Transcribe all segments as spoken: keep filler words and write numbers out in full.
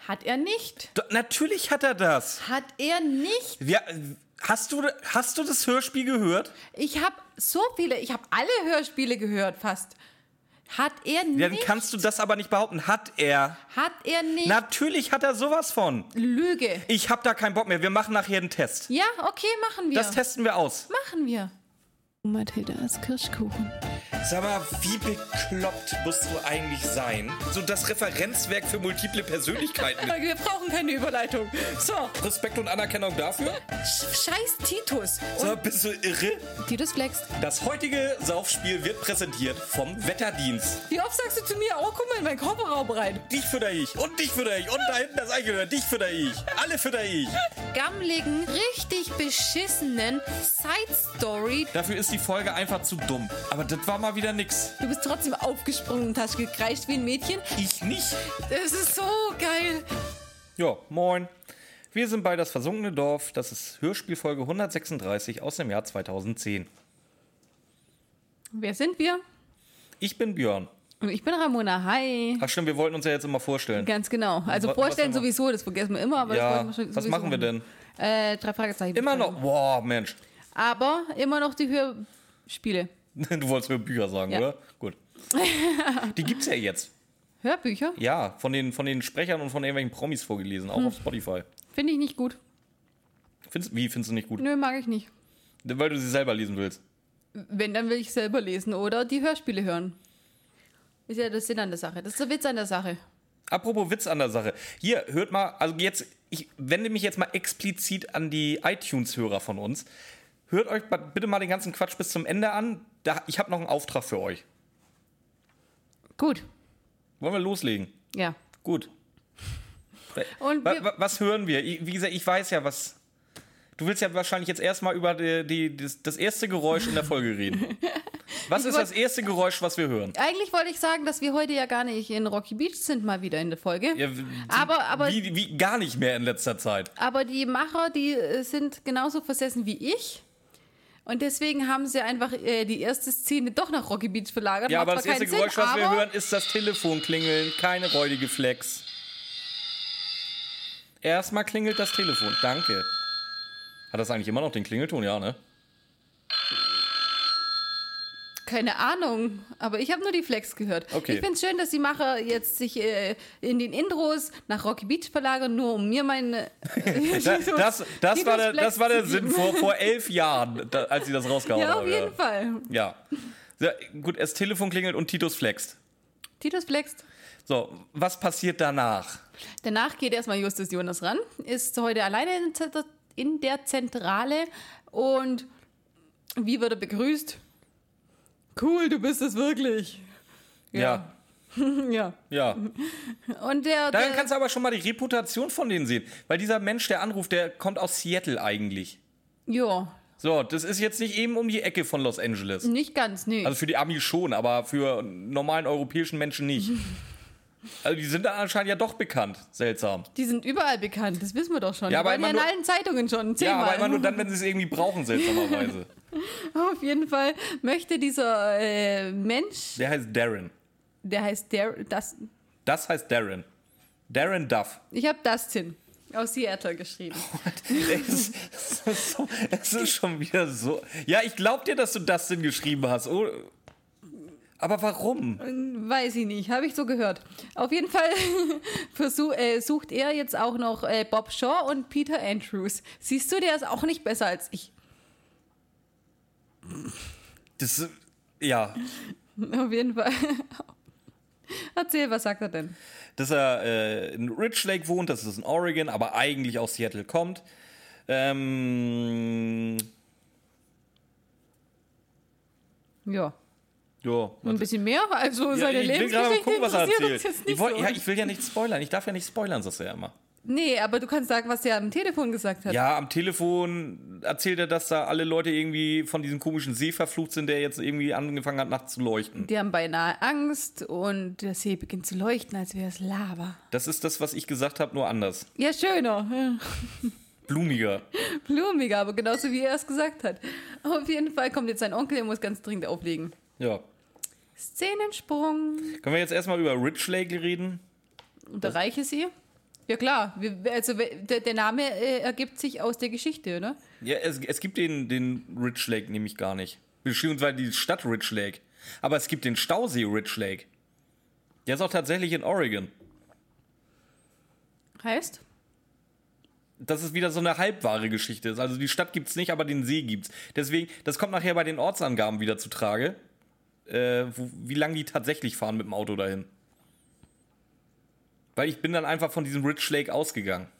Hat er nicht. Do- natürlich hat er das. Hat er nicht. Wir, hast, du, hast du das Hörspiel gehört? Ich habe so viele, ich habe alle Hörspiele gehört fast. Hat er nicht. Dann kannst du das aber nicht behaupten. Hat er. Hat er nicht. Natürlich hat er sowas von. Lüge. Ich hab da keinen Bock mehr. Wir machen nachher einen Test. Ja, okay, machen wir. Das testen wir aus. Machen wir. Mathildas Kirschkuchen. Sag mal, wie bekloppt musst du eigentlich sein? So das Referenzwerk für multiple Persönlichkeiten. Wir brauchen keine Überleitung. So. Respekt und Anerkennung dafür. Scheiß Titus. So, bist du irre? Titus flext. Das heutige Saufspiel wird präsentiert vom Wetterdienst. Wie oft sagst du zu mir, oh, guck mal in meinen Kofferraum rein. Dich fütter ich und dich fütter ich und da hinten das Eichhörnchen, dich fütter ich. Alle fütter ich. Gammeligen, richtig beschissenen Side-Story. Dafür ist die Folge einfach zu dumm. Aber das war mal wieder nix. Du bist trotzdem aufgesprungen und hast gekreischt wie ein Mädchen. Ich nicht. Das ist so geil. Ja, moin. Wir sind bei Das versunkene Dorf. Das ist Hörspielfolge hundertsechsunddreißig aus dem Jahr zweitausendzehn. Wer sind wir? Ich bin Björn. Und ich bin Ramona. Hi. Ach stimmt, wir wollten uns ja jetzt immer vorstellen. Ganz genau. Also Was- vorstellen was haben wir? sowieso, das vergessen wir immer. Aber das Ja, wollten wir schon was sowieso machen wir denn? Äh, drei Fragezeichen. Immer noch. Boah, Mensch. Aber immer noch die Hörspiele. Du wolltest Hörbücher sagen, Ja. oder? Gut. Die gibt's ja jetzt. Hörbücher? Ja, von den, von den Sprechern und von irgendwelchen Promis vorgelesen, auch auf Spotify. Finde ich nicht gut. Findest, wie findest du nicht gut? Nö, mag ich nicht. Weil du sie selber lesen willst. Wenn, dann will ich selber lesen oder die Hörspiele hören. Ist ja das Sinn an der Sache. Das ist der Witz an der Sache. Apropos Witz an der Sache. Hier, hört mal, also jetzt, ich wende mich jetzt mal explizit an die iTunes-Hörer von uns. Hört euch bitte mal den ganzen Quatsch bis zum Ende an. Da, ich habe noch einen Auftrag für euch. Gut. Wollen wir loslegen? Ja. Gut. Und wa, wir, wa, was hören wir? Ich- Wie gesagt, ich weiß ja, was... Du willst ja wahrscheinlich jetzt erstmal über die, die, das, das erste Geräusch in der Folge reden. Was ist das erste Geräusch, was wir hören? eigentlich wollte ich sagen, dass wir heute ja gar nicht in Rocky Beach sind, mal wieder in der Folge. Ja, aber, aber, wie, wie gar nicht mehr in letzter Zeit. aber die Macher, die äh, sind genauso versessen wie ich. Und deswegen haben sie einfach äh, die erste Szene doch nach Rocky Beach verlagert. Ja, Macht aber das zwar erste keinen Geräusch, Sinn, was wir aber hören, ist das Telefon klingeln, keine räudige Flex. Erstmal klingelt das Telefon. Danke. Hat das eigentlich immer noch den Klingelton? Ja, ne? Keine Ahnung, aber ich habe nur die Flex gehört. Okay. Ich finde es schön, dass die Macher jetzt sich äh, in den Intros nach Rocky Beach verlagern, nur um mir meine... Äh, Das, das, das, war, der, Flex das war der zu Sinn geben. vor, vor elf Jahren, da, als sie das rausgehauen Ja, haben. auf jeden Fall. Ja. Ja, gut, das Telefon klingelt und Titus flext. Titus flext. So, was passiert danach? Danach geht erstmal Justus Jonas ran, ist heute alleine in, Zent- in der Zentrale und wie wird er begrüßt? Cool, du bist es wirklich. Ja. Ja. Ja. Und der, Daran der kannst du aber schon mal die Reputation von denen sehen. Weil dieser Mensch, der anruft, der kommt aus Seattle eigentlich. ja, So, das ist jetzt nicht eben um die Ecke von Los Angeles. nicht ganz, nee. Also für die Amis schon, aber für normalen europäischen Menschen nicht. Also die sind dann anscheinend ja doch bekannt. Seltsam. Die sind überall bekannt, das wissen wir doch schon. Ja, aber Die waren immer ja in nur- allen Zeitungen schon, Ja, zehnmal. aber immer nur dann, wenn sie es irgendwie brauchen, seltsamerweise. Auf jeden Fall möchte dieser äh, Mensch, Der heißt Darren. der heißt der, das, Das heißt Darren. Darren Duff. ich habe Dustin aus Seattle geschrieben. Es ist, es ist so, es ist schon wieder so. Ja, ich glaub dir, dass du Dustin geschrieben hast. Oh. Aber warum? Weiß ich nicht, habe ich so gehört. Auf jeden Fall versuch, äh, sucht er jetzt auch noch äh, Bob Shaw und Peter Andrews. Siehst du, der ist auch nicht besser als ich. Das ist- ja, Auf jeden Fall. Erzähl, was sagt er denn? dass er äh, in Rich Lake wohnt, das ist in Oregon, aber eigentlich aus Seattle kommt. Ähm, Ja, ja, ein bisschen mehr. Also ja, seine ich will gerade mal Lebensgeschichte gucken, was er interessiert erzählt. uns jetzt nicht Ich, wollt, so. ja, ich will ja nicht spoilern. Ich darf ja nicht spoilern, sagst du ja immer. Nee, aber du kannst sagen, was er am Telefon gesagt hat. Ja, am Telefon erzählt er, dass da alle Leute irgendwie von diesem komischen See verflucht sind, der jetzt irgendwie angefangen hat, nachts zu leuchten. Die haben beinahe Angst und der See beginnt zu leuchten, als wäre es Lava. Das ist das, was ich gesagt habe, nur anders. Ja, schöner. Blumiger. Blumiger, aber genauso wie er es gesagt hat. Auf jeden Fall kommt jetzt sein Onkel, der muss ganz dringend auflegen. Ja. Szenensprung. Können wir jetzt erstmal über Rich Lake reden? Und der reiche See. Ja klar, wir, also der, der Name äh, ergibt sich aus der Geschichte, oder? Ja, es, es gibt den, den Rich Lake nämlich gar nicht. Beziehungsweise die Stadt Rich Lake. Aber es gibt den Stausee Rich Lake. Der ist auch tatsächlich in Oregon. Heißt? Das ist wieder so eine halbwahre Geschichte. Also die Stadt gibt's nicht, aber den See gibt's. Deswegen, das kommt nachher bei den Ortsangaben wieder zu Trage, äh, wo, wie lange die tatsächlich fahren mit dem Auto dahin. Weil ich bin dann einfach von diesem Rich Lake ausgegangen.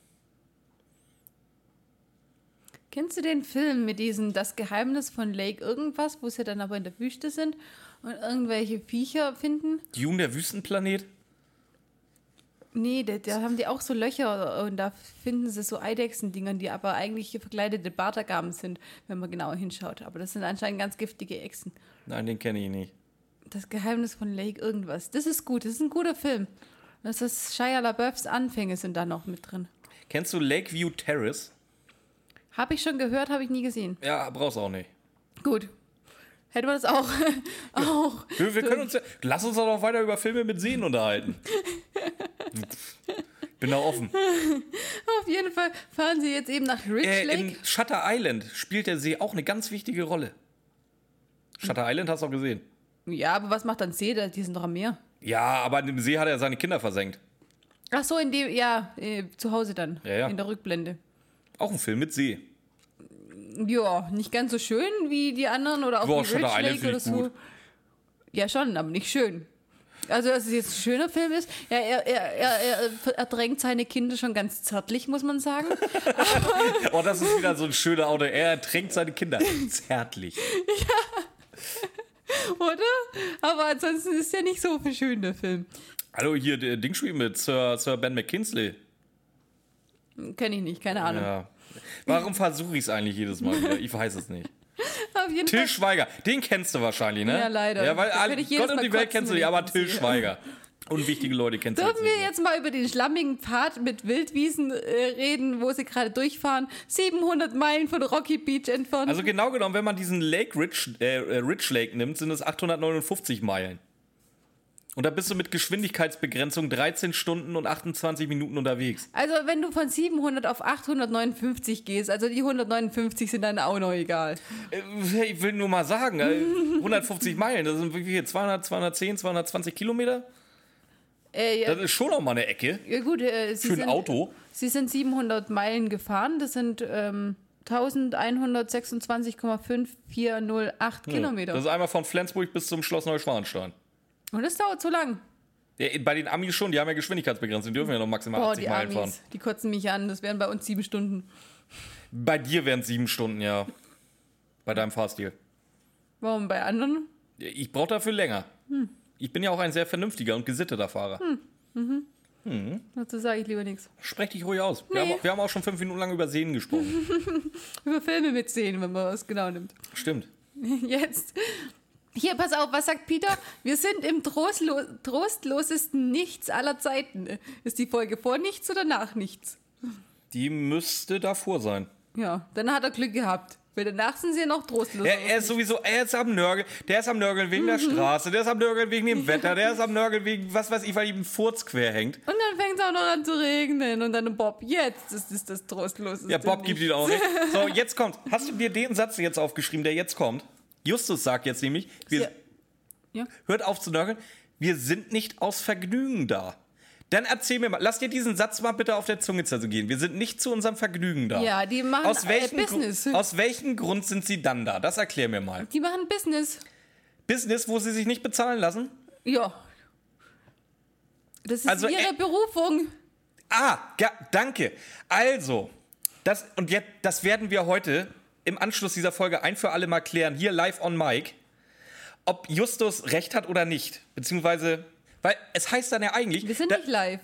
Kennst du den Film mit diesem Das Geheimnis von Lake irgendwas, wo sie dann aber in der Wüste sind und irgendwelche Viecher finden? Dune, der Wüstenplanet? Nee, da, da haben die auch so Löcher und da finden sie so Eidechsendingern, die aber eigentlich verkleidete Bartagaben sind, wenn man genauer hinschaut. Aber das sind anscheinend ganz giftige Echsen. Nein, den kenne ich nicht. Das Geheimnis von Lake irgendwas. Das ist gut, das ist ein guter Film. Das ist Shia LaBeoufs Anfänge sind da noch mit drin. Kennst du Lakeview Terrace? Habe ich schon gehört, habe ich nie gesehen. Ja, brauchst auch nicht. Gut. Hätten wir das auch. auch. Wir, wir können uns ja, lass uns doch noch weiter über Filme mit Seen unterhalten. Bin da offen. Auf jeden Fall fahren sie jetzt eben nach Rich Äh, Lake. in Shutter Island spielt der See auch eine ganz wichtige Rolle. Shutter Island hast du auch gesehen. Ja, aber was macht dann See? da? Die sind doch am Meer. Ja, aber in dem See hat er seine Kinder versenkt. Ach so, in dem, ja, äh, zu Hause dann. Ja, ja. In der Rückblende. Auch ein Film mit See. Ja, nicht ganz so schön wie die anderen oder auch Boah, wie Shutter Rich Island Lake find oder ich so. gut. Ja, schon, aber nicht schön. Also, dass es jetzt ein schöner Film ist. Ja, er, er, er, er ertränkt seine Kinder schon ganz zärtlich, muss man sagen. Oh, das ist wieder so ein schöner Auto. Er ertränkt seine Kinder. Zärtlich. Oder? Aber ansonsten ist ja nicht so schön, der Film. Hallo, hier, der Dingspiel mit Sir, Sir Ben McKinsley. Kenn ich nicht, keine Ahnung. Ja. Warum versuche ich es eigentlich jedes Mal wieder? Ich weiß es nicht. Auf jeden Till Fall. Schweiger, den kennst du wahrscheinlich, ne? Ja, leider. Ja, weil Das alle, werd ich jedes Gott und Mal die Welt kotzen, kennst du wenn nicht, ich aber ihn Till sehe. Schweiger. Unwichtige Leute kennst du Dürfen jetzt wir nicht. jetzt mal über den schlammigen Pfad mit Wildwiesen äh, reden, wo sie gerade durchfahren? siebenhundert Meilen von Rocky Beach entfernt. Also genau genommen, wenn man diesen Lake Rich, äh, Rich Lake nimmt, sind es achthundertneunundfünfzig Meilen. Und da bist du mit Geschwindigkeitsbegrenzung dreizehn Stunden und achtundzwanzig Minuten unterwegs. Also wenn du von siebenhundert auf achthundertneunundfünfzig gehst, also die hundertneunundfünfzig sind dann auch noch egal. Äh, Ich will nur mal sagen, äh, hundertfünfzig Meilen, das sind wie viel? zweihundert, zweihundertzehn, zweihundertzwanzig Kilometer? Äh, ja, Das ist schon noch mal eine Ecke ja gut, äh, sie für ein sind, Auto. Sie sind siebenhundert Meilen gefahren, das sind ähm, elfhundertsechsundzwanzig Komma fünf vier null acht Kilometer. Das ist einmal von Flensburg bis zum Schloss Neuschwanstein. Und das dauert so lang. Ja, bei den Amis schon, die haben ja Geschwindigkeitsbegrenzung, die dürfen ja noch maximal Boah, achtzig die Meilen fahren. Amis, die kotzen mich an, das wären bei uns sieben Stunden. Bei dir wären es sieben Stunden, ja. Bei deinem Fahrstil. Warum bei anderen? Ich brauche dafür länger. Hm. Ich bin ja auch ein sehr vernünftiger und gesitteter Fahrer. Hm. Mhm. Mhm. Dazu sage ich lieber nichts. Sprech dich ruhig aus. Wir, Nee. haben, wir haben auch schon fünf Minuten lang über Seen gesprochen. Über Filme mit Szenen, wenn man was genau nimmt. Stimmt. Jetzt. Hier, pass auf, was sagt Peter? Wir sind im trostlo trostlosesten Nichts aller Zeiten. Ist die Folge vor nichts oder nach nichts? Die müsste davor sein. Ja, dann hat er Glück gehabt. Weil danach sind sie ja noch trostlos. Er, er ist sowieso, er ist am Nörgeln. Der ist am Nörgeln wegen der Straße, der ist am Nörgeln wegen dem Wetter, der ist am Nörgeln wegen, was weiß ich, weil ihm ein Furz quer hängt. Und dann fängt es auch noch an zu regnen. Und dann Bob, jetzt ist es das trostloseste. Ja, Bob gibt ihn auch nicht. So, jetzt kommt. Hast du dir den Satz jetzt aufgeschrieben, der jetzt kommt? Justus sagt jetzt nämlich, wir, Ja. Ja. hört auf zu nörgeln, wir sind nicht aus Vergnügen da. Dann erzähl mir mal, lass dir diesen Satz mal bitte auf der Zunge zergehen. Wir sind nicht zu unserem Vergnügen da. Ja, die machen aus welchem äh, Business. Gru- aus welchem Grund sind sie dann da? Das erklär mir mal. Die machen Business. Business, wo sie sich nicht bezahlen lassen? Ja. Das ist Also, ihre äh, Berufung. Ah, ja, danke. Also, das, und jetzt, das werden wir heute im Anschluss dieser Folge ein für alle mal klären, hier live on mic, ob Justus recht hat oder nicht. Beziehungsweise, weil es heißt dann ja eigentlich, Wir sind da, nicht live.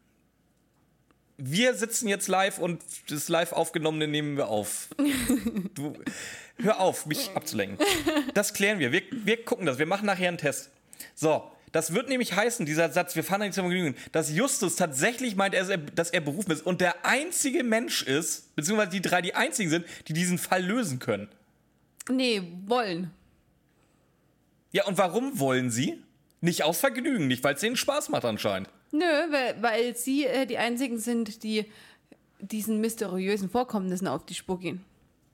wir sitzen jetzt live und das live aufgenommene nehmen wir auf. Du, hör auf, mich abzulenken. Das klären wir. wir. Wir gucken das. Wir machen nachher einen Test. So, das wird nämlich heißen, dieser Satz, wir fahren nicht zum Vergnügen, dass Justus tatsächlich meint, er, dass er berufen ist und der einzige Mensch ist, beziehungsweise die drei die einzigen sind, die diesen Fall lösen können. Nee, wollen. Ja, und warum wollen sie? Nicht aus Vergnügen, nicht weil es denen Spaß macht anscheinend. Nö, weil, weil sie äh, die einzigen sind, die diesen mysteriösen Vorkommnissen auf die Spur gehen.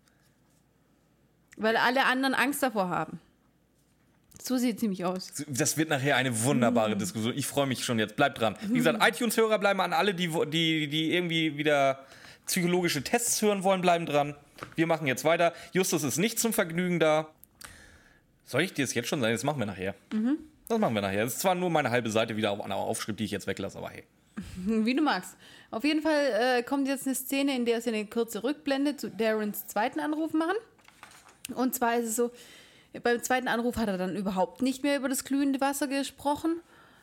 Weil alle anderen Angst davor haben. So sieht es nämlich aus. Das wird nachher eine wunderbare mm. Diskussion. Ich freue mich schon jetzt. Bleibt dran. Wie gesagt, mm. iTunes-Hörer bleiben an alle, die, die, die irgendwie wieder psychologische Tests hören wollen, bleiben dran. Wir machen jetzt weiter. Justus ist nicht zum Vergnügen da. Soll ich dir das jetzt schon sagen? Das machen wir nachher. Mhm. Das machen wir nachher. Das ist zwar nur meine halbe Seite wieder auf einer Aufschrift, die ich jetzt weglasse, aber hey. Wie du magst. Auf jeden Fall äh, kommt jetzt eine Szene, in der sie eine kurze Rückblende zu Darrens zweiten Anruf machen. Und zwar ist es so, beim zweiten Anruf hat er dann überhaupt nicht mehr über das glühende Wasser gesprochen.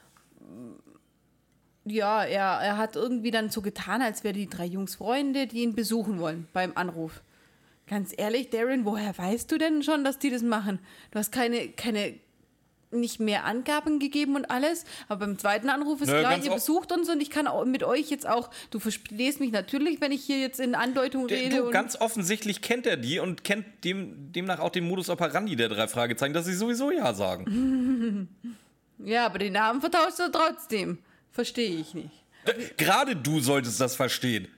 Ja, er, er hat irgendwie dann so getan, als wären die drei Jungs Freunde, die ihn besuchen wollen beim Anruf. Ganz ehrlich, Darren, woher weißt du denn schon, dass die das machen? Du hast keine, keine nicht mehr Angaben gegeben und alles, aber beim zweiten Anruf ist Nö, klar, ihr au- besucht uns und ich kann auch mit euch jetzt auch, du verstehst mich natürlich, wenn ich hier jetzt in Andeutung rede. Du, und ganz offensichtlich kennt er die und kennt dem, demnach auch den Modus operandi der drei Fragezeichen, dass sie sowieso ja sagen. Ja, aber den Namen vertauscht er trotzdem. Verstehe ich nicht. Gerade du solltest das verstehen.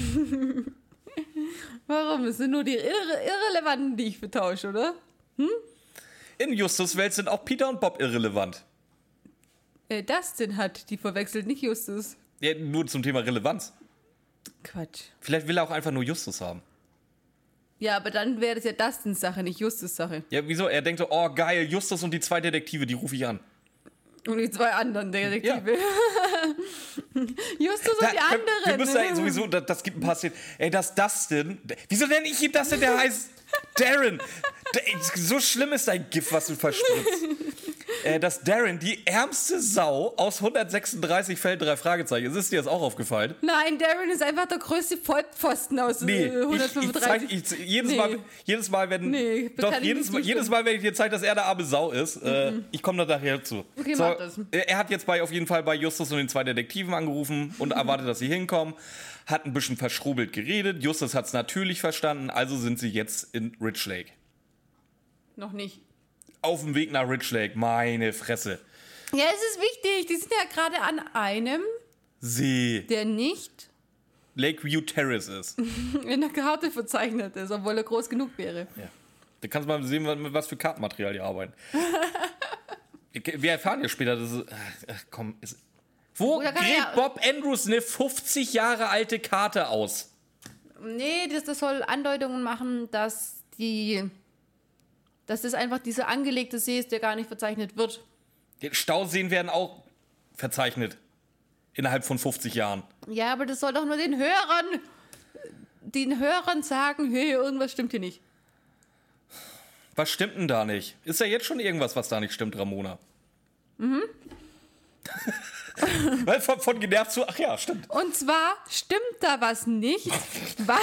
Warum? Es sind nur die irre, Irrelevanten, die ich vertausche, oder? Hm? In Justus' Welt sind auch Peter und Bob irrelevant. Äh, Dustin hat die verwechselt, nicht Justus. Ja, nur zum Thema Relevanz. Quatsch. Vielleicht will er auch einfach nur Justus haben. Ja, aber dann wäre das ja Dustins Sache, nicht Justus' Sache. Ja, wieso? Er denkt so, oh geil, Justus und die zwei Detektive, die rufe ich an. Und die zwei anderen Detektive. Ja. Justus und Da, die wir, anderen. wir müssen ja sowieso, das, das gibt ein paar Szenen. Ey, das Dustin. Wieso nenne ich ihn Dustin? Der heißt Darren. Der, so schlimm ist dein Gift, was du verspritzt. äh, dass Darren die ärmste Sau aus hundertsechsunddreißig Fällen drei Fragezeichen. Ist dir das auch aufgefallen? Nein, Darren ist einfach der größte Vollpfosten aus nee, äh, hundertfünfunddreißig. Ich, ich zeig, ich, jedes, nee. Mal, jedes Mal, wenn. Nee, doch, jedes Mal, jedes Mal, wenn ich dir zeige, dass er der arme Sau ist, mhm. äh, ich komme da nachher zu. Okay, so, mach das. Er hat jetzt bei, auf jeden Fall bei Justus und den zwei Detektiven angerufen und erwartet, dass sie hinkommen. Hat ein bisschen verschrobelt geredet. Justus hat es natürlich verstanden, also sind sie jetzt in Rich Lake. Noch nicht. Auf dem Weg nach Rich Lake, meine Fresse. Ja, es ist wichtig. Die sind ja gerade an einem See, der nicht Lakeview Terrace ist. in der Karte verzeichnet ist, obwohl er groß genug wäre. Ja. Da kannst du mal sehen, mit was für Kartenmaterial die arbeiten. Wir erfahren ja später, dass es... Ach, komm, ist, wo Oder kann gräbt er- Bob Andrews eine fünfzig Jahre alte Karte aus? Nee, das, das soll Andeutungen machen, dass die... dass das einfach dieser angelegte See ist, der gar nicht verzeichnet wird. Die Stauseen werden auch verzeichnet. Innerhalb von fünfzig Jahren. Ja, aber das soll doch nur den Hörern... den Hörern sagen, hey, irgendwas stimmt hier nicht. Was stimmt denn da nicht? Ist ja jetzt schon irgendwas, was da nicht stimmt, Ramona? Mhm. Weil von, von genervt zu, ach ja, stimmt. Und zwar stimmt da was nicht, weil...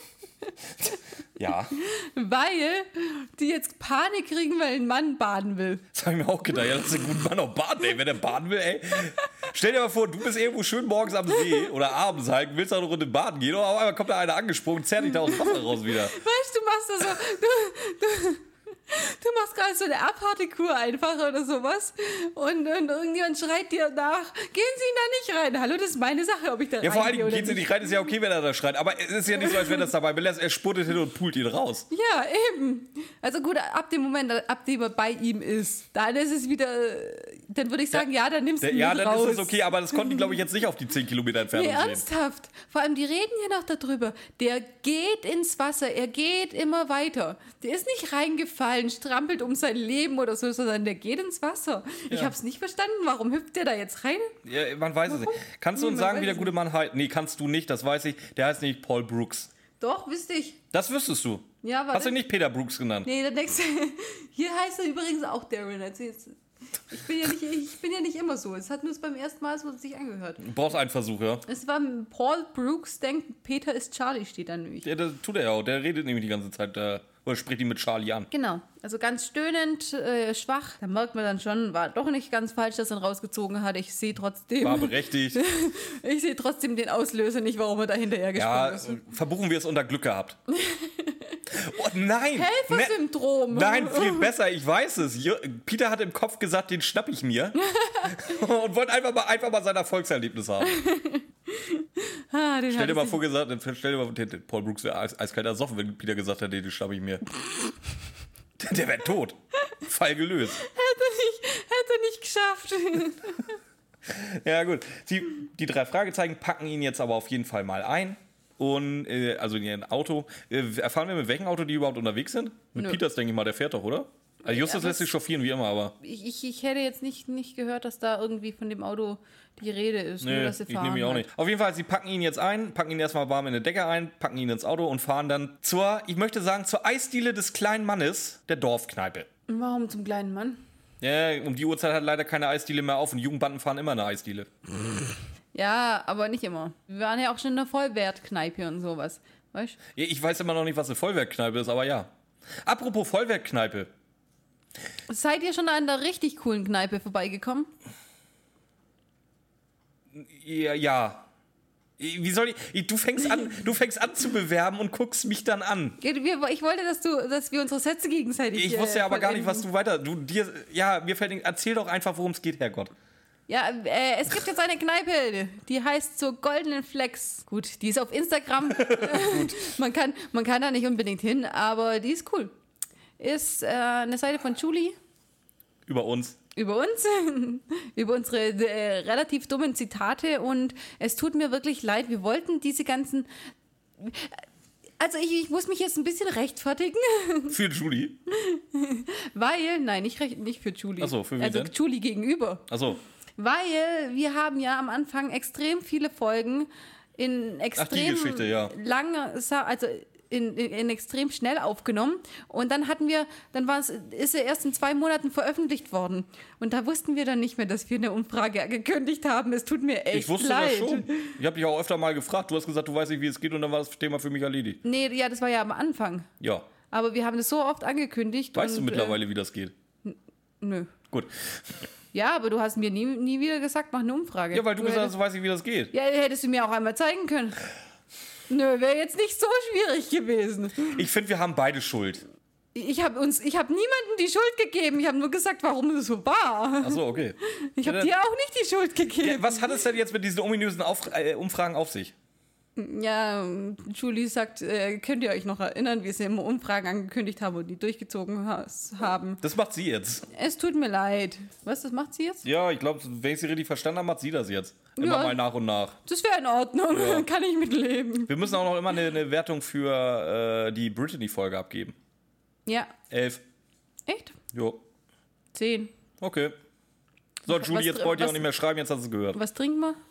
Ja. Weil die jetzt Panik kriegen, weil ein Mann baden will. Das habe ich mir auch gedacht. Ja, das ist ein guter Mann auch baden, ey. Wenn der baden will, ey. Stell dir mal vor, du bist irgendwo schön morgens am See oder abends halt, willst auch eine Runde baden gehen und auf einmal kommt da einer angesprungen, zerrt dich da aus dem Wasser raus wieder. Weißt du, du machst da so... Du, du, du machst gerade so eine Abhärtekur einfach oder sowas und, und irgendjemand schreit dir nach, gehen Sie da nicht rein. Hallo, das ist meine Sache, ob ich da Ja, vor allen reingehe Dingen oder geht sie nicht rein, ist ja okay, wenn er da schreit. Aber es ist ja nicht so, als wenn das dabei belässt. Er spurtet hin und pult ihn raus. Ja, eben. Also gut, ab dem Moment, ab dem er bei ihm ist, dann ist es wieder, dann würde ich sagen, ja, dann nimmst du ihn Ja, mit dann raus. ist das okay, aber das konnten die, glaube ich, jetzt nicht auf die zehn Kilometer Entfernung Nee, sehen. ernsthaft. Vor allem, die reden hier noch darüber. Der geht ins Wasser, er geht immer weiter. Der ist nicht reingefallen, strampelt um sein Leben oder so, sondern der geht ins Wasser. Ich Ja. habe es nicht verstanden. Warum hüpft der da jetzt rein? Ja, man weiß es nicht. Kannst du Nee, uns man sagen, weiß wie der es gute Mann heißt? Nee, kannst du nicht, das weiß ich. Der heißt nicht Paul Brooks. Doch, wüsste ich. Das wüsstest du. Ja, warte. Hast du nicht Peter Brooks genannt? Nee, der nächste. Hier heißt er übrigens auch Darren. Also jetzt, ich, bin ja nicht, ich bin ja nicht immer so. Es hat nur beim ersten Mal so sich angehört. Du brauchst einen Versuch, ja? Es war Paul Brooks, denkt, Peter ist Charlie, steht da nämlich. Ja, das tut er ja auch. Der redet nämlich die ganze Zeit, äh, oder spricht ihn mit Charlie an. Genau, also ganz stöhnend, äh, schwach. Da merkt man dann schon, war doch nicht ganz falsch, dass er ihn rausgezogen hat. Ich sehe trotzdem, War berechtigt. ich sehe trotzdem den Auslöser nicht, warum er da hinterher gesprungen Ja, ist. verbuchen wir es unter Glück gehabt. Oh, Nein. Helfersyndrom. Ne, nein, viel besser, ich weiß es. Jo, Peter hat im Kopf gesagt, den schnapp ich mir. Und wollte einfach mal, einfach mal sein Erfolgserlebnis haben. Ah, stell dir mal vor, gesagt, stell dir mal vor, Paul Brooks wäre eiskalt ersoffen, wenn Peter gesagt hätte, den schnapp ich mir. Der wäre tot. Fall gelöst. Hätte nicht, hätte nicht geschafft. Ja, gut. Die, die drei Fragezeichen packen ihn jetzt aber auf jeden Fall mal ein. Und, äh, also in ihr Auto. Äh, erfahren wir, mit welchem Auto die überhaupt unterwegs sind? Mit Nö. Peters, denke ich mal, der fährt doch, oder? Also Justus ja, lässt sich chauffieren, wie immer, aber... Ich, ich, ich hätte jetzt nicht, nicht gehört, dass da irgendwie von dem Auto die Rede ist. Nee, nur, dass sie ich fahren nehme mich auch halt. nicht. Auf jeden Fall, sie packen ihn jetzt ein, packen ihn erstmal warm in eine Decke ein, packen ihn ins Auto und fahren dann zur, ich möchte sagen, zur Eisdiele des kleinen Mannes, der Dorfkneipe. Warum zum kleinen Mann? Ja, um die Uhrzeit hat leider keine Eisdiele mehr auf und Jugendbanden fahren immer eine Eisdiele. Ja, aber nicht immer. Wir waren ja auch schon in einer Vollwertkneipe und sowas. Weißt du? Ja, ich weiß immer noch nicht, was eine Vollwertkneipe ist, aber ja. Apropos Vollwertkneipe. Seid ihr schon an der richtig coolen Kneipe vorbeigekommen? Ja, ja. Wie soll ich? Du fängst an, du fängst an zu bewerben und guckst mich dann an. Ich wollte, dass du, dass wir unsere Sätze gegenseitig. Ich wusste ja aber gar nicht, was du weiter. Du dir, ja, mir fällt. Erzähl doch einfach, worum es geht, Herrgott. Ja, äh, es gibt jetzt eine Kneipe, die heißt so Goldenen Flex. Gut, die ist auf Instagram. Gut. man kann, man kann da nicht unbedingt hin, aber die ist cool. Ist äh, eine Seite von Julie. Über uns. Über uns, über unsere äh, relativ dummen Zitate und es tut mir wirklich leid, wir wollten diese ganzen... Also ich, ich muss mich jetzt ein bisschen rechtfertigen. Für Julie? Weil, nein, nicht, recht, nicht für Julie. Ach so, für wen also denn? Julie gegenüber. Ach so. Weil wir haben ja am Anfang extrem viele Folgen in extrem Ach, die Geschichte, ja. lange, also in, in, in extrem schnell aufgenommen und dann hatten wir, dann war es, ist er erst in zwei Monaten veröffentlicht worden und da wussten wir dann nicht mehr, dass wir eine Umfrage angekündigt haben. Es tut mir echt leid. Ich wusste leid. das schon. Ich habe dich auch öfter mal gefragt. Du hast gesagt, du weißt nicht, wie es geht und dann war das Thema für mich erledigt. Nee, ja, das war ja am Anfang. Ja. Aber wir haben das so oft angekündigt. Weißt und, du mittlerweile, äh, wie das geht? N- nö. Gut. Ja, aber du hast mir nie, nie wieder gesagt, mach eine Umfrage. Ja, weil du, du gesagt hättest, hast, du weißt nicht, wie das geht. Ja, hättest du mir auch einmal zeigen können. Nö, wäre jetzt nicht so schwierig gewesen. Ich finde, wir haben beide Schuld. Ich habe uns, ich habe niemandem die Schuld gegeben. Ich habe nur gesagt, warum es so war. Ach so, okay. Ich habe ja, dir auch nicht die Schuld gegeben. Ja, was hat es denn jetzt mit diesen ominösen Auf äh, Umfragen auf sich? Ja, Julie sagt, äh, könnt ihr euch noch erinnern, wie sie immer Umfragen angekündigt haben und die durchgezogen has, haben? Das macht sie jetzt. Es tut mir leid. Was, das macht sie jetzt? Ja, ich glaube, wenn ich sie richtig verstanden habe, macht sie das jetzt. Immer Ja. mal nach und nach. Das wäre in Ordnung. Ja. Kann ich mitleben. Wir müssen auch noch immer eine, eine Wertung für äh, die Brittany-Folge abgeben. Ja. Elf. Echt? Jo. Zehn. Okay. So, Julie, Was- jetzt wollte ich was- auch nicht mehr schreiben, jetzt hast du es gehört. Was trinken wir?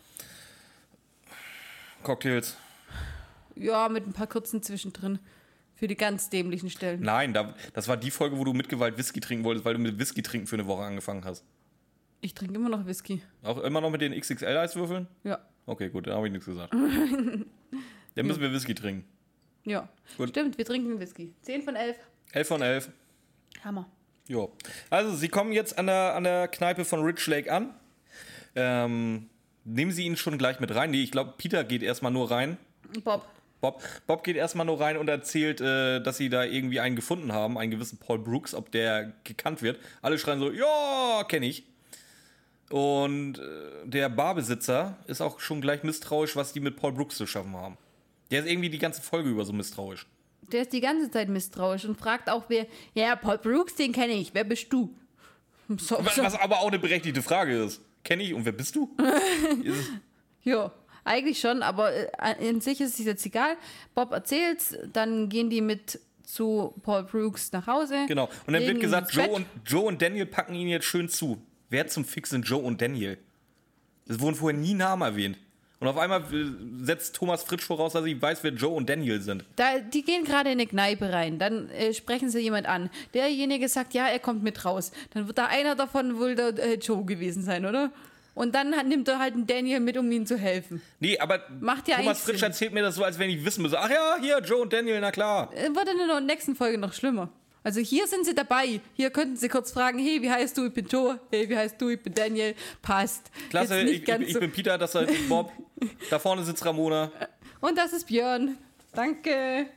Cocktails. Ja, mit ein paar kurzen zwischendrin. Für die ganz dämlichen Stellen. Nein, da, das war die Folge, wo du mit Gewalt Whisky trinken wolltest, weil du mit Whisky trinken für eine Woche angefangen hast. Ich trinke immer noch Whisky. Auch immer noch mit den X X L-Eiswürfeln? Ja. Okay, gut, dann habe ich nichts gesagt. Dann müssen wir Whisky trinken. Ja. Gut. Stimmt, wir trinken Whisky. Zehn von elf. elf von elf. Hammer. Jo. Also, sie kommen jetzt an der, an der Kneipe von Rich Lake an. Ähm, nehmen sie ihn schon gleich mit rein? Nee, ich glaube, Peter geht erstmal nur rein. Bob. Bob, Bob geht erstmal nur rein und erzählt, äh, dass sie da irgendwie einen gefunden haben, einen gewissen Paul Brooks, ob der gekannt wird. Alle schreien so, ja, kenne ich. Und äh, der Barbesitzer ist auch schon gleich misstrauisch, was die mit Paul Brooks zu schaffen haben. Der ist irgendwie die ganze Folge über so misstrauisch. Der ist die ganze Zeit misstrauisch und fragt auch, wer. Ja, Paul Brooks, den kenne ich. Wer bist du? So, Was, so. was aber auch eine berechtigte Frage ist. Kenne ich und wer bist du? Ja, eigentlich schon, aber äh, in sich ist es jetzt egal. Bob erzählt's, dann gehen die mit zu Paul Brooks nach Hause. Genau. Und dann legen wird gesagt, ins Joe Bett. und, Joe und Daniel packen ihn jetzt schön zu. Wer zum Fix sind Joe und Daniel? Es wurden vorher nie Namen erwähnt. Und auf einmal äh, setzt Thomas Fritsch voraus, dass ich weiß, wer Joe und Daniel sind. Da, die gehen gerade in eine Kneipe rein, dann äh, sprechen sie jemand an. Derjenige sagt, ja, er kommt mit raus. Dann wird da einer davon wohl der äh, Joe gewesen sein, oder? Und dann hat, nimmt er halt einen Daniel mit, um ihm zu helfen. Nee, aber Macht ja Thomas eigentlich Fritsch Sinn. erzählt mir das so, als wenn ich wissen müsse. Ach ja, hier, Joe und Daniel, na klar. Äh, Wird dann in der nächsten Folge noch schlimmer. Also hier sind sie dabei. Hier könnten sie kurz fragen, hey, wie heißt du? Ich bin Joe. Hey, wie heißt du? Ich bin Daniel. Passt. Klasse, Jetzt nicht ich, ich, ganz ich so. bin Peter, das ist Bob. Da vorne sitzt Ramona. Und das ist Björn. Danke.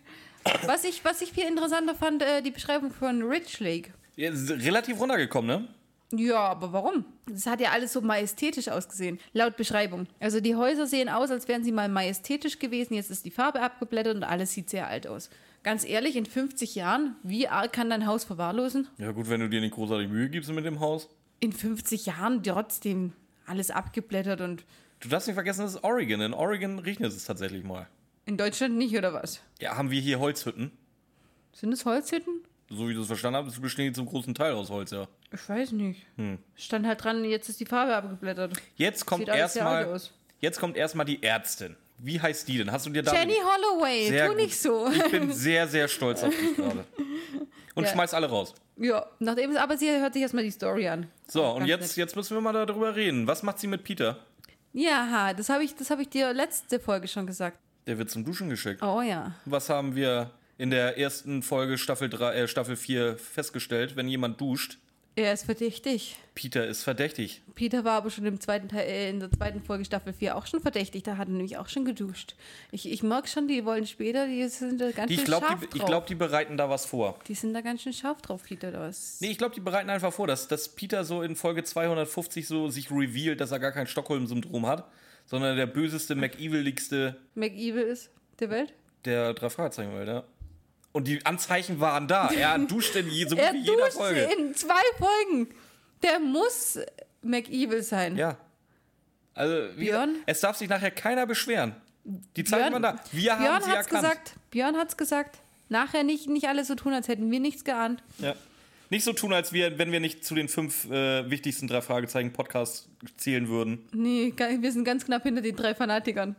Was ich, was ich viel interessanter fand, äh, die Beschreibung von Rich Lake. Ja, ist relativ runtergekommen, ne? Ja, aber warum? Das hat ja alles so majestätisch ausgesehen, laut Beschreibung. Also die Häuser sehen aus, als wären sie mal majestätisch gewesen. Jetzt ist die Farbe abgeblättert und alles sieht sehr alt aus. Ganz ehrlich, in fünfzig Jahren, wie arg kann dein Haus verwahrlosen? Ja gut, wenn du dir nicht großartig Mühe gibst mit dem Haus. In fünfzig Jahren trotzdem alles abgeblättert und Du darfst nicht vergessen, das ist Oregon. In Oregon regnet es tatsächlich mal. in Deutschland nicht, oder was? Ja, haben wir hier Holzhütten. Sind es Holzhütten? So wie du es verstanden hast, bestehen die zum großen Teil aus Holz, ja. Ich weiß nicht. Hm. Stand halt dran, jetzt ist die Farbe abgeblättert. Jetzt kommt Sieht alles sehr alt erstmal aus. Jetzt kommt erstmal die Ärztin. Wie heißt die denn? Hast du dir da Jenny Holloway, Sehr tu gut. nicht so. Ich bin sehr, sehr stolz auf dich gerade. Und Ja. schmeiß alle raus. Ja, nachdem es, aber sie hört sich erstmal die Story an. So, und Ganz jetzt, nett. jetzt müssen wir mal darüber reden. Was macht sie mit Peter? Ja, das habe ich, das hab ich dir letzte Folge schon gesagt. Der wird zum Duschen geschickt. Oh ja. Was haben wir in der ersten Folge Staffel drei, äh, Staffel vier festgestellt? Wenn jemand duscht, Er ist verdächtig. Peter ist verdächtig. Peter war aber schon im zweiten Teil, äh, in der zweiten Folge Staffel vier auch schon verdächtig. Da hat er nämlich auch schon geduscht. Ich, ich merke schon, die wollen später, die sind da ganz Die, ich schön glaube, scharf die, drauf. ich glaub, die bereiten da was vor. Die sind da ganz schön scharf drauf, Peter. Das. Nee, ich glaube, die bereiten einfach vor, dass, dass Peter so in Folge zweihundertfünfzig so sich revealed, dass er gar kein Stockholm-Syndrom hat, sondern der böseste, McEviligste McEvil ist der Welt. der drei Fragezeichen Welt, ja. Und die Anzeichen waren da. Er duscht in je, so Er gut wie jeder duscht Folge. in zwei Folgen. Der muss McEvil sein. Ja. Also, wie, Björn? es darf sich nachher keiner beschweren. Die Zeichen waren da. Wir haben Björn sie hat's erkannt. gesagt. Björn hat's gesagt. Nachher nicht, nicht alle so tun, als hätten wir nichts geahnt. Ja. Nicht so tun, als wir, wenn wir nicht zu den fünf äh, wichtigsten drei Fragezeichen Podcasts zählen würden. Nee, ga- wir sind ganz knapp hinter den drei Fanatikern.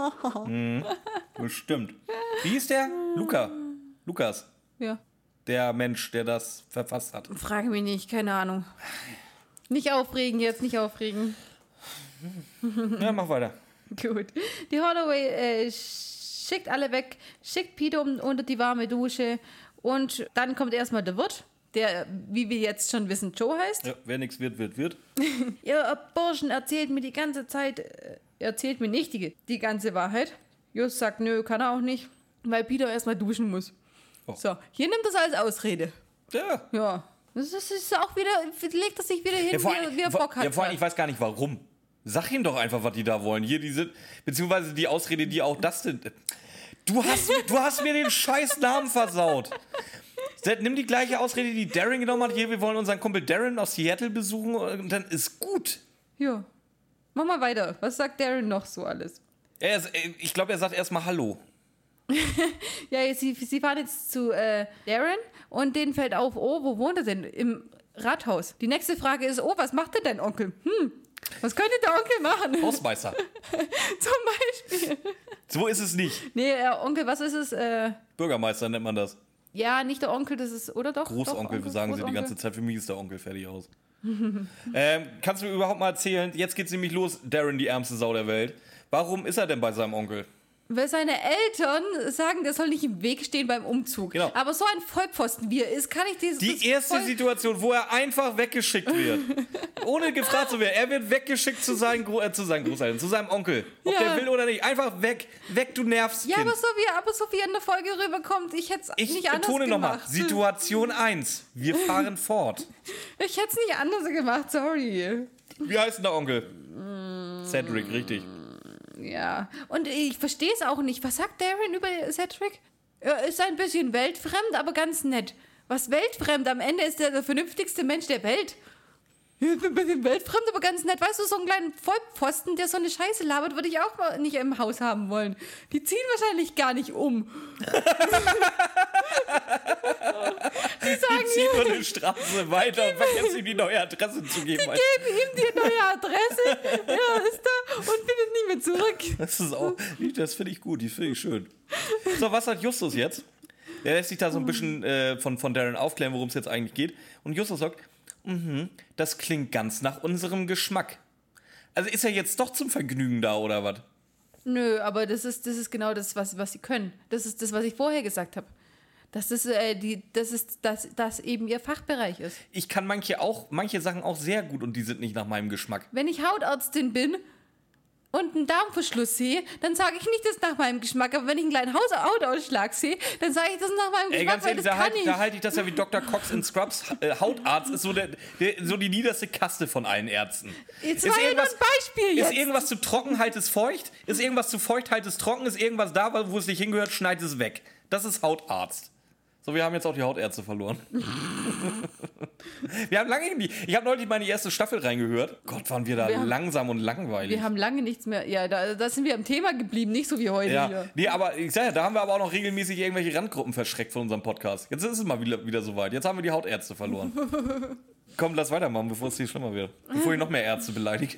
Bestimmt. Wie hieß der? Luca. Lukas. Ja. Der Mensch, der das verfasst hat. Frage mich nicht, keine Ahnung. Nicht aufregen jetzt, nicht aufregen. Ja, mach weiter. Gut. Die Holloway äh, schickt alle weg, schickt Peter um, unter die warme Dusche und dann kommt erstmal der Wirt, der, wie wir jetzt schon wissen, Joe heißt. Ja, wer nichts wird, wird, wird. Ihr Burschen erzählt mir die ganze Zeit, äh, erzählt mir nicht die, die ganze Wahrheit. Just sagt, nö, kann er auch nicht, weil Peter erstmal duschen muss. Oh. So, hier nimmt das als Ausrede. Ja. Ja. Das ist, ist auch wieder, legt er sich wieder hin, Ja, vor wie, er- allem, wie er Bock hat. ja, vor allem, ich weiß gar nicht warum. Sag ihnen doch einfach, was die da wollen. Hier, diese, beziehungsweise die Ausrede, die auch das sind. Du hast, du hast mir den scheiß Namen versaut. Nimm die gleiche Ausrede, die Darren genommen hat. Hier, wir wollen unseren Kumpel Darren aus Seattle besuchen und dann ist gut. Ja. Mach mal weiter. Was sagt Darren noch so alles? Er ist, ich glaube, er sagt erstmal Hallo. Ja, sie, sie fahren jetzt zu äh, Darren und denen fällt auf, oh, wo wohnt er denn? Im Rathaus. Die nächste Frage ist, oh, was macht denn dein Onkel? Hm, was könnte der Onkel machen? Hausmeister. Zum Beispiel. So ist es nicht. Nee, äh, Onkel, was ist es? Äh, Bürgermeister nennt man das. ja, nicht der Onkel, das ist, oder doch? Großonkel, doch, sagen sie die Großonkel. ganze Zeit. Für mich ist der Onkel fertig aus. ähm, kannst du mir überhaupt mal erzählen, jetzt geht's nämlich los, Darren, die ärmste Sau der Welt. Warum ist er denn bei seinem Onkel? Weil seine Eltern sagen, der soll nicht im Weg stehen beim Umzug. Genau. Aber so ein Vollpfosten wie er ist, kann ich dieses... Die erste Situation, wo er einfach weggeschickt wird. Ohne gefragt zu werden. Er wird weggeschickt zu seinen, Gro äh, zu seinen Großeltern, zu seinem Onkel. Ob Ja. der will oder nicht. Einfach weg. Weg, du nervst Ja, Kind. aber so wie, aber so wie er in der Folge rüberkommt, ich hätte es Ich nicht anders betone nochmal. gemacht. Situation eins. Wir fahren fort. Ich hätte es nicht anders gemacht, sorry. Wie heißt denn der Onkel? Cedric, richtig. Ja, und ich verstehe es auch nicht. Was sagt Darren über Cedric? Er ist ein bisschen weltfremd, aber ganz nett. Was weltfremd? Am Ende ist er der vernünftigste Mensch der Welt. Er ist ein bisschen weltfremd, aber ganz nett. Weißt du, so einen kleinen Vollpfosten, der so eine Scheiße labert, würde ich auch mal nicht im Haus haben wollen. Die ziehen wahrscheinlich gar nicht um. Die sagen, Die ziehen nur eine Straße weiter und vergessen ihm die neue Adresse zu geben. geben ihm die neue Adresse. Er ist da und findet nie mehr zurück. Das ist auch, das finde ich gut, die finde ich schön. So, was sagt Justus jetzt? Der lässt sich da so ein bisschen äh, von, von Darren aufklären, worum es jetzt eigentlich geht. Und Justus sagt, mhm, das klingt ganz nach unserem Geschmack. Also ist er jetzt doch zum Vergnügen da, oder was? Nö, aber das ist, das ist genau das, was, was sie können. Das ist das, was ich vorher gesagt habe. Das ist, äh, die, das ist, dass das eben ihr Fachbereich ist. Ich kann manche auch, manche Sachen auch sehr gut und die sind nicht nach meinem Geschmack. Wenn ich Hautärztin bin, und einen Darmverschluss sehe, dann sage ich nicht, das ist nach meinem Geschmack. Aber wenn ich einen kleinen Haus- Hautausschlag sehe, dann sage ich, das ist nach meinem Ey, Geschmack, ganz weil ehrlich, das da kann halte ich. da halt ich das ja wie Doktor Cox in Scrubs. Äh, Hautarzt ist so, der, der, so die niederste Kaste von allen Ärzten. Jetzt ist war ja nur irgendwas, ein Beispiel jetzt. ist irgendwas zu trocken, halt es feucht. Ist irgendwas zu feucht, halt es trocken. Ist irgendwas da, wo es nicht hingehört, schneid es weg. Das ist Hautarzt. So, wir haben jetzt auch die Hautärzte verloren. Wir haben lange in die. Ich habe neulich meine erste Staffel reingehört. Gott, waren wir da Wir haben- langsam und langweilig. Wir haben lange nichts mehr. Ja, da, da sind wir am Thema geblieben, nicht so wie heute ja, hier. nee, aber ich sag ja, da haben wir aber auch noch regelmäßig irgendwelche Randgruppen verschreckt von unserem Podcast. Jetzt ist es mal wieder, wieder soweit. Jetzt haben wir die Hautärzte verloren. Komm, lass weitermachen, bevor es hier schlimmer wird. Bevor ich noch mehr Ärzte beleidige.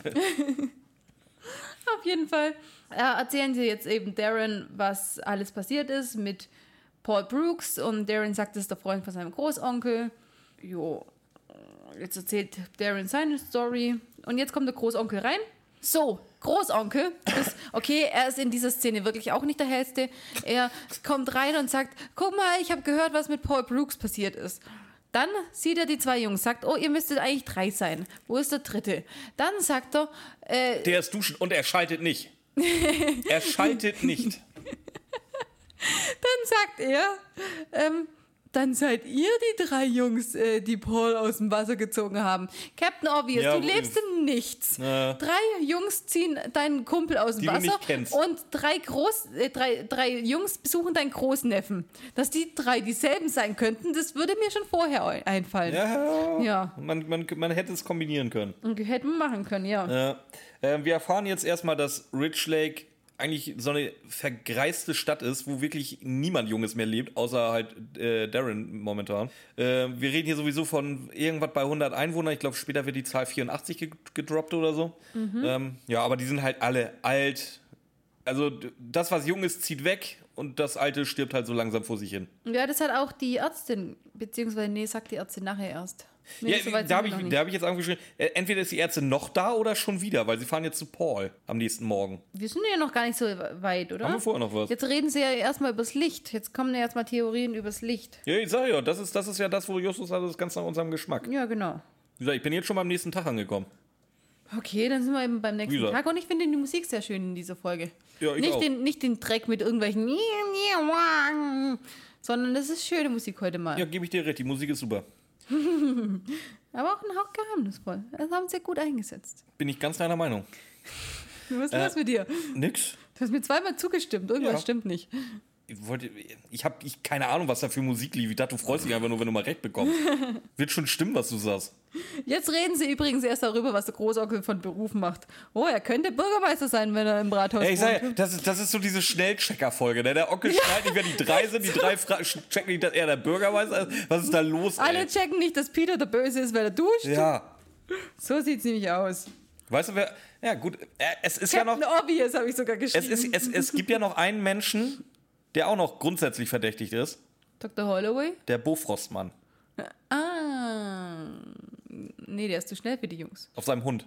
Auf jeden Fall äh, erzählen sie jetzt eben Darren, was alles passiert ist mit Paul Brooks. Und Darren sagt, das ist der Freund von seinem Großonkel. Jo, jetzt erzählt Darren seine Story. Und jetzt kommt der Großonkel rein. So, Großonkel ist, okay, er ist in dieser Szene wirklich auch nicht der Hellste. Er kommt rein und sagt, guck mal, ich habe gehört, was mit Paul Brooks passiert ist. Dann sieht er die zwei Jungs, sagt, oh, ihr müsstet eigentlich drei sein. Wo ist der dritte? Dann sagt er, äh, Der ist duschen und er schaltet nicht. Er schaltet nicht. dann sagt er, ähm, dann seid ihr die drei Jungs, äh, die Paul aus dem Wasser gezogen haben. Captain Obvious, Ja, du lebst in nichts. Äh. Drei Jungs ziehen deinen Kumpel aus dem Die du Wasser nicht kennst. und drei, Groß, äh, drei, drei Jungs besuchen deinen Großneffen. Dass die drei dieselben sein könnten, das würde mir schon vorher ein- einfallen. Ja, Ja. Man, man, man hätte es kombinieren können. Und hätten wir machen können, ja. Äh, äh, wir erfahren jetzt erstmal, dass Ridge Lake eigentlich so eine vergreiste Stadt ist, wo wirklich niemand Junges mehr lebt, außer halt äh, Darren momentan. Äh, wir reden hier sowieso von irgendwas bei hundert Einwohnern. Ich glaube, später wird die Zahl vierundachtzig ge- gedroppt oder so. Mhm. Ähm, ja, aber die sind halt alle alt. Also d- das, was jung ist, zieht weg und das Alte stirbt halt so langsam vor sich hin. Ja, das hat auch die Ärztin, beziehungsweise, nee, sagt die Ärztin nachher erst. Nee, Ja, so weit da sind habe wir noch ich, nicht. da hab ich jetzt aufgeschrieben, äh, entweder ist die Ärztin noch da oder schon wieder, weil sie fahren jetzt zu Paul am nächsten Morgen. Wir sind ja noch gar nicht so weit, oder? Haben wir vorher noch was? Jetzt reden sie ja erstmal übers Licht. Jetzt kommen ja erstmal Theorien übers Licht. Ja, ich sag ja, das ist, das ist ja das, wo Justus sagt, das ist ganz nach unserem Geschmack. Ja, genau. Wie gesagt, ich bin jetzt schon beim nächsten Tag angekommen. Okay, dann sind wir eben beim nächsten Wie gesagt. Tag. Und ich finde die Musik sehr schön in dieser Folge. Ja, ich nicht, auch. den, nicht den Dreck mit irgendwelchen sondern das ist schöne Musik heute mal. Ja, gebe ich dir recht, die Musik ist super. Aber auch ein Hauch geheimnisvoll. Das haben sie gut eingesetzt. Bin ich ganz deiner Meinung. Was ist Äh, los mit dir? Nix. Du hast mir zweimal zugestimmt. Irgendwas Ja. stimmt nicht. Ich, wollte, ich habe ich, keine Ahnung, was da für Musik lief. Ich dachte, du freust dich einfach nur, wenn du mal recht bekommst. Wird schon stimmen, was du sagst. Jetzt reden sie übrigens erst darüber, was der Großonkel von Beruf macht. Oh, er könnte Bürgermeister sein, wenn er im Rathaus Ey, ich sag, wohnt. ja, das, ist, das ist so diese Schnellchecker-Folge. Ne? Der Onkel schnallt nicht, wer die drei sind. Die drei fra- checken nicht, dass er der Bürgermeister ist. Was ist da los, Alle ey? checken nicht, dass Peter der Böse ist, weil er duscht. Ja. So sieht's nämlich aus. Weißt du, wer... Ja, gut. äh, Es ist ja noch... Captain Obvious habe ich sogar Es, geschrieben. ist, es, es gibt ja noch einen Menschen, der auch noch grundsätzlich verdächtigt ist. Doktor Holloway? Der Bofrostmann. Ah. Nee, der ist zu schnell für die Jungs. Auf seinem Hund.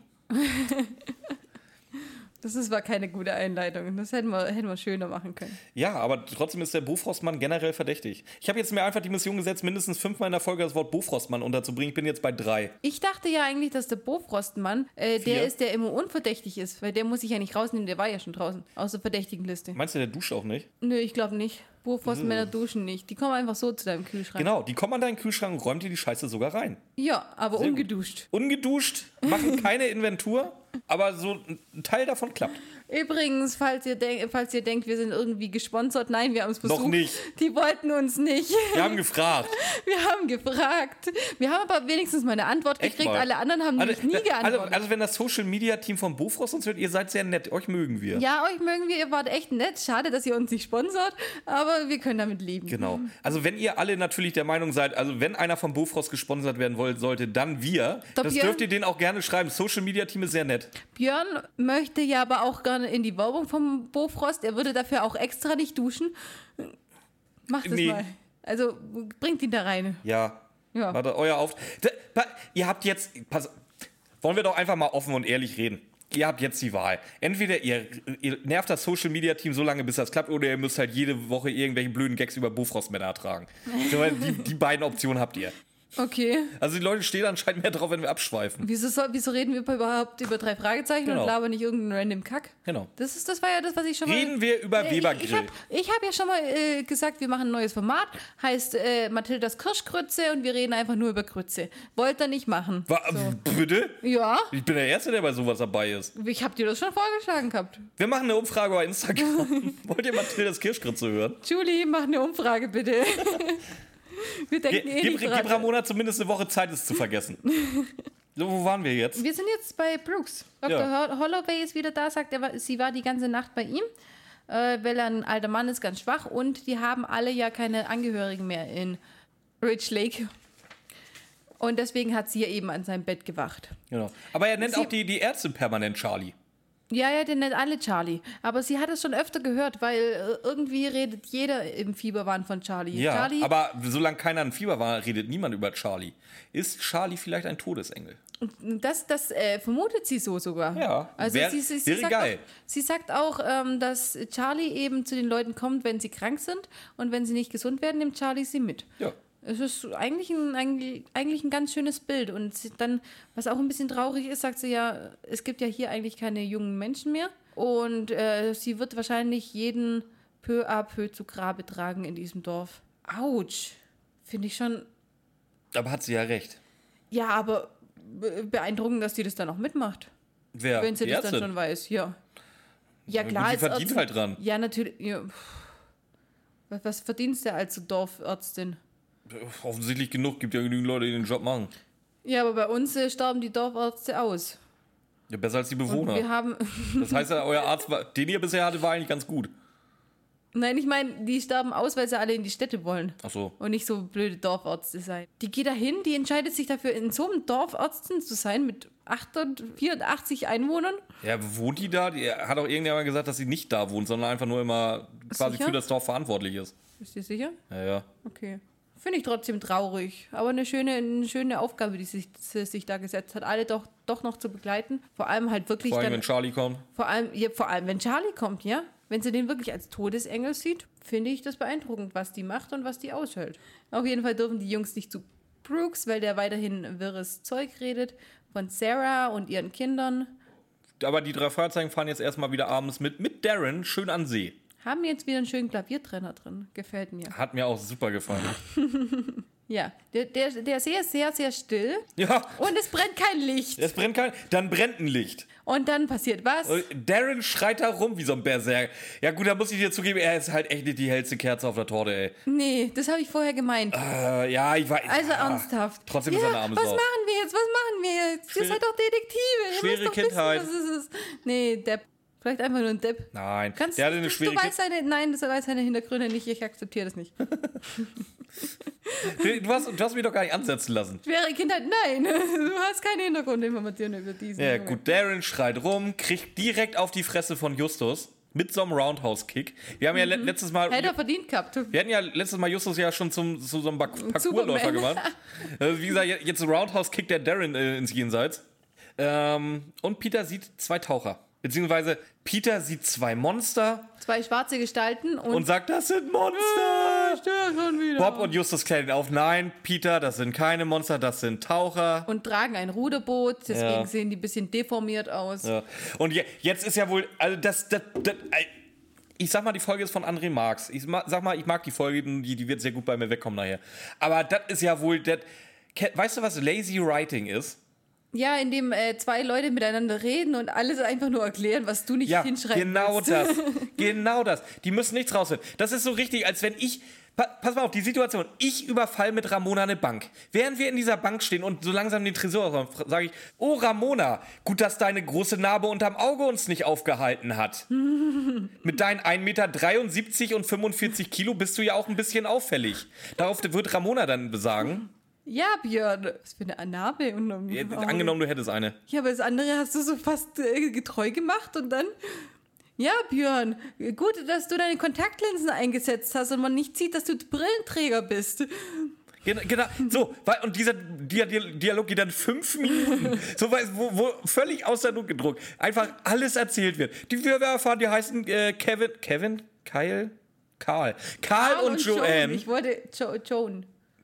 Das ist, war keine gute Einleitung. Das hätten wir, hätten wir schöner machen können. Ja, aber trotzdem ist der Bofrostmann generell verdächtig. Ich habe jetzt mir einfach die Mission gesetzt, mindestens fünfmal in der Folge das Wort Bofrostmann unterzubringen. Ich bin jetzt bei drei. Ich dachte ja eigentlich, dass der Bofrostmann äh, der Vier. ist, der immer unverdächtig ist. Weil der muss ich ja nicht rausnehmen, der war ja schon draußen. Aus der verdächtigen Liste. Meinst du, der duscht auch nicht? Nö, ich glaube nicht. Bofrostmänner duschen nicht. Die kommen einfach so zu deinem Kühlschrank. Genau, die kommen an deinen Kühlschrank und räumt dir die Scheiße sogar rein. Ja, aber Sehr gut. ungeduscht. Ungeduscht, machen keine Inventur, aber so ein Teil davon klappt. Übrigens, falls ihr, denk, falls ihr denkt, wir sind irgendwie gesponsert, nein, wir haben es versucht. Noch nicht. Die wollten uns nicht. Wir haben gefragt. Wir haben gefragt. Wir haben aber wenigstens mal eine Antwort Echt gekriegt. mal? Alle anderen haben Also, nämlich nie also, geantwortet. also wenn das Social-Media-Team von Bofrost uns hört, ihr seid sehr nett, euch mögen wir. Ja, euch mögen wir, ihr wart echt nett. Schade, dass ihr uns nicht sponsort, aber wir können damit leben. Genau. Also wenn ihr alle natürlich der Meinung seid, also wenn einer von Bofrost gesponsert werden wollt, sollte, dann wir. Der Das Björn- dürft ihr denen auch gerne schreiben. Social-Media-Team ist sehr nett. Björn möchte ja aber auch gerne in die Werbung vom Bofrost. Er würde dafür auch extra nicht duschen. Macht es Nee. mal. Also bringt ihn da rein. Ja. Ja. Warte, euer Auf... Da, pa- ihr habt jetzt... Pass, wollen wir doch einfach mal offen und ehrlich reden. Ihr habt jetzt die Wahl. Entweder ihr, ihr nervt das Social-Media-Team so lange, bis das klappt, oder ihr müsst halt jede Woche irgendwelche blöden Gags über Bofrost-Männer ertragen. So, die, die beiden Optionen habt ihr. Okay. Also die Leute stehen anscheinend mehr drauf, wenn wir abschweifen. Wieso, soll, wieso reden wir überhaupt über drei Fragezeichen Genau. und labern nicht irgendeinen random Kack? Genau. Das, ist, das war ja das, was ich schon mal... Reden wir über Äh, Weber Ich, ich Grill. habe ich hab ja schon mal äh, gesagt, wir machen ein neues Format, heißt äh, Mathildas Kirschgrütze und wir reden einfach nur über Grütze. Wollt ihr nicht machen? Wa- Bitte? Ja, Ich bin der Erste, der bei sowas dabei ist. ich habe dir das schon vorgeschlagen gehabt. Wir machen eine Umfrage bei Instagram. Wollt ihr Mathildas Kirschgrütze hören? Julie, mach eine Umfrage bitte. Wir Ge denken eh gib, nicht gib dran. Ramona zumindest eine Woche Zeit, es zu vergessen. So, wo waren wir jetzt? Wir sind jetzt bei Brooks. Doktor Ja. Ho- Holloway ist wieder da, sagt, er war, sie war die ganze Nacht bei ihm, äh, weil er ein alter Mann ist, ganz schwach. Und die haben alle ja keine Angehörigen mehr in Ridge Lake. Und deswegen hat sie ja eben an seinem Bett gewacht. Genau. Aber er nennt Sie- auch die, die Ärztin permanent Charlie. Ja, ja, den nennt alle Charlie. Aber sie hat es schon öfter gehört, weil äh, irgendwie redet jeder im Fieberwahn von Charlie. Ja, Charlie, aber solange keiner ein Fieber war, redet niemand über Charlie. Ist Charlie vielleicht ein Todesengel? Das, das äh, vermutet sie so sogar. Ja, also wär- sie, sie, sie, wäre sagt geil. Auch, sie sagt auch, ähm, dass Charlie eben zu den Leuten kommt, wenn sie krank sind. Und wenn sie nicht gesund werden, nimmt Charlie sie mit. Ja. Es ist eigentlich ein, eigentlich, eigentlich ein ganz schönes Bild. Und sie dann, was auch ein bisschen traurig ist, sagt sie ja, es gibt ja hier eigentlich keine jungen Menschen mehr. Und äh, sie wird wahrscheinlich jeden peu à peu zu Grabe tragen in diesem Dorf. Autsch. Finde ich schon, Aber hat sie ja recht. ja, aber be- beeindruckend, dass die das dann auch mitmacht. Wer? Wenn sie Die das dann Ärztin? schon weiß, ja. Ja, Gut, klar. die als verdient Ärztin- halt dran. Ja, natürlich. Ja. Was, was verdienst du als Dorfärztin? Offensichtlich genug, gibt ja genügend Leute, die den Job machen. Ja, aber bei uns äh, starben die Dorfärzte aus. Ja, besser als die Und Bewohner. wir haben. Das heißt ja, euer Arzt, war, den ihr bisher hattet, war eigentlich ganz gut. Nein, ich meine, die starben aus, weil sie alle in die Städte wollen. Ach so. Und nicht so blöde Dorfärzte sein. Die geht dahin, die entscheidet sich dafür, in so einem Dorfärztin zu sein mit achthundertvierundachtzig Einwohnern. Ja, wohnt die da? Die hat auch irgendjemand gesagt, dass sie nicht da wohnt, sondern einfach nur immer quasi Sicher? für das Dorf verantwortlich ist. Bist du sicher? Ja, ja. Okay. Finde ich trotzdem traurig. Aber eine schöne, eine schöne Aufgabe, die sich, sie sich da gesetzt hat, alle doch, doch noch zu begleiten. Vor allem halt wirklich Vor allem, dann. wenn Charlie kommt. Vor allem, ja, vor allem, wenn Charlie kommt, ja. Wenn sie den wirklich als Todesengel sieht, finde ich das beeindruckend, was die macht und was die aushält. Auf jeden Fall dürfen die Jungs nicht zu Brooks, weil der weiterhin wirres Zeug redet von Sarah und ihren Kindern. Aber die drei Fragezeichen fahren jetzt erstmal wieder abends mit, mit Darren schön an See. Haben jetzt wieder einen schönen Klaviertrenner drin. Gefällt mir. Hat mir auch super gefallen. Ja, der, der, der See ist sehr, sehr still Ja, und es brennt kein Licht. es brennt kein. Dann brennt ein Licht. Und dann passiert was? Und Darren schreit da rum wie so ein Berserk. Ja, gut, da muss ich dir zugeben, er ist halt echt nicht die hellste Kerze auf der Torte, ey. Nee, das habe ich vorher gemeint. Äh, ja, ich weiß. Also ja, ernsthaft. Trotzdem ja, ist er eine arme was Sau. machen wir jetzt? Was machen wir jetzt? Schwere- Ihr seid doch Detektive. Ihr schwere müsst doch Kindheit. Wissen, was es ist. Nee, Depp. Vielleicht einfach nur ein Depp. Nein, Kannst, der hatte eine du, schwere du weißt seine, nein, das weiß seine Hintergründe nicht. Ich akzeptiere das nicht. Kindheit. Du hast, du hast mich doch gar nicht ansetzen lassen. Schwere Kindheit, nein. Du hast keine Hintergrundinformationen über diesen. Ja, Junge. gut, Darren schreit rum, kriegt direkt auf die Fresse von Justus mit so einem Roundhouse-Kick. Wir haben ja le letztes Mal. Hätte er verdient gehabt. Wir hatten ja letztes Mal Justus ja schon zum, zu so einem Park- Parcoursläufer Superman. gemacht. Also wie gesagt, jetzt ein Roundhouse-Kick der Darren äh, ins Jenseits. Ähm, und Peter sieht zwei Taucher. Beziehungsweise Peter sieht zwei Monster Zwei schwarze Gestalten und. und sagt, das sind Monster. Stör schon wieder. Bob und Justus klären ihn auf. Nein, Peter, das sind keine Monster, das sind Taucher. Und tragen ein Ruderboot, deswegen Ja. sehen die ein bisschen deformiert aus. Ja. Und je, jetzt ist ja wohl, also das, das, das, ich sag mal, die Folge ist von André Marx. Ich ma- sag mal, ich mag die Folge, die, die wird sehr gut bei mir wegkommen nachher. Aber das ist ja wohl, das, ke- weißt du, was Lazy Writing ist? Ja, in dem äh, zwei Leute miteinander reden und alles einfach nur erklären, was du nicht Ja, hinschreiben genau willst. das. Genau das. Die müssen nichts rausfinden. Das ist so richtig, als wenn ich. Pa pass mal auf, die Situation. Ich überfall mit Ramona eine Bank. Während wir in dieser Bank stehen und so langsam den Tresor sage ich: Oh, Ramona, gut, dass deine große Narbe unterm Auge uns nicht aufgehalten hat. Mit deinen ein Meter dreiundsiebzig und fünfundvierzig Kilo bist du ja auch ein bisschen auffällig. Darauf wird Ramona dann besagen. Ja, Björn. Was für eine Narbe. Und, um, Äh, Angenommen, du hättest eine. Ja, aber das andere hast du so fast äh, getreu gemacht und dann. Ja, Björn, gut, dass du deine Kontaktlinsen eingesetzt hast und man nicht sieht, dass du Brillenträger bist. Genau, genau. So, weil- und dieser Dia- Dia- Dialog geht dann fünf Minuten. So, weil- wo, wo völlig aus der Not gedruckt einfach alles erzählt wird. Die wir erfahren, die heißen äh, Kevin, Kevin, Kyle, Karl. Karl und, Joanne. Ich wollte jo Joan.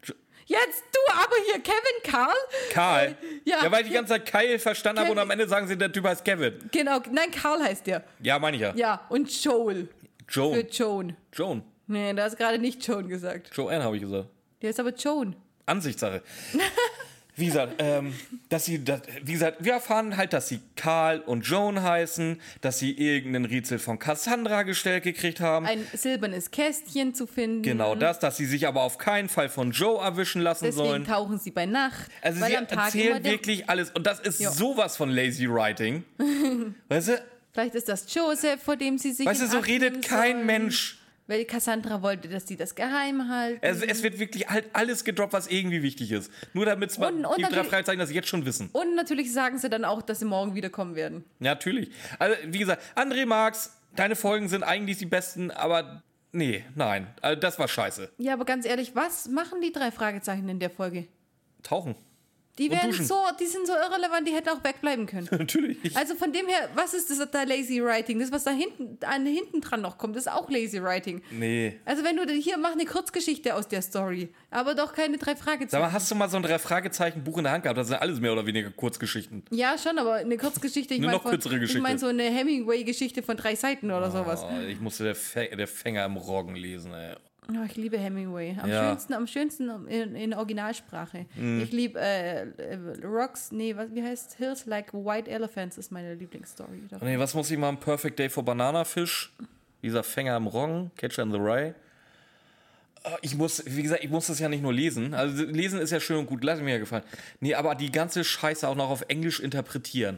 Jetzt du aber hier, Kevin, Karl? Karl? Äh, ja. ja, weil ich die ganze Zeit Kyle verstanden habe und am Ende sagen sie, der Typ heißt Kevin. Genau, nein, Karl heißt der. Ja, meine ich ja. Ja, und Joel. Joan. Für Joan. Joan. Nee, du hast gerade nicht Joan gesagt. Joanne habe ich gesagt. Der ist aber Joan. Ansichtssache. Wie gesagt, ähm, dass sie, das, wie gesagt, wir erfahren halt, dass sie Karl und Joan heißen, dass sie irgendeinen Rätsel von Cassandra gestellt gekriegt haben. Ein silbernes Kästchen zu finden. Genau das, dass sie sich aber auf keinen Fall von Joe erwischen lassen Deswegen sollen. tauchen sie bei Nacht. Also weil sie am Tag erzählen immer der- wirklich alles und das ist Ja. sowas von lazy writing. Weißt du, Vielleicht ist das Joseph, vor dem sie sich weißt du, in so Acht redet nehmen kein sollen. Mensch. Weil Cassandra wollte, dass die das geheim halten. Es, es wird wirklich halt alles gedroppt, was irgendwie wichtig ist. Nur damit es Und- und die drei natürlich- Fragezeichen das jetzt schon wissen. Und natürlich sagen sie dann auch, dass sie morgen wiederkommen werden. Ja, natürlich. Also, wie gesagt, André Marx, deine Folgen sind eigentlich die besten, aber nee, nein. Also, das war scheiße. Ja, aber ganz ehrlich, was machen die drei Fragezeichen in der Folge? Tauchen. Die Und werden duschen. so, die sind so irrelevant, die hätten auch wegbleiben können. Natürlich. Also von dem her, was ist das da Lazy Writing? Das, was da hinten, an hinten dran noch kommt, ist auch Lazy Writing. Nee. Also wenn du hier mach eine Kurzgeschichte aus der Story, aber doch keine drei Sag Fragezeichen. mal, hast du mal so ein Drei-Fragezeichen-Buch in der Hand gehabt? Das sind alles mehr oder weniger Kurzgeschichten. Ja, schon, aber eine Kurzgeschichte. Ich Eine mein noch von- kürzere Geschichte. Ich meine so eine Hemingway-Geschichte von drei Seiten oder sowas. Oh, ich musste der, Fä- der Fänger im Roggen lesen, ey. Oh, ich liebe Hemingway. Am Ja. schönsten, am schönsten in, in Originalsprache. Ich liebe äh, äh, Rocks, nee, was, wie heißt Hills Like White Elephants ist meine Lieblingsstory. Oh nee, was muss ich mal im Perfect Day for Banana Fish? Dieser Fänger im Roggen, Catcher in the Rye. Oh, Ich muss, wie gesagt, ich muss das ja nicht nur lesen. Also lesen ist ja schön und gut, lass mir ja gefallen. Nee, aber die ganze Scheiße auch noch auf Englisch interpretieren.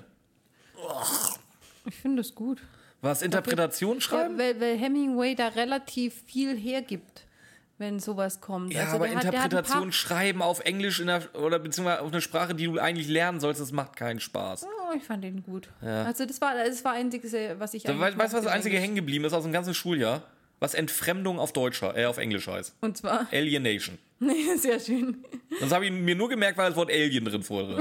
Ich finde das gut. Was, Interpretation Ja, schreiben? weil, weil Hemingway da relativ viel hergibt, wenn sowas kommt. Ja, Also aber der hat- der hat ein Interpretation paar- schreiben auf Englisch in der, oder beziehungsweise auf eine Sprache, die du eigentlich lernen sollst, das macht keinen Spaß. Oh, ich fand den gut. Ja. Also das war das war einziges, was ich So, eigentlich weißt du, was das mochte, einzige Englisch. hängen geblieben ist aus dem ganzen Schuljahr? Was Entfremdung auf Deutsch, äh, auf Englisch heißt. Und zwar, Alienation. nee, sehr schön. Das habe ich mir nur gemerkt, weil das Wort Alien drin vorne.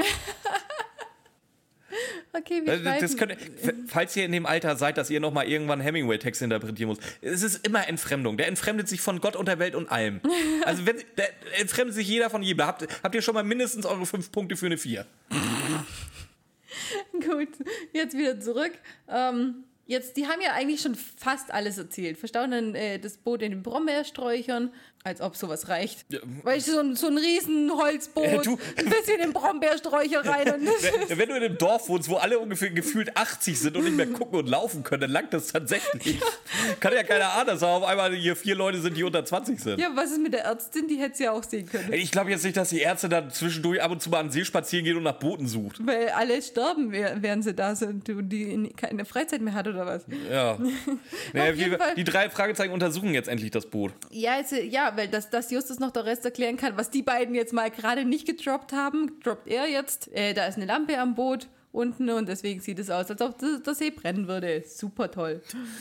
Okay, wir Das, das schreiben- könnt, falls ihr in dem Alter seid, dass ihr nochmal irgendwann Hemingway-Text interpretieren muss, es ist immer Entfremdung. Der entfremdet sich von Gott und der Welt und allem. Also wenn, der entfremdet sich jeder von jedem. Habt, habt ihr schon mal mindestens eure fünf Punkte für eine vier? Gut, jetzt wieder zurück. Ähm, jetzt, die haben ja eigentlich schon fast alles erzählt. Verstauen dann äh, das Boot in den Brombeersträuchern, als ob sowas reicht. Ja. Weißt du, so ein, so ein riesen Holzboot, Äh, du- ein bisschen in Brombeersträucher rein. Und Wenn wenn du in einem Dorf wohnst, wo alle ungefähr gefühlt achtzig sind und nicht mehr gucken und laufen können, dann langt das tatsächlich. Kann ja keiner ahnen, dass da auf einmal hier vier Leute sind, die unter zwanzig sind. ja, was ist mit der Ärztin? Die hätte sie ja auch sehen können. Ich glaube jetzt nicht, dass die Ärzte dann zwischendurch ab und zu mal an den See spazieren gehen und nach Booten sucht. Weil alle sterben, wer- während sie da sind und die keine Freizeit mehr hat oder was. Ja. Naja, jeden wir, Fall. die drei Fragezeichen untersuchen jetzt endlich das Boot. Ja, also, ja, weil das, dass Justus noch der Rest erklären kann, was die beiden jetzt mal gerade nicht gedroppt haben, droppt er jetzt. Äh, da ist eine Lampe am Boot unten und deswegen sieht es aus, als ob das, der See brennen würde. Super toll.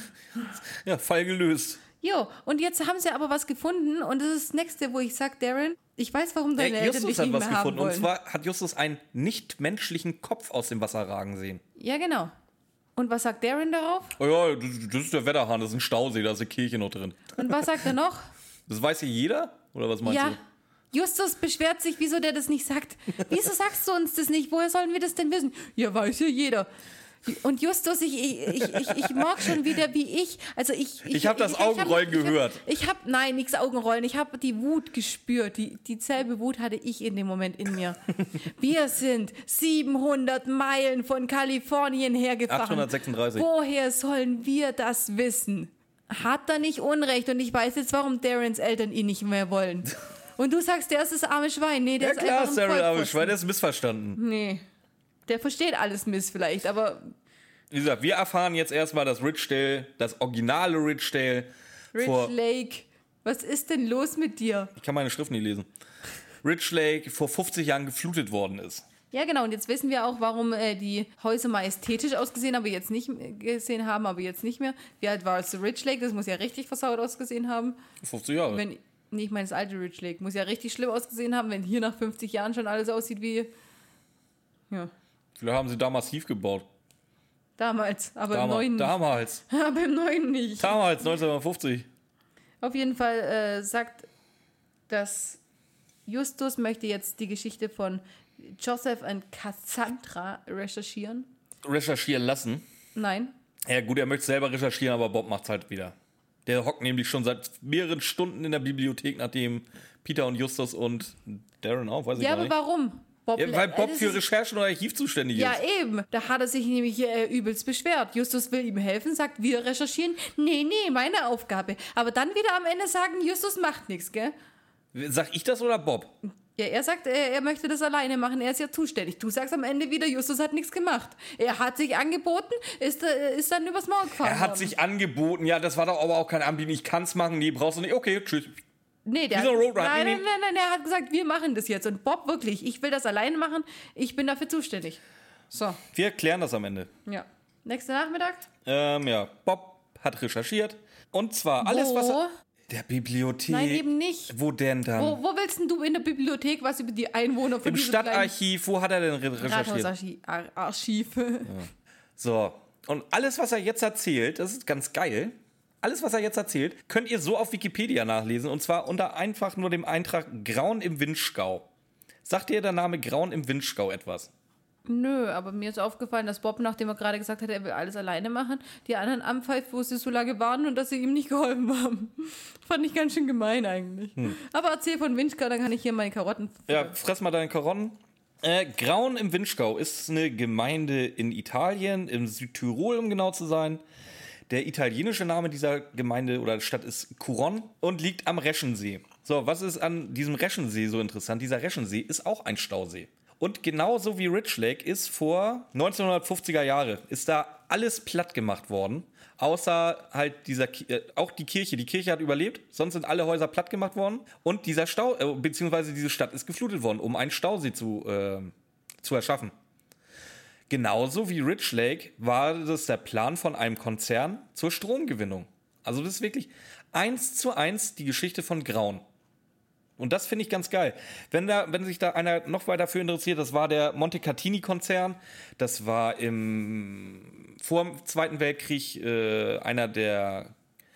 Ja, Fall gelöst. Jo, und jetzt haben sie aber was gefunden und das ist das Nächste, wo ich sag, Darren, ich weiß, warum deine Ja, Eltern Justus dich hat nicht was mehr haben gefunden. Und wollen. zwar hat Justus einen nicht-menschlichen Kopf aus dem Wasser ragen sehen. Ja, genau. Und was sagt Darren darauf? Oh ja, das, das ist der Wetterhahn, das ist ein Stausee, da ist eine Kirche noch drin. Und was sagt er noch? Das weiß hier jeder? Oder was meinst Ja, du? Justus beschwert sich, wieso der das nicht sagt. Wieso sagst du uns das nicht? Woher sollen wir das denn wissen? Ja, weiß ja jeder. Und Justus, ich, ich, ich, ich, ich mag schon wieder wie ich. Also ich, Ich hab das Augenrollen hab, gehört. Ich habe, hab, nein, nichts Augenrollen. Ich habe die Wut gespürt. Die, dieselbe Wut hatte ich in dem Moment in mir. Wir sind siebenhundert Meilen von Kalifornien hergefahren. achthundertsechsunddreißig. Woher sollen wir das wissen? Hat er nicht Unrecht und ich weiß jetzt, warum Darrens Eltern ihn nicht mehr wollen. Und du sagst, der ist das arme Schwein. Nee, der Ja ist klar, einfach ist ein der aber Vollpfosten. Schwein, der ist missverstanden. Nee. Der versteht alles Miss vielleicht, aber Wie gesagt, wir erfahren jetzt erstmal, dass Ridgedale, das originale Ridgedale, Rich vor, Lake, was ist denn los mit dir? ich kann meine Schrift nicht lesen, Ridge Lake vor fünfzig Jahren geflutet worden ist. Ja, genau. Und jetzt wissen wir auch, warum äh, die Häuser mal ästhetisch ausgesehen, aber jetzt nicht äh, gesehen haben, aber jetzt nicht mehr. Wie alt war es? Ridge Lake, das muss ja richtig versaut ausgesehen haben. fünfzig Jahre. Wenn, nee, ich meine das alte Ridge Lake. Muss ja richtig schlimm ausgesehen haben, wenn hier nach fünfzig Jahren schon alles aussieht wie, ja, Vielleicht haben sie da massiv gebaut. damals. Aber im Damals. neuen nicht. Damals. Aber im neuen nicht. Damals, neunzehnhundertfünfzig. Auf jeden Fall äh, sagt das Justus möchte jetzt die Geschichte von Joseph und Cassandra recherchieren. Recherchieren lassen? Nein. Ja gut, er möchte selber recherchieren, aber Bob macht's halt wieder. Der hockt nämlich schon seit mehreren Stunden in der Bibliothek, nachdem Peter und Justus und Darren auch, weiß ich Ja, gar aber nicht. warum? Bob, Ja, weil Bob äh, für ist, Recherchen oder Archiv zuständig Ja, ist. eben. Da hat er sich nämlich äh, übelst beschwert. Justus will ihm helfen, sagt, wir recherchieren. Nee, nee, meine Aufgabe. Aber dann wieder am Ende sagen, Justus macht nichts, gell? Sag ich das oder Bob? Ja, er sagt, er, er möchte das alleine machen, er ist ja zuständig. Du sagst am Ende wieder, Justus hat nichts gemacht. Er hat sich angeboten, ist, äh, ist dann übers Maul gefahren Er hat worden. sich angeboten, ja, das war doch aber auch kein Anbieten, ich kann's machen, nee, brauchst du nicht, okay, tschüss. Nee, der Wie so ein hat, Roadrunner. nein, Nee, nein, nein, nein, er hat gesagt, wir machen das jetzt. Und Bob, wirklich, ich will das alleine machen, ich bin dafür zuständig. So, Wir klären das am Ende. ja. Nächster Nachmittag? Ähm, ja, Bob hat recherchiert. Und zwar alles, Wo? was er... Der Bibliothek. Nein, eben nicht. Wo denn dann? Wo, wo willst denn du in der Bibliothek was über die Einwohner von Im diesem Stadtarchiv, wo hat er denn re recherchiert? Rathausarchiv. So, und alles, was er jetzt erzählt, das ist ganz geil. Alles, was er jetzt erzählt, könnt ihr so auf Wikipedia nachlesen. Und zwar unter einfach nur dem Eintrag Grauen im Windschgau. Sagt dir der Name Grauen im Windschgau etwas? Nö, aber mir ist aufgefallen, dass Bob, nachdem er gerade gesagt hat, er will alles alleine machen, die anderen anpfeift, wo sie so lange waren und dass sie ihm nicht geholfen haben. Fand ich ganz schön gemein eigentlich. Hm. Aber erzähl von Windschgau, dann kann ich hier meine Karotten... Ja, fress mal deine Karotten. Äh, Grauen im Windschgau ist eine Gemeinde in Italien, in Südtirol, um genau zu sein. Der italienische Name dieser Gemeinde oder Stadt ist Curon und liegt am Reschensee. So, was ist an diesem Reschensee so interessant? Dieser Reschensee ist auch ein Stausee. Und genauso wie Rich Lake ist vor neunzehnhundertfünfziger Jahre, ist da alles platt gemacht worden. Außer halt dieser, äh, auch die Kirche. Die Kirche hat überlebt, sonst sind alle Häuser platt gemacht worden. Und dieser Stau, äh, beziehungsweise diese Stadt ist geflutet worden, um einen Stausee zu, äh, zu erschaffen. Genauso wie Rich Lake war das der Plan von einem Konzern zur Stromgewinnung. Also das ist wirklich eins zu eins die Geschichte von Grauen. Und das finde ich ganz geil. Wenn, da, wenn sich da einer noch weiter dafür interessiert, das war der Montecatini-Konzern. Das war im, vor dem Zweiten Weltkrieg äh, einer der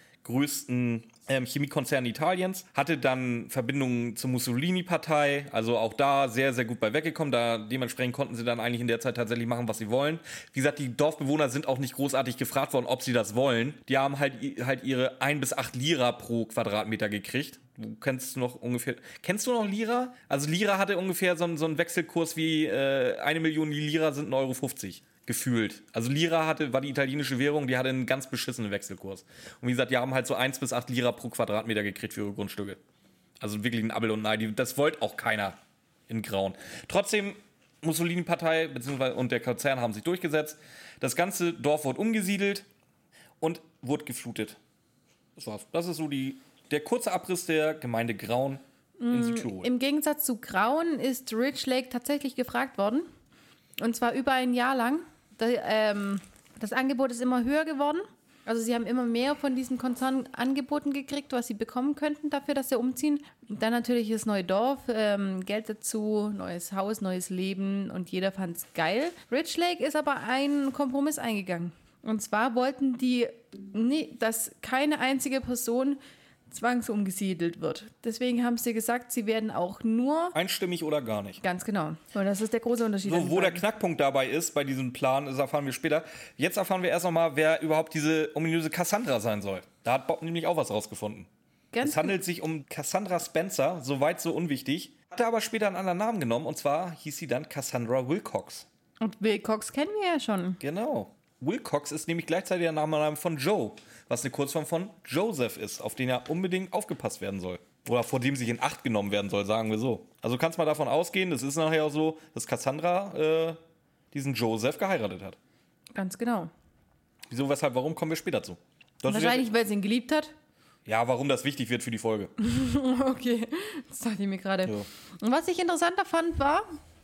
größten ähm, Chemiekonzerne Italiens. Hatte dann Verbindungen zur Mussolini-Partei. Also auch da sehr, sehr gut bei weggekommen. Da, dementsprechend konnten sie dann eigentlich in der Zeit tatsächlich machen, was sie wollen. Wie gesagt, die Dorfbewohner sind auch nicht großartig gefragt worden, ob sie das wollen. Die haben halt, halt ihre ein bis acht Lira pro Quadratmeter gekriegt. Du kennst noch ungefähr. Kennst du noch Lira? Also Lira hatte ungefähr so einen, so einen Wechselkurs wie äh, eine Million Lira sind ein Euro fünfzig. Gefühlt. Also Lira hatte, war die italienische Währung, die hatte einen ganz beschissenen Wechselkurs. Und wie gesagt, die haben halt so eins bis acht Lira pro Quadratmeter gekriegt für ihre Grundstücke. Also wirklich ein Abel und ein Ei. Das wollte auch keiner in Grauen. Trotzdem, Mussolini-Partei beziehungsweise und der Konzern haben sich durchgesetzt. Das ganze Dorf wurde umgesiedelt und wurde geflutet. Das war's. Das ist so die Der kurze Abriss der Gemeinde Grauen in Südtirol. Im Gegensatz zu Grauen ist Rich Lake tatsächlich gefragt worden. Und zwar über ein Jahr lang. Da, ähm, das Angebot ist immer höher geworden. Also sie haben immer mehr von diesen Konzernen angeboten gekriegt, was sie bekommen könnten dafür, dass sie umziehen. Und dann natürlich das neue Dorf, ähm, Geld dazu, neues Haus, neues Leben und jeder fand es geil. Rich Lake ist aber einen Kompromiss eingegangen. Und zwar wollten die, nee, dass keine einzige Person zwangsumgesiedelt wird. Deswegen haben sie gesagt, sie werden auch nur... Einstimmig oder gar nicht. Ganz genau. Und das ist der große Unterschied. So, wo der Knackpunkt dabei ist bei diesem Plan, das erfahren wir später. Jetzt erfahren wir erst nochmal, wer überhaupt diese ominöse Cassandra sein soll. Da hat Bob nämlich auch was rausgefunden. Ganz es handelt sich um Cassandra Spencer, soweit so unwichtig. Hatte aber später einen anderen Namen genommen und zwar hieß sie dann Cassandra Wilcox. Und Wilcox kennen wir ja schon. Genau. Wilcox ist nämlich gleichzeitig der Name von Joe, was eine Kurzform von Joseph ist, auf den ja unbedingt aufgepasst werden soll. Oder vor dem sich in Acht genommen werden soll, sagen wir so. Also kannst mal davon ausgehen, das ist nachher auch so, dass Cassandra äh, diesen Joseph geheiratet hat. Ganz genau. Wieso, weshalb, warum, kommen wir später zu. Das Wahrscheinlich, weil sie ihn geliebt hat. Ja, warum das wichtig wird für die Folge. Okay, das dachte ich mir gerade. Ja. Und was ich interessanter fand, war,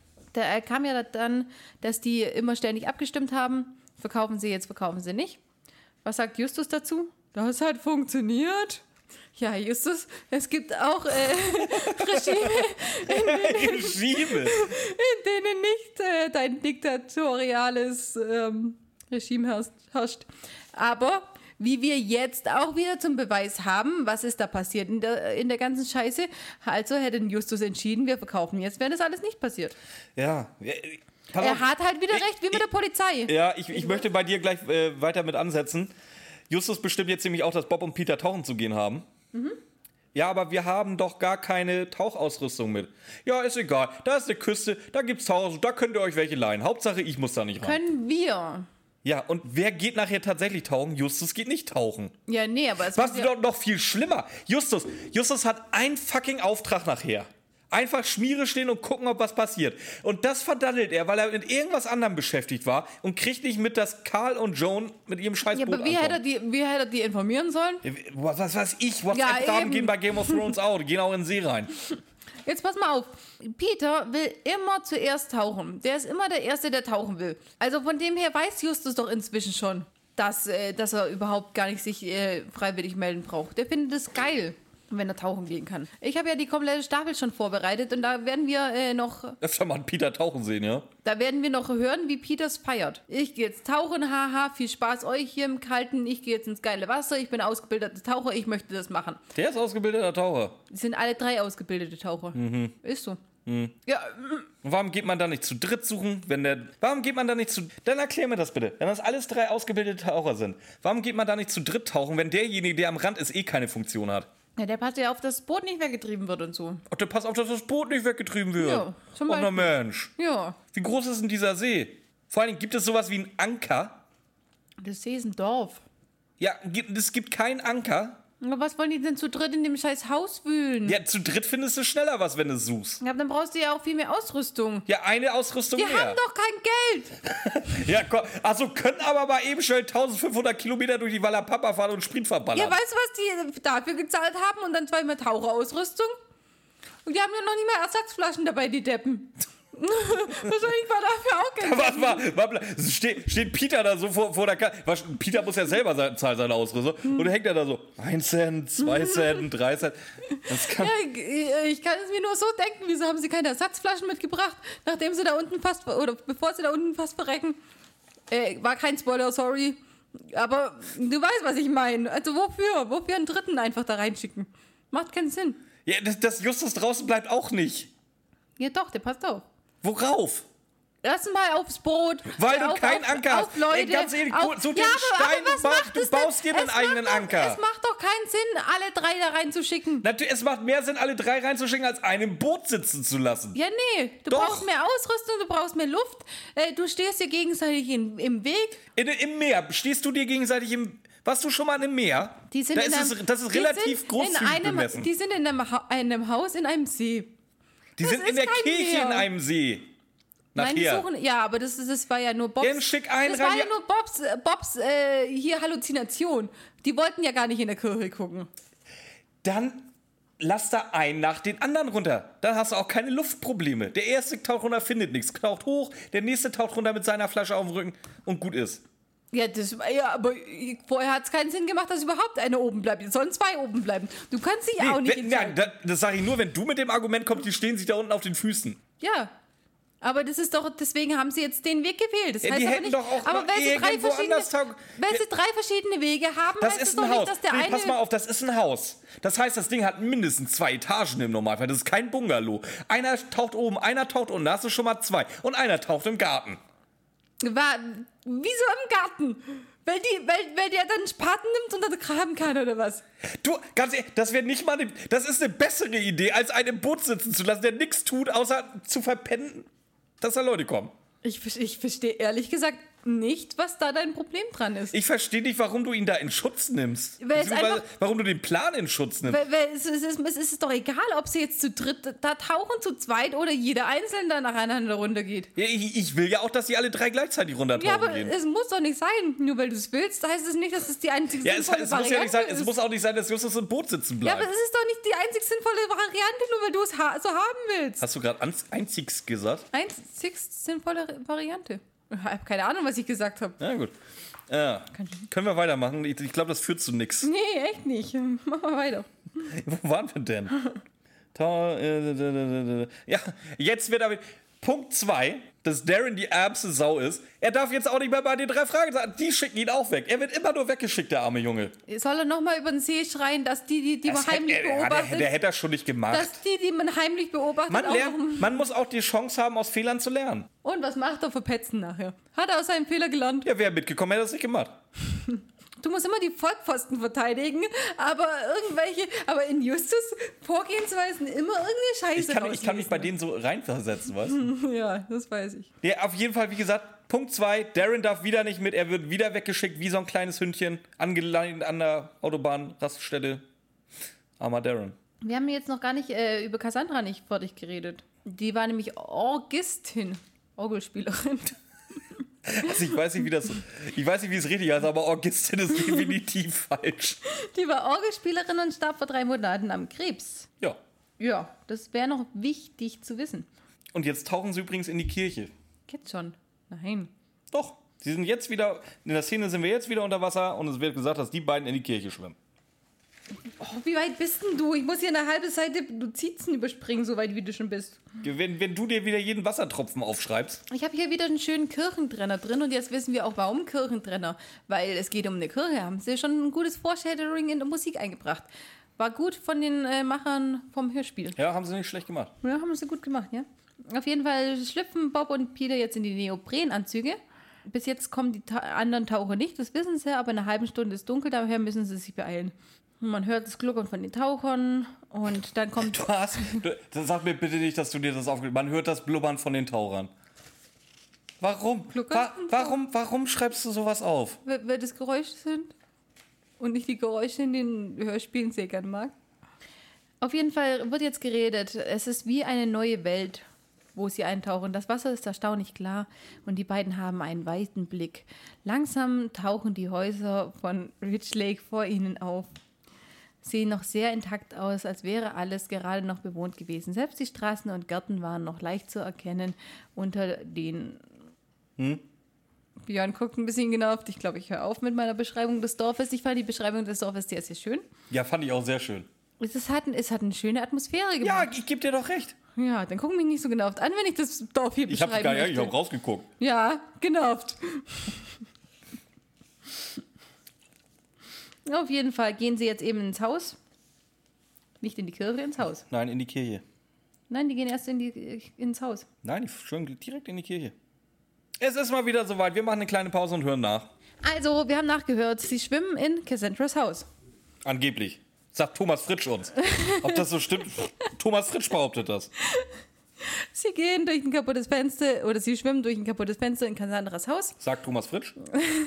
da kam ja dann, dass die immer ständig abgestimmt haben, verkaufen sie jetzt, verkaufen sie nicht. Was sagt Justus dazu? Das hat funktioniert. Ja, Justus, es gibt auch äh, Regime, in denen, Regime. in denen nicht äh, dein diktatoriales ähm, Regime herrscht. Aber Wie wir jetzt auch wieder zum Beweis haben, was ist da passiert in der, in der ganzen Scheiße. Also hätte Justus entschieden, wir verkaufen jetzt, wäre das alles nicht passiert. Ja. Pass er auf. hat halt wieder recht, wie mit ich, der Polizei. Ja, ich, ich möchte bei dir gleich äh, weiter mit ansetzen. Justus bestimmt jetzt nämlich auch, dass Bob und Peter tauchen zu gehen haben. Mhm. Ja, aber wir haben doch gar keine Tauchausrüstung mit. Ja, ist egal. Da ist eine Küste, da gibt's Tauchausrüstung, da könnt ihr euch welche leihen. Hauptsache, ich muss da nicht rein. Können wir. Ja, und wer geht nachher tatsächlich tauchen? Justus geht nicht tauchen. Ja, nee, aber es Was ist ist doch noch viel schlimmer. Justus, Justus hat einen fucking Auftrag nachher. Einfach Schmiere stehen und gucken, ob was passiert. Und das verdattelt er, weil er mit irgendwas anderem beschäftigt war und kriegt nicht mit, dass Carl und Joan mit ihrem scheiß Ja, Boot aber wie hätte, er die, wie hätte er die informieren sollen? Was, was weiß ich? WhatsApp-Daten Ja, gehen bei Game of Thrones auch. Die gehen auch in den See rein. Jetzt pass mal auf. Peter will immer zuerst tauchen. Der ist immer der Erste, der tauchen will. Also von dem her weiß Justus doch inzwischen schon, dass, äh, dass er überhaupt gar nicht sich äh, freiwillig melden braucht. Der findet es geil, wenn er tauchen gehen kann. Ich habe ja die komplette Staffel schon vorbereitet und da werden wir äh, noch... Öfter mal Peter tauchen sehen, ja? Da werden wir noch hören, wie Peters feiert. Ich gehe jetzt tauchen, haha, viel Spaß euch hier im Kalten. Ich gehe jetzt ins geile Wasser, ich bin ausgebildeter Taucher, ich möchte das machen. Der ist ausgebildeter Taucher. Die sind alle drei ausgebildete Taucher. Mhm. Ist so. Mhm. Ja, und warum geht man da nicht zu dritt suchen, wenn der... Warum geht man da nicht zu... Dann erklär mir das bitte. Wenn das alles drei ausgebildete Taucher sind, warum geht man da nicht zu dritt tauchen, wenn derjenige, der am Rand ist, eh keine Funktion hat? Ja, der passt ja auf, dass das Boot nicht weggetrieben wird und so. Ach, der passt auf, dass das Boot nicht weggetrieben wird. Ja, zum Och, na Beispiel. Mensch. Ja. Wie groß ist denn dieser See? Vor allen Dingen, gibt es sowas wie einen Anker? Das See ist ein Dorf. Ja, gibt- es gibt keinen Anker. Aber was wollen die denn zu dritt in dem scheiß Haus wühlen? Ja, zu dritt findest du schneller was, wenn du es suchst. Ja, dann brauchst du ja auch viel mehr Ausrüstung. Ja, eine Ausrüstung Wir mehr. haben doch kein Geld. Ja, komm. Also können aber mal eben schnell eintausendfünfhundert Kilometer durch die Wallapapa fahren und Sprit verballern. Ja, weißt du, was die dafür gezahlt haben? Und dann zweimal Taucherausrüstung? Und die haben ja noch nicht mal Ersatzflaschen dabei, die Deppen. Wahrscheinlich war dafür auch kein Was war, war, steht, steht Peter da so vor, vor der Kasse. Peter muss ja selber sein, zahlen seine Ausrüstung. Hm. Und dann hängt er da so, ein Cent, zwei Cent, drei Cent. Das kann, Ja, ich kann es mir nur so denken, wieso haben sie keine Ersatzflaschen mitgebracht, nachdem sie da unten fast, oder bevor sie da unten fast verrecken. Äh, war kein Spoiler, sorry. Aber du weißt, was ich meine. Also wofür? Wofür einen Dritten einfach da reinschicken? Macht keinen Sinn. ja, das, das Justus draußen bleibt auch nicht. Ja doch, der passt auf. Worauf? Lass mal aufs Boot. Weil du auf, keinen auf, Anker auf hast. Leute. Ey, ganz ehrlich, auf, so den ja, aber, Stein, aber was ba- macht du es baust denn? dir einen Es eigenen macht doch, Anker. Es macht doch keinen Sinn, alle drei da reinzuschicken. Natürlich, es macht mehr Sinn, alle drei reinzuschicken, als einen im Boot sitzen zu lassen. Ja, nee. Du Doch. brauchst mehr Ausrüstung, du brauchst mehr Luft. Äh, du stehst dir gegenseitig in, im Weg. In, Im Meer. Stehst du dir gegenseitig im... Warst du schon mal im Meer? Die sind da in ist einem, es, das ist die relativ sind großzügig in einem, bemessen. Die sind in einem, ha einem Haus in einem See. Die das sind in ist der kein Kirche Meer. in einem See. Nein, die Nachher. suchen, ja, aber das, ist- das war ja nur Bobs. Ja, dann schick einen das rein, war ja ja. nur Bobs, äh, Bobs äh, hier Halluzination. Die wollten ja gar nicht in der Kirche gucken. Dann lass da einen nach den anderen runter. Dann hast du auch keine Luftprobleme. Der erste taucht runter, findet nichts, taucht hoch. Der nächste taucht runter mit seiner Flasche auf dem Rücken und gut ist. Ja, das, ja aber vorher hat es keinen Sinn gemacht, dass überhaupt eine oben bleibt. Jetzt sollen zwei oben bleiben. Du kannst dich auch nicht wenn, nein, entscheiden. das, das sage ich nur, wenn du mit dem Argument kommst, die stehen sich da unten auf den Füßen. Ja. Aber das ist doch, deswegen haben sie jetzt den Weg gewählt. Das Ja, heißt die aber hätten nicht, doch auch aber mal wenn sie drei irgendwo verschiedene, anders taug- wenn Ja. sie drei verschiedene Wege haben, Das heißt ist es doch ein nicht, Haus. dass der Nee, eine... pass mal auf, das ist ein Haus. Das heißt, das Ding hat mindestens zwei Etagen im Normalfall. Das ist kein Bungalow. Einer taucht oben, einer taucht unten. Da hast du schon mal zwei. Und einer taucht im Garten. War, wieso im Garten? Weil, die, weil, weil der dann Spaten nimmt und dann graben kann, oder was? Du, ganz ehrlich, das wäre nicht mal eine, das ist eine bessere Idee, als einen im Boot sitzen zu lassen, der nichts tut, außer zu verpennen, dass da Leute kommen. Ich, ich verstehe ehrlich gesagt nicht, was da dein Problem dran ist. Ich verstehe nicht, warum du ihn da in Schutz nimmst. Weil es Beziehungsweise, einfach- warum du den Plan in Schutz nimmst. Weil, weil es, es, ist, es ist doch egal, ob sie jetzt zu dritt da tauchen, zu zweit oder jeder einzeln da nacheinander runtergeht. Ja, ich, ich will ja auch, dass die alle drei gleichzeitig runtertauchen Ja, aber gehen. es muss doch nicht sein. Nur weil du es willst, heißt es nicht, dass es die einzige Ja, es, sinnvolle es muss ja Variante nicht sein, es ist. muss auch nicht sein, dass Justus im Boot sitzen Ja, bleibt. aber es ist doch nicht die einzig sinnvolle Variante, nur weil du es ha so haben willst. Hast du gerade einzigs gesagt? Einzig sinnvolle Variante. Ich habe keine Ahnung, was ich gesagt habe. Ja, gut. Ja. Können wir weitermachen? Ich, ich glaube, das führt zu nichts. Nee, echt nicht. Mach mal weiter. Wo waren wir denn? Ta- äh, d- d- d- d- Ja, jetzt wird aber... Punkt zwei, dass Darren die ärmste Sau ist. Er darf jetzt auch nicht mehr bei den drei Fragen sagen. Die schicken ihn auch weg. Er wird immer nur weggeschickt, der arme Junge. Soll er nochmal über den See schreien, dass die, die, die man Das heimlich hätte, der, beobachtet... der, der hätte das schon nicht gemacht. Dass die, die man heimlich beobachtet... Man, auch lernt, noch- man muss auch die Chance haben, aus Fehlern zu lernen. Und was macht er für Petzen nachher? Hat er aus seinem Fehler gelernt? Ja, wäre mitgekommen, hätte das nicht gemacht. Du musst immer die Vollpfosten verteidigen, aber irgendwelche... Aber in Justus Vorgehensweisen immer irgendeine Scheiße Ich kann, ich kann mich bei rauslesen. denen so reinversetzen, weißt du? Ja, das weiß ich. Ja, auf jeden Fall, wie gesagt, Punkt zwei, Darren darf wieder nicht mit, er wird wieder weggeschickt, wie so ein kleines Hündchen, angeleint an der Autobahnraststelle. Armer Darren. Wir haben jetzt noch gar nicht äh, über Cassandra nicht fertig geredet. Die war nämlich Orgistin, Orgelspielerin. Also ich weiß nicht, wie das, ich weiß nicht, wie es richtig heißt, aber Orgistin ist definitiv falsch. Die war Orgelspielerin und starb vor drei Monaten am Krebs. Ja. Ja, das wäre noch wichtig zu wissen. Und jetzt tauchen sie übrigens in die Kirche. Geht schon. Nein. Doch. Sie sind jetzt wieder, in der Szene sind wir jetzt wieder unter Wasser und es wird gesagt, dass die beiden in die Kirche schwimmen. Oh, wie weit bist denn du? Ich muss hier eine halbe Seite Notizen überspringen, so weit wie du schon bist. Wenn, wenn du dir wieder jeden Wassertropfen aufschreibst. Ich habe hier wieder einen schönen Kirchentrenner drin und jetzt wissen wir auch, warum Kirchentrenner. Weil es geht um eine Kirche. Haben sie schon ein gutes Foreshadowing in der Musik eingebracht. War gut von den äh, Machern vom Hörspiel. Ja, haben sie nicht schlecht gemacht. Ja, haben sie gut gemacht, ja. Auf jeden Fall schlüpfen Bob und Peter jetzt in die Neoprenanzüge. Bis jetzt kommen die ta- anderen Taucher nicht, das wissen sie, aber in einer halben Stunde ist dunkel, daher müssen sie sich beeilen. Man hört das Gluckern von den Tauchern und dann kommt... Du hast, du, sag mir bitte nicht, dass du dir das aufgeschrieben hast. Man hört das Blubbern von den Tauchern. Warum? Gluckern? Wa warum? Warum schreibst du sowas auf? Weil weil das Geräusche sind und nicht die Geräusche in den Hörspielen sehr gerne mag. Auf jeden Fall wird jetzt geredet, es ist wie eine neue Welt, wo sie eintauchen. Das Wasser ist erstaunlich klar und die beiden haben einen weiten Blick. Langsam tauchen die Häuser von Ridge Lake vor ihnen auf. Sehen noch sehr intakt aus, als wäre alles gerade noch bewohnt gewesen. Selbst die Straßen und Gärten waren noch leicht zu erkennen unter den... Hm? Björn guckt ein bisschen genervt. Ich glaube, ich höre auf mit meiner Beschreibung des Dorfes. Ich fand die Beschreibung des Dorfes sehr, sehr schön. Ja, fand ich auch sehr schön. Es hat, es hat eine schöne Atmosphäre Ja, gemacht. ich gebe dir doch recht. Ja, dann guck mich nicht so genervt an, wenn ich das Dorf hier Ich habe beschreiben gar nicht, möchte. ich habe rausgeguckt. Ja, genervt. Auf jeden Fall gehen sie jetzt eben ins Haus. Nicht in die Kirche, ins Haus. Nein, in die Kirche. Nein, die gehen erst in die, ins Haus. Nein, ich schwimme direkt in die Kirche. Es ist mal wieder soweit. Wir machen eine kleine Pause und hören nach. Also, wir haben nachgehört, sie schwimmen in Cassandras Haus. Angeblich. Sagt Thomas Fritsch uns. Ob das so stimmt? Thomas Fritsch behauptet das. Sie gehen durch ein kaputtes Fenster, oder sie schwimmen durch ein kaputtes Fenster in Cassandras Haus Sagt Thomas Fritsch.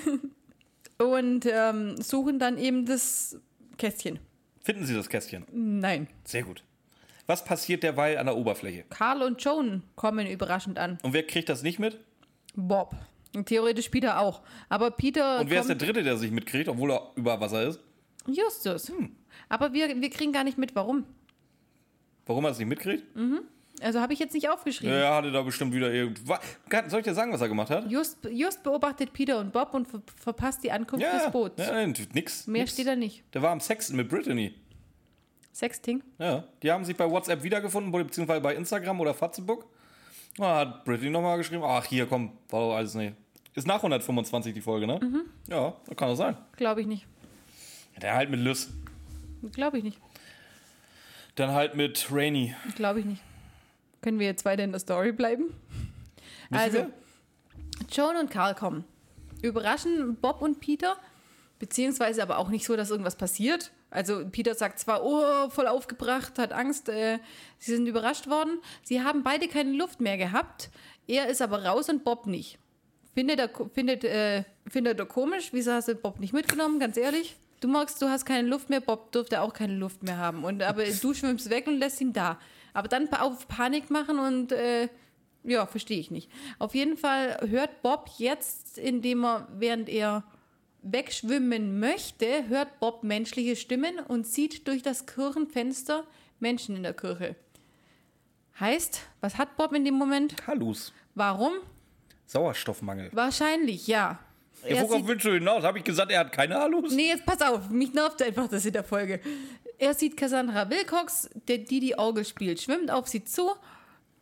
und ähm, suchen dann eben das Kästchen. Finden Sie das Kästchen? Nein. Sehr gut. Was passiert derweil an der Oberfläche? Karl und Joan kommen überraschend an. Und wer kriegt das nicht mit? Bob. Und theoretisch Peter auch. Aber Peter Und wer ist der kommt... Dritte, der sich mitkriegt, obwohl er über Wasser ist? Justus. Aber wir, wir kriegen gar nicht mit, warum. Warum er es nicht mitkriegt? Also habe ich jetzt nicht aufgeschrieben. Ja, er hatte da bestimmt wieder irgendwas. Soll ich dir sagen, was er gemacht hat? Just, just beobachtet Peter und Bob und ver verpasst die Ankunft Ja, des Boots. ja, nein, nix. Mehr nix. steht da nicht. Der war am Sexten mit Brittany. Sexting. Ja, die haben sich bei WhatsApp wiedergefunden, beziehungsweise bei Instagram oder Facebook. Da hat Brittany nochmal geschrieben, ach hier, komm, war doch alles nicht. Ist nach hundertfünfundzwanzig die Folge, ne? Mhm. Ja, das kann das sein. Glaube ich nicht. Ja, der halt mit Liz. Glaube ich nicht. Dann halt mit Rainy. Glaube ich nicht. Können wir jetzt weiter in der Story bleiben? Wissen also, wir? Joan und Carl kommen. Überraschen Bob und Peter, beziehungsweise aber auch nicht so, dass irgendwas passiert. Also Peter sagt zwar, oh, voll aufgebracht, hat Angst, äh, sie sind überrascht worden. Sie haben beide keine Luft mehr gehabt. Er ist aber raus und Bob nicht. Findet er, findet, äh, findet er komisch, wieso hast du Bob nicht mitgenommen, ganz ehrlich? Du magst, du hast keine Luft mehr, Bob dürfte auch keine Luft mehr haben. Und, aber du schwimmst weg und lässt ihn da. Aber dann auf Panik machen und, äh, ja, verstehe ich nicht. Auf jeden Fall hört Bob jetzt, indem er, während er wegschwimmen möchte, hört Bob menschliche Stimmen und sieht durch das Kirchenfenster Menschen in der Kirche. Heißt, was hat Bob in dem Moment? Hallus. Warum? Sauerstoffmangel. Wahrscheinlich, ja. Ja, Er worauf sieht- willst du hinaus? Habe ich gesagt, er hat keine Hallus? Nee, jetzt pass auf, mich nervt einfach das in der Folge. Er sieht Cassandra Wilcox, der, die die Orgel spielt, schwimmt auf sie zu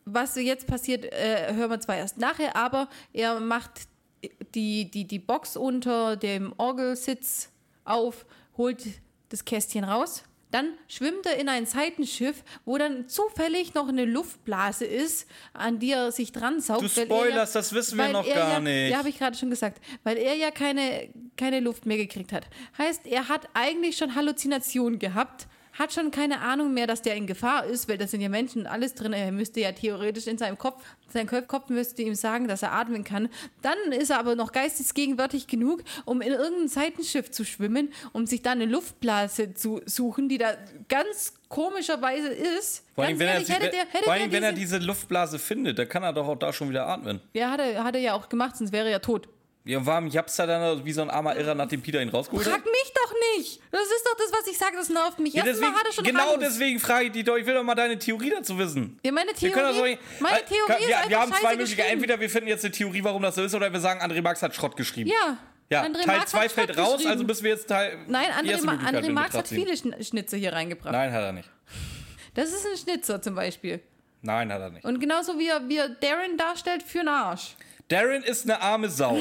was jetzt passiert, äh, hören wir zwar erst nachher, aber er macht die, die, die Box unter dem Orgelsitz auf, holt das Kästchen raus. Dann schwimmt er in ein Seitenschiff, wo dann zufällig noch eine Luftblase ist, an die er sich dran saugt. Du spoilerst, ja, das wissen wir noch gar ja, nicht. Ja, habe ich gerade schon gesagt. Weil er ja keine, keine Luft mehr gekriegt hat. Heißt, er hat eigentlich schon Halluzinationen gehabt, hat schon keine Ahnung mehr, dass der in Gefahr ist, weil da sind ja Menschen und alles drin. Er müsste ja theoretisch in seinem Kopf, sein Kopf müsste ihm sagen, dass er atmen kann. Dann ist er aber noch geistesgegenwärtig genug, um in irgendein Seitenschiff zu schwimmen, um sich da eine Luftblase zu suchen, die da ganz komischerweise ist. Vor allem, wenn, ehrlich, er, hätte der, hätte vor allem, der wenn er diese, diese Luftblase findet, dann kann er doch auch da schon wieder atmen. Ja, hat er, hat er ja auch gemacht, sonst wäre er ja tot. Ja, warum japst er dann wie so ein armer Irrer, nachdem Peter ihn rausgeholt hat? Frag mich doch nicht! Das ist doch das, was ich sage, das nervt mich. Ja, Erstmal hat er schon genau Hallus. deswegen frage ich dich doch, ich will doch mal deine Theorie dazu wissen. Ja, meine Wir können Theorie, das doch nicht, meine äh, Theorie wir, ist wir einfach haben zwei scheiße Möglichkeiten. geschrieben. Entweder wir finden jetzt eine Theorie, warum das so ist, oder wir sagen, André Marx hat Schrott geschrieben. Ja, Ja, André Teil Marx zwei hat fällt Schrott raus, geschrieben. also müssen wir jetzt Teil Nein, die André, erste Ma Möglichkeit André in Marx Betracht hat ziehen. viele Schn- Schnitzer hier reingebracht. Nein, hat er nicht. Das ist ein Schnitzer zum Beispiel. Nein, hat er nicht. Und genauso wie er, wie er Darren darstellt, für einen Arsch. Darren ist eine arme Sau.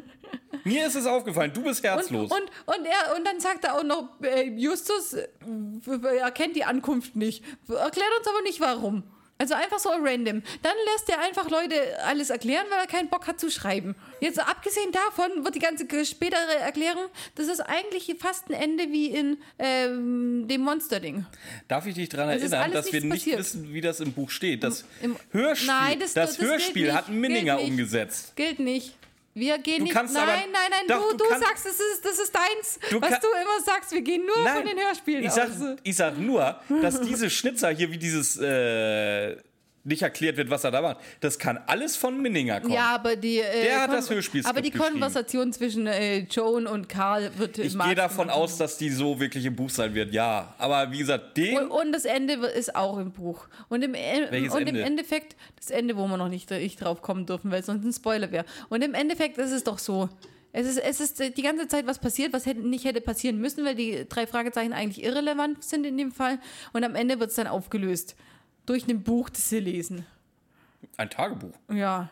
Mir ist es aufgefallen, du bist Und, herzlos. und, und, er, und dann sagt er auch noch, äh, Justus äh, er kennt die Ankunft nicht. Erklärt uns aber nicht, warum. Also einfach so random. Dann lässt er einfach Leute alles erklären, weil er keinen Bock hat zu schreiben. Jetzt abgesehen davon wird die ganze spätere Erklärung, das ist eigentlich fast ein Ende wie in ähm, dem Monster-Ding. Darf ich dich daran Es ist erinnern, alles dass wir nichts nicht passiert. wissen, wie das im Buch steht? Das Im- Hörspiel, Nein, das- das, das gilt Hörspiel nicht. hat Minninger Gilt nicht. umgesetzt. Gilt nicht. Wir gehen Du nicht. kannst Nein, aber- nein, nein, Doch, du, du du kannst- sagst, das ist, das ist deins. Du was kann- du immer sagst, wir gehen nur von den Hörspielen ich aus. sag, ich sag nur, dass diese Schnitzer hier, wie dieses äh, nicht erklärt wird, was er da macht, das kann alles von Minninger kommen. Ja, aber die, äh, Der hat Kon- das Hörspielskript aber die geschrieben. Konversation zwischen äh, Joan und Karl wird Ich Marx gehe davon gemacht. aus, dass die so wirklich im Buch sein wird, ja. Aber wie gesagt, den... Und, und das Ende ist auch im Buch. Und im, äh, Welches und im Ende? Endeffekt, das Ende, wo wir noch nicht, nicht drauf kommen dürfen, weil es sonst ein Spoiler wäre. Und im Endeffekt ist es doch so. Es ist, es ist die ganze Zeit was passiert, was hätte, nicht hätte passieren müssen, weil die drei Fragezeichen eigentlich irrelevant sind in dem Fall. Und am Ende wird es dann aufgelöst. Durch ein Buch, das sie lesen. Ein Tagebuch. Ja. Ja,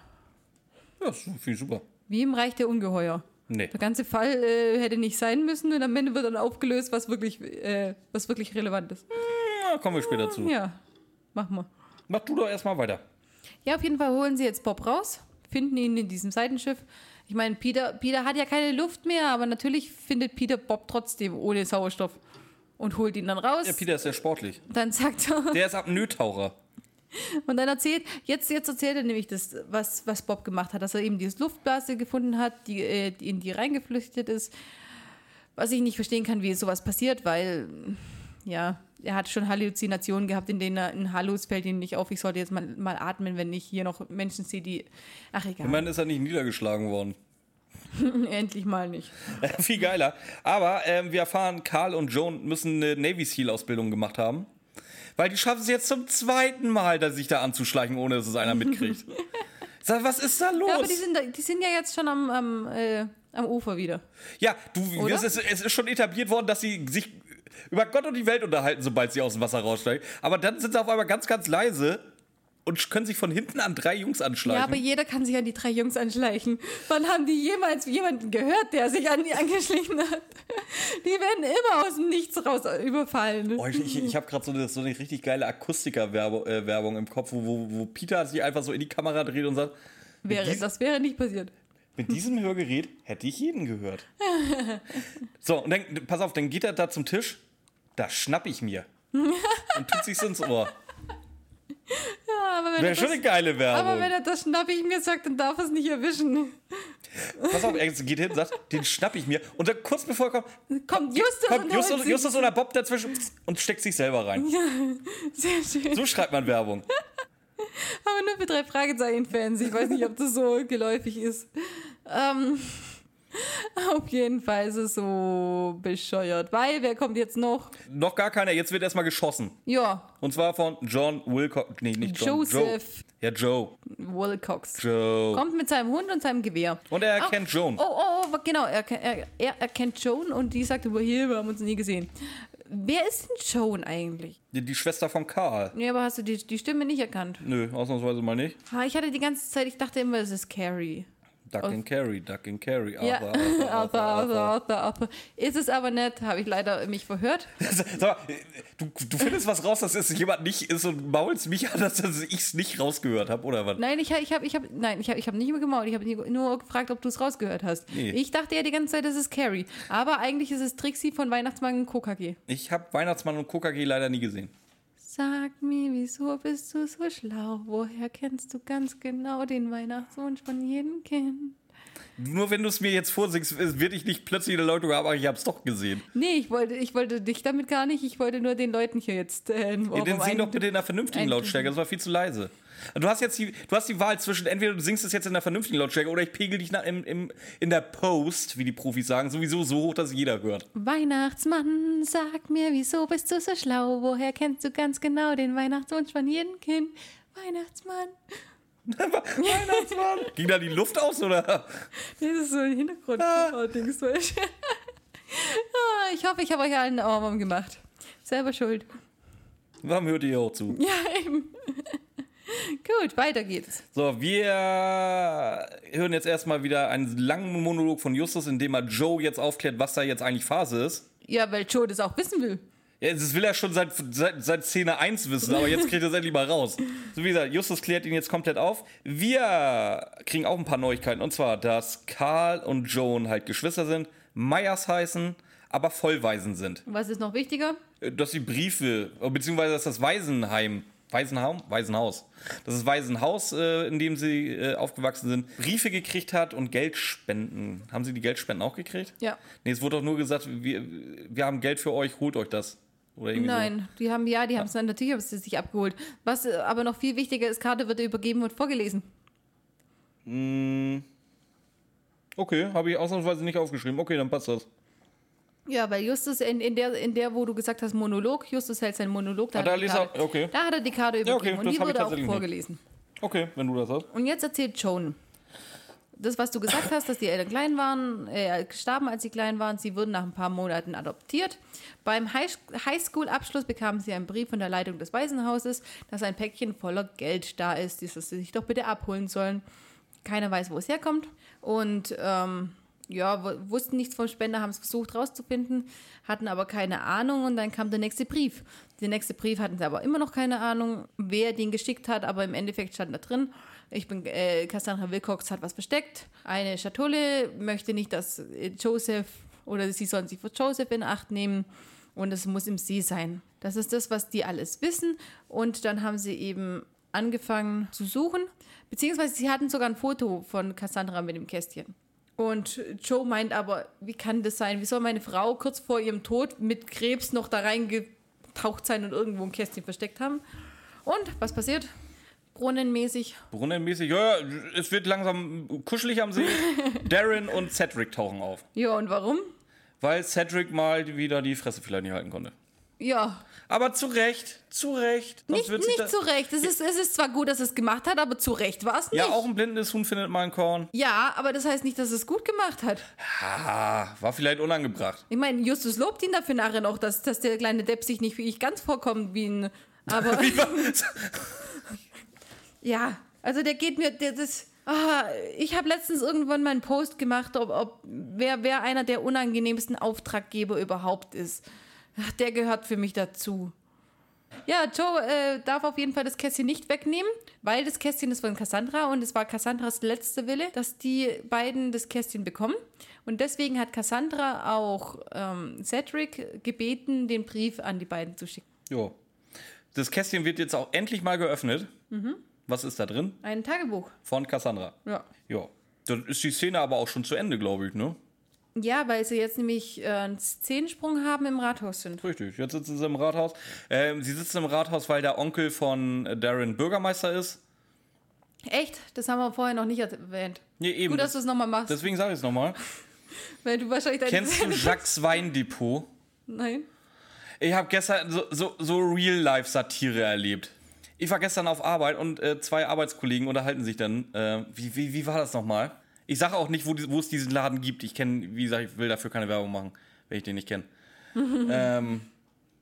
das finde ich super. Wie im Reich der Ungeheuer. Nee. Der ganze Fall äh, hätte nicht sein müssen und am Ende wird dann aufgelöst, was wirklich, äh, was wirklich relevant ist. Na, kommen wir später zu. Ja, machen wir. Mach du doch erstmal weiter. Ja, auf jeden Fall holen sie jetzt Bob raus, finden ihn in diesem Seitenschiff. Ich meine, Peter, Peter hat ja keine Luft mehr, aber natürlich findet Peter Bob trotzdem ohne Sauerstoff und holt ihn dann raus. Ja, Peter ist sehr sportlich. Dann sagt er, Der ist Apnoe-Taucher. und dann erzählt, jetzt, jetzt erzählt er nämlich das, was, was Bob gemacht hat, dass er eben diese Luftblase gefunden hat, die, äh, die in die reingeflüchtet ist. Was ich nicht verstehen kann, wie sowas passiert, weil, ja, er hat schon Halluzinationen gehabt, in denen er in Hallus fällt ihm nicht auf, ich sollte jetzt mal, mal atmen, wenn ich hier noch Menschen sehe, die, ach egal, Immerhin ist er nicht niedergeschlagen worden. endlich mal nicht. Viel geiler. Aber ähm, wir erfahren, Karl und Joan müssen eine Navy Seal-Ausbildung gemacht haben. Weil die schaffen es jetzt zum zweiten Mal, da sich da anzuschleichen, ohne dass es einer mitkriegt. Sag, was ist da los? Ja, aber die sind, da, die sind ja jetzt schon am, am, äh, am Ufer wieder. Ja, du, Oder? es ist, es ist schon etabliert worden, dass sie sich über Gott und die Welt unterhalten, sobald sie aus dem Wasser raussteigen. Aber dann sind sie auf einmal ganz, ganz leise und können sich von hinten an drei Jungs anschleichen. Ja, aber jeder kann sich an die drei Jungs anschleichen. Wann haben die jemals jemanden gehört, der sich an die angeschlichen hat? Die werden immer aus dem Nichts raus überfallen. Oh, ich ich, ich habe gerade so eine, so eine richtig geile Akustiker-Werbung äh, Werbung im Kopf, wo, wo, wo Peter sich einfach so in die Kamera dreht und sagt, Wäre, dies- das wäre nicht passiert. mit diesem Hörgerät hätte ich jeden gehört. So, und dann, pass auf, dann geht er da zum Tisch, da schnapp ich mir. Und tut sich's ins Ohr. Ja, aber wenn, Wäre er schon das, eine geile Werbung. aber wenn er das schnapp ich mir sagt, dann darf er es nicht erwischen. Pass auf, er geht hin und sagt, den schnapp ich mir. Und dann kurz bevor er kommt, Kommt Justus kommt und Justus, holt sich- Justus oder Bob dazwischen und steckt sich selber rein. Sehr schön. So schreibt man Werbung. Aber nur für drei Fragezeichen-Fans. Ich weiß nicht, ob das so geläufig ist. Ähm, auf jeden Fall ist es so bescheuert. Weil, wer kommt jetzt noch? Noch gar keiner, jetzt wird erstmal geschossen. Ja, Und zwar von John Wilcox. Nee, nicht John. Joseph Joe. Ja, Joe. Wilcox. Joe. Kommt mit seinem Hund und seinem Gewehr. Und er erkennt Ach, Joan. Oh, oh, oh, genau. Er, er, er erkennt Joan und die sagt, über hier, wir haben uns nie gesehen. wer ist denn Joan eigentlich? Die, die Schwester von Carl. Ja, aber hast du die, die Stimme nicht erkannt? Nö, ausnahmsweise mal nicht. Ha, ich hatte die ganze Zeit, ich dachte immer, es ist Carrie. Duck and Carry, Duck and Carry. Ja, Arthur, Arthur, Arthur, Arthur, Arthur. Arthur, Arthur. Ist es aber nicht, habe ich leider mich verhört. Sag mal, du, du findest was raus, dass es jemand nicht ist und maulst mich an, dass ich es nicht rausgehört habe, oder was? Nein, ich habe, ich habe, ich habe, nein, ich habe, ich habe nicht mehr gemault. Ich habe nur gefragt, ob du es rausgehört hast. Nee. Ich dachte ja die ganze Zeit, das ist Carrie. Aber eigentlich ist es Trixie von Weihnachtsmann und K K G. Ich habe Weihnachtsmann und K K G leider nie gesehen. Sag mir, wieso bist du so schlau? Woher kennst du ganz genau den Weihnachtswunsch von jedem Kind? Nur wenn du es mir jetzt vorsingst, wird ich nicht plötzlich eine Läutung haben, aber ich habe es doch gesehen. Nee, ich wollte, ich wollte dich damit gar nicht. Ich wollte nur den Leuten hier jetzt äh, Ja, dann sing doch bitte in einer vernünftigen ein- Lautstärke, das war viel zu leise. Du hast jetzt die, du hast die Wahl zwischen, entweder du singst es jetzt in einer vernünftigen Lautstärke oder ich pegel dich nach, im, im, in der Post, wie die Profis sagen, sowieso so hoch, dass jeder hört. Weihnachtsmann, sag mir, wieso bist du so schlau? Woher kennst du ganz genau den Weihnachtswunsch von jedem Kind? Weihnachtsmann. Weihnachtsmann! Ging da die Luft aus, oder? Das ist so ein Hintergrund. Ah. Dings. Ah, ich hoffe, ich habe euch allen einen Ohrwurm gemacht. Selber schuld. Warum hört ihr auch zu? Ja, eben. Gut, weiter geht's. So, wir hören jetzt erstmal wieder einen langen Monolog von Justus, in dem er Joe jetzt aufklärt, was da jetzt eigentlich Phase ist. Ja, weil Joe das auch wissen will. Ja, das will er schon seit, seit, seit Szene eins wissen, aber jetzt kriegt er es endlich mal raus. So wie gesagt, Justus klärt ihn jetzt komplett auf. Wir kriegen auch ein paar Neuigkeiten, und zwar, dass Carl und Joan halt Geschwister sind, Myers heißen, aber Vollwaisen sind. Was ist noch wichtiger? Dass sie Briefe, beziehungsweise dass das Waisenheim, Waisenhaus, Waisenhaus, dass das Waisenhaus, äh, in dem sie äh, aufgewachsen sind, Briefe gekriegt hat und Geldspenden. Haben sie die Geldspenden auch gekriegt? Ja. Nee, es wurde doch nur gesagt, wir, wir haben Geld für euch, holt euch das. Oder irgendwie Nein, die haben, ja, die haben es dann natürlich haben sie sich abgeholt. Was äh, aber noch viel wichtiger ist, Karte wird übergeben und vorgelesen. so. Mm, okay, habe ich ausnahmsweise nicht aufgeschrieben. Okay, dann passt das. Ja, weil Justus, in, in, der, in der, wo du gesagt hast, Monolog, Justus hält seinen Monolog, da, Ah, hat, da er die liest er- Karte, okay. da hat er die Karte übergeben okay, und das die hab ich wurde auch tatsächlich nicht. vorgelesen. Okay, wenn du das hast. Und jetzt erzählt Joan. Das, was du gesagt hast, dass die Eltern klein waren, äh, starben, als sie klein waren, sie wurden nach ein paar Monaten adoptiert. Beim High- Highschool-Abschluss bekamen sie einen Brief von der Leitung des Waisenhauses, dass ein Päckchen voller Geld da ist, das sie sich doch bitte abholen sollen. Keiner weiß, wo es herkommt. Und ähm, ja, w- wussten nichts vom Spender, haben es versucht rauszufinden, hatten aber keine Ahnung und dann kam der nächste Brief. Der nächste Brief hatten sie aber immer noch keine Ahnung, wer den geschickt hat, aber im Endeffekt stand da drin, ich bin, äh, Cassandra Wilcox hat was versteckt, eine Schatulle, möchte nicht, dass äh, Joseph oder sie sollen sich für Joseph in Acht nehmen und es muss im See sein. Das ist das, was die alles wissen und dann haben sie eben angefangen zu suchen, beziehungsweise sie hatten sogar ein Foto von Cassandra mit dem Kästchen. Und Joe meint aber, wie kann das sein? Wie soll meine Frau kurz vor ihrem Tod mit Krebs noch da reingetaucht sein und irgendwo ein Kästchen versteckt haben? Und was passiert? Brunnenmäßig. Brunnenmäßig, ja, ja, es wird langsam kuschelig am See. Darren und Cedric tauchen auf. Ja, und warum? Weil Cedric mal wieder die Fresse vielleicht nicht halten konnte. Ja, Aber zu Recht, zu Recht. Sonst nicht, wird sich nicht da- zu Recht. Es ist, es ist zwar gut, dass es gemacht hat, aber zu Recht war es nicht. Ja, auch ein blindendes Huhn findet mal ein Korn. Ja, aber das heißt nicht, dass es gut gemacht hat. Ah, war vielleicht unangebracht. Ich meine, Justus lobt ihn dafür nachher noch, dass, dass der kleine Depp sich nicht wie ich ganz vorkommt wie ein... Aber Wie war- ja, also der geht mir... Der, das, ah, ich habe letztens irgendwann mal einen Post gemacht, ob, ob wer, wer einer der unangenehmsten Auftraggeber überhaupt ist. Ach, der gehört für mich dazu. Ja, Joe äh, darf auf jeden Fall das Kästchen nicht wegnehmen, weil das Kästchen ist von Cassandra und es war Cassandras letzter Wille, dass die beiden das Kästchen bekommen. Und deswegen hat Cassandra auch ähm, Cedric gebeten, den Brief an die beiden zu schicken. Jo. Das Kästchen wird jetzt auch endlich mal geöffnet. Was ist da drin? Ein Tagebuch. Von Cassandra. Ja. Ja. Dann ist die Szene aber auch schon zu Ende, glaube ich, ne? Ja, weil sie jetzt nämlich äh, einen Szenensprung haben im Rathaus sind. Richtig. Jetzt sitzen sie im Rathaus. Ähm, sie sitzen im Rathaus, weil der Onkel von Darren Bürgermeister ist. Echt? Das haben wir vorher noch nicht erwähnt. Nee, eben. Gut, dass du es nochmal machst. Deswegen sage ich es nochmal. Weil du wahrscheinlich deine Kennst du Jacques Weindepot? Nein. Ich habe gestern so, so, so Real-Life-Satire erlebt. Ich war gestern auf Arbeit und äh, zwei Arbeitskollegen unterhalten sich dann. Äh, wie, wie, wie war das nochmal? Ich sage auch nicht, wo, die, wo es diesen Laden gibt. Ich kenne, wie gesagt, ich will dafür keine Werbung machen, wenn ich den nicht kenne. ähm,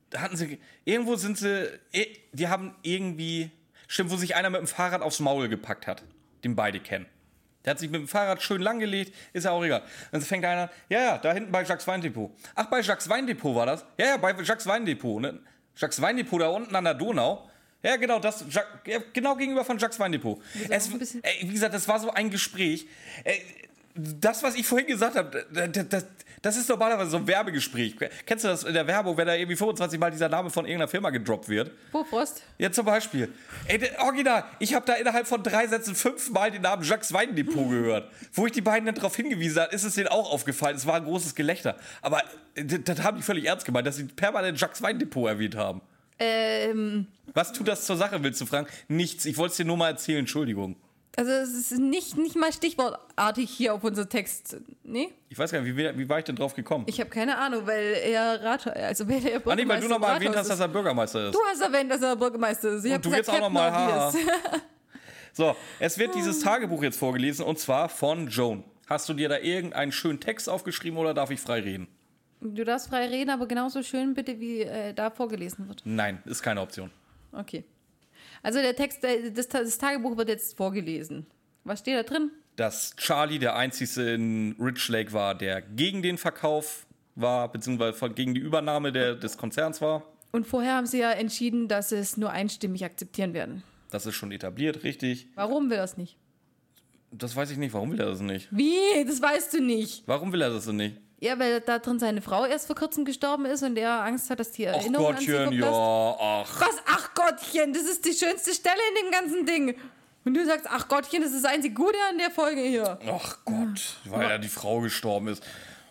da hatten sie, irgendwo sind sie, die haben irgendwie, stimmt, wo sich einer mit dem Fahrrad aufs Maul gepackt hat, den beide kennen. Der hat sich mit dem Fahrrad schön langgelegt, ist ja auch egal. Dann fängt einer an, ja, ja, da hinten bei Jacques Weindepot. Ach, bei Jacques Weindepot war das? Ja, ja, bei Jacques Weindepot, ne? Jacques Weindepot da unten an der Donau. Ja, genau, das, Jacques, ja, genau gegenüber von Jacques Weindepot. Es, ey, wie gesagt, das war so ein Gespräch. Ey, das, was ich vorhin gesagt habe, das, das, das ist normalerweise so ein Werbegespräch. Kennst du das in der Werbung, wenn da irgendwie fünfundzwanzig Mal dieser Name von irgendeiner Firma gedroppt wird? Bofrost. Ja, zum Beispiel. Ey, der, original, ich habe da innerhalb von drei Sätzen fünfmal den Namen Jacques Weindepot gehört. Wo ich die beiden dann darauf hingewiesen habe, ist es denen auch aufgefallen. Es war ein großes Gelächter. Aber das, das haben die völlig ernst gemeint, dass sie permanent Jacques Weindepot erwähnt haben. Ähm. Was tut das zur Sache, willst du fragen? Nichts. Ich wollte es dir nur mal erzählen, Entschuldigung. Also es ist nicht, nicht mal stichwortartig hier auf unser Text, nee? Ich weiß gar nicht, wie, wie war ich denn drauf gekommen? Ich habe keine Ahnung, weil er Rat, also weil er Bürgermeister Ah, nee, weil du nochmal erwähnt hast, dass er Bürgermeister ist. Du hast erwähnt, dass er Bürgermeister ist. Ich und du gesagt, jetzt auch nochmal, haha. Obvious. So, es wird dieses Tagebuch jetzt vorgelesen und zwar von Joan. Hast du dir da irgendeinen schönen Text aufgeschrieben oder darf ich frei reden? Du darfst frei reden, aber genauso schön bitte, wie äh, da vorgelesen wird. Nein, ist keine Option. Okay. Also der Text, das, das Tagebuch wird jetzt vorgelesen. Was steht da drin? Dass Charlie der Einzige in Rich Lake war, der gegen den Verkauf war, beziehungsweise gegen die Übernahme der, des Konzerns war. Und vorher haben sie ja entschieden, dass sie es nur einstimmig akzeptieren werden. Das ist schon etabliert, richtig. Warum will er das nicht? Das weiß ich nicht. Warum will er das nicht? Wie? Das weißt du nicht. Warum will er das denn nicht? Ja, weil da drin seine Frau erst vor kurzem gestorben ist und er Angst hat, dass die Erinnerung ach Gottchen, an sie verblasst. Ja, ach. Was? Ach Gottchen, das ist die schönste Stelle in dem ganzen Ding. Und du sagst, ach Gottchen, das ist das einzige Gute an der Folge hier. Ach Gott, weil ja die Frau gestorben ist.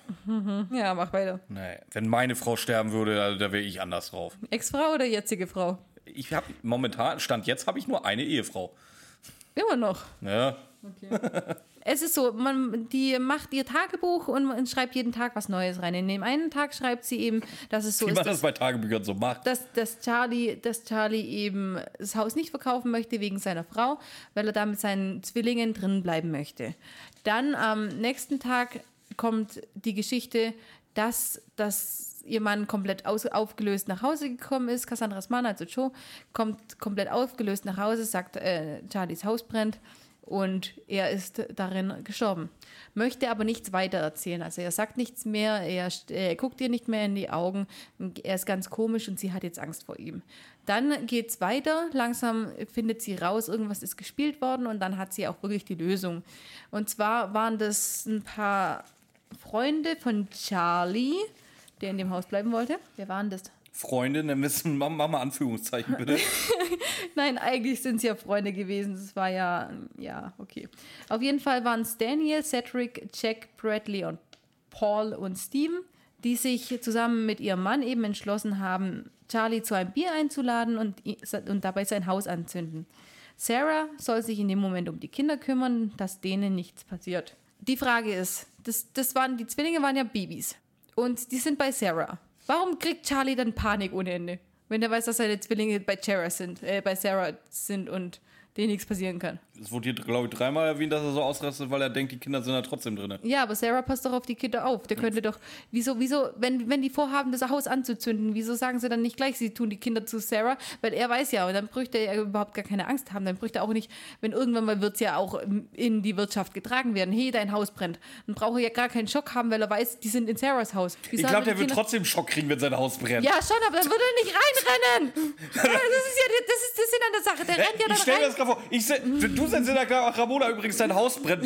Ja, mach weiter. Nee, wenn meine Frau sterben würde, also, da wäre ich anders drauf. Ex-Frau oder jetzige Frau? Ich habe momentan, Stand jetzt, habe ich nur eine Ehefrau. Immer noch. Ja. Okay. Es ist so, man, die macht ihr Tagebuch und man schreibt jeden Tag was Neues rein. In dem einen Tag schreibt sie eben, dass es so Wie ist, man das dass, bei Tagebüchern so macht. dass, dass, Charlie, dass Charlie eben das Haus nicht verkaufen möchte wegen seiner Frau, weil er da mit seinen Zwillingen drin bleiben möchte. Dann am nächsten Tag kommt die Geschichte, dass, dass ihr Mann komplett aus, aufgelöst nach Hause gekommen ist. Cassandras Mann, also Joe, kommt komplett aufgelöst nach Hause, sagt, äh, Charlies Haus brennt. Und er ist darin gestorben. Möchte aber nichts weiter erzählen. Also er sagt nichts mehr, er, er guckt ihr nicht mehr in die Augen. Er ist ganz komisch und sie hat jetzt Angst vor ihm. Dann geht es weiter. Langsam findet sie raus, irgendwas ist gespielt worden und dann hat sie auch wirklich die Lösung. Und zwar waren das ein paar Freunde von Charlie, der in dem Haus bleiben wollte. Wer waren das? Freunde, dann müssen mach mal Anführungszeichen bitte. Nein, eigentlich sind es ja Freunde gewesen. Das war ja, ja, okay. Auf jeden Fall waren es Daniel, Cedric, Jack, Bradley und Paul und Steven, die sich zusammen mit ihrem Mann eben entschlossen haben, Charlie zu einem Bier einzuladen und, und dabei sein Haus anzünden. Sarah soll sich in dem Moment um die Kinder kümmern, dass denen nichts passiert. Die Frage ist, das, das waren, die Zwillinge waren ja Babys und die sind bei Sarah. Warum kriegt Charlie dann Panik ohne Ende, wenn er weiß, dass seine Zwillinge bei Sarah sind, äh, bei Sarah sind und denen nichts passieren kann? Es wurde hier, glaube ich, dreimal erwähnt, dass er so ausrastet, weil er denkt, die Kinder sind da trotzdem drin. Ja, aber Sarah passt doch auf die Kinder auf. Der könnte doch, wieso, wieso, wenn, wenn die vorhaben, das Haus anzuzünden, wieso sagen sie dann nicht gleich, sie tun die Kinder zu Sarah? Weil er weiß ja, und dann bräuchte er überhaupt gar keine Angst haben. Dann bräuchte er auch nicht, wenn irgendwann mal wird es ja auch in die Wirtschaft getragen werden. Hey, dein Haus brennt. Dann braucht er ja gar keinen Schock haben, weil er weiß, die sind in Sarahs Haus. Wieso ich glaube, der wird trotzdem Schock kriegen, wenn sein Haus brennt. Ja, schon, aber dann würde er nicht reinrennen. Das ist ja, das ist das Sinn an der Sache. Der rennt ja dann ich stell rein. mir das gerade vor. Ich se- du sitzt in der Klar, Ramona, übrigens, dein Haus brennt.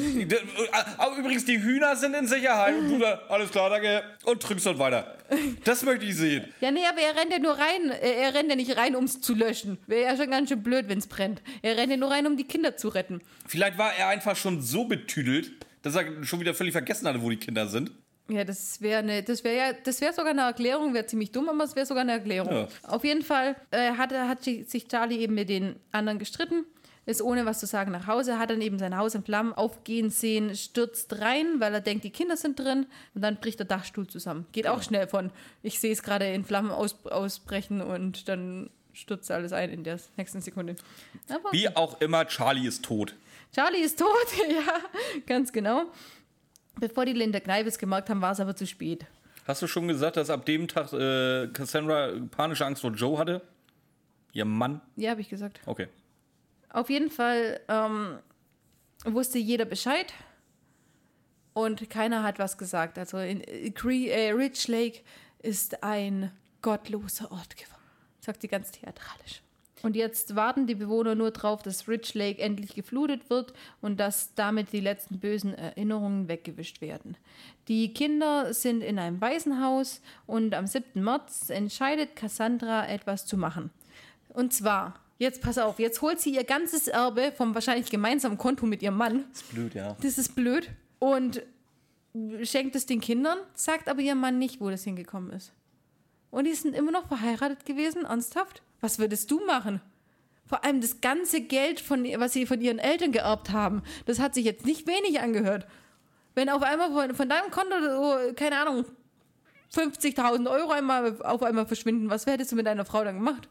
Aber übrigens, die Hühner sind in Sicherheit. Und du da, alles klar, danke. Und trinkst dann weiter. Das möchte ich sehen. Ja, nee, aber er rennt ja nur rein. Er rennt ja nicht rein, um es zu löschen. Wäre ja schon ganz schön blöd, wenn es brennt. Er rennt ja nur rein, um die Kinder zu retten. Vielleicht war er einfach schon so betüdelt, dass er schon wieder völlig vergessen hatte, wo die Kinder sind. Ja, das wäre ne, das wäre ja, das wäre sogar eine Erklärung, wäre ziemlich dumm, aber es wäre sogar eine Erklärung. Ja. Auf jeden Fall äh, hat, hat sich Charlie eben mit den anderen gestritten, ist ohne was zu sagen nach Hause, hat dann eben sein Haus in Flammen aufgehen sehen, stürzt rein, weil er denkt, die Kinder sind drin und dann bricht der Dachstuhl zusammen. Geht auch schnell von, ich sehe es gerade in Flammen aus, ausbrechen und dann stürzt alles ein in der nächsten Sekunde. Aber wie auch immer, Charlie ist tot. Charlie ist tot, ja, ganz genau. Bevor die Linda Kneipp es gemerkt haben, war es aber zu spät. Hast du schon gesagt, dass ab dem Tag äh, Cassandra panische Angst vor Joe hatte? Ihr Mann? Ja, habe ich gesagt. Okay. Auf jeden Fall ähm, wusste jeder Bescheid und keiner hat was gesagt. Also in äh, Cree, äh, Ridge Lake ist ein gottloser Ort geworden, sagt sie ganz theatralisch. Und jetzt warten die Bewohner nur drauf, dass Ridge Lake endlich geflutet wird und dass damit die letzten bösen Erinnerungen weggewischt werden. Die Kinder sind in einem Waisenhaus und am siebten März entscheidet Cassandra, etwas zu machen. Und zwar, jetzt pass auf, jetzt holt sie ihr ganzes Erbe vom wahrscheinlich gemeinsamen Konto mit ihrem Mann. Das ist blöd, ja. Das ist blöd. Und schenkt es den Kindern, sagt aber ihrem Mann nicht, wo das hingekommen ist. Und die sind immer noch verheiratet gewesen, ernsthaft? Was würdest du machen? Vor allem das ganze Geld, von, was sie von ihren Eltern geerbt haben, das hat sich jetzt nicht wenig angehört. Wenn auf einmal von, von deinem Konto, so, keine Ahnung, fünfzigtausend Euro einmal, auf einmal verschwinden, was hättest du mit deiner Frau dann gemacht?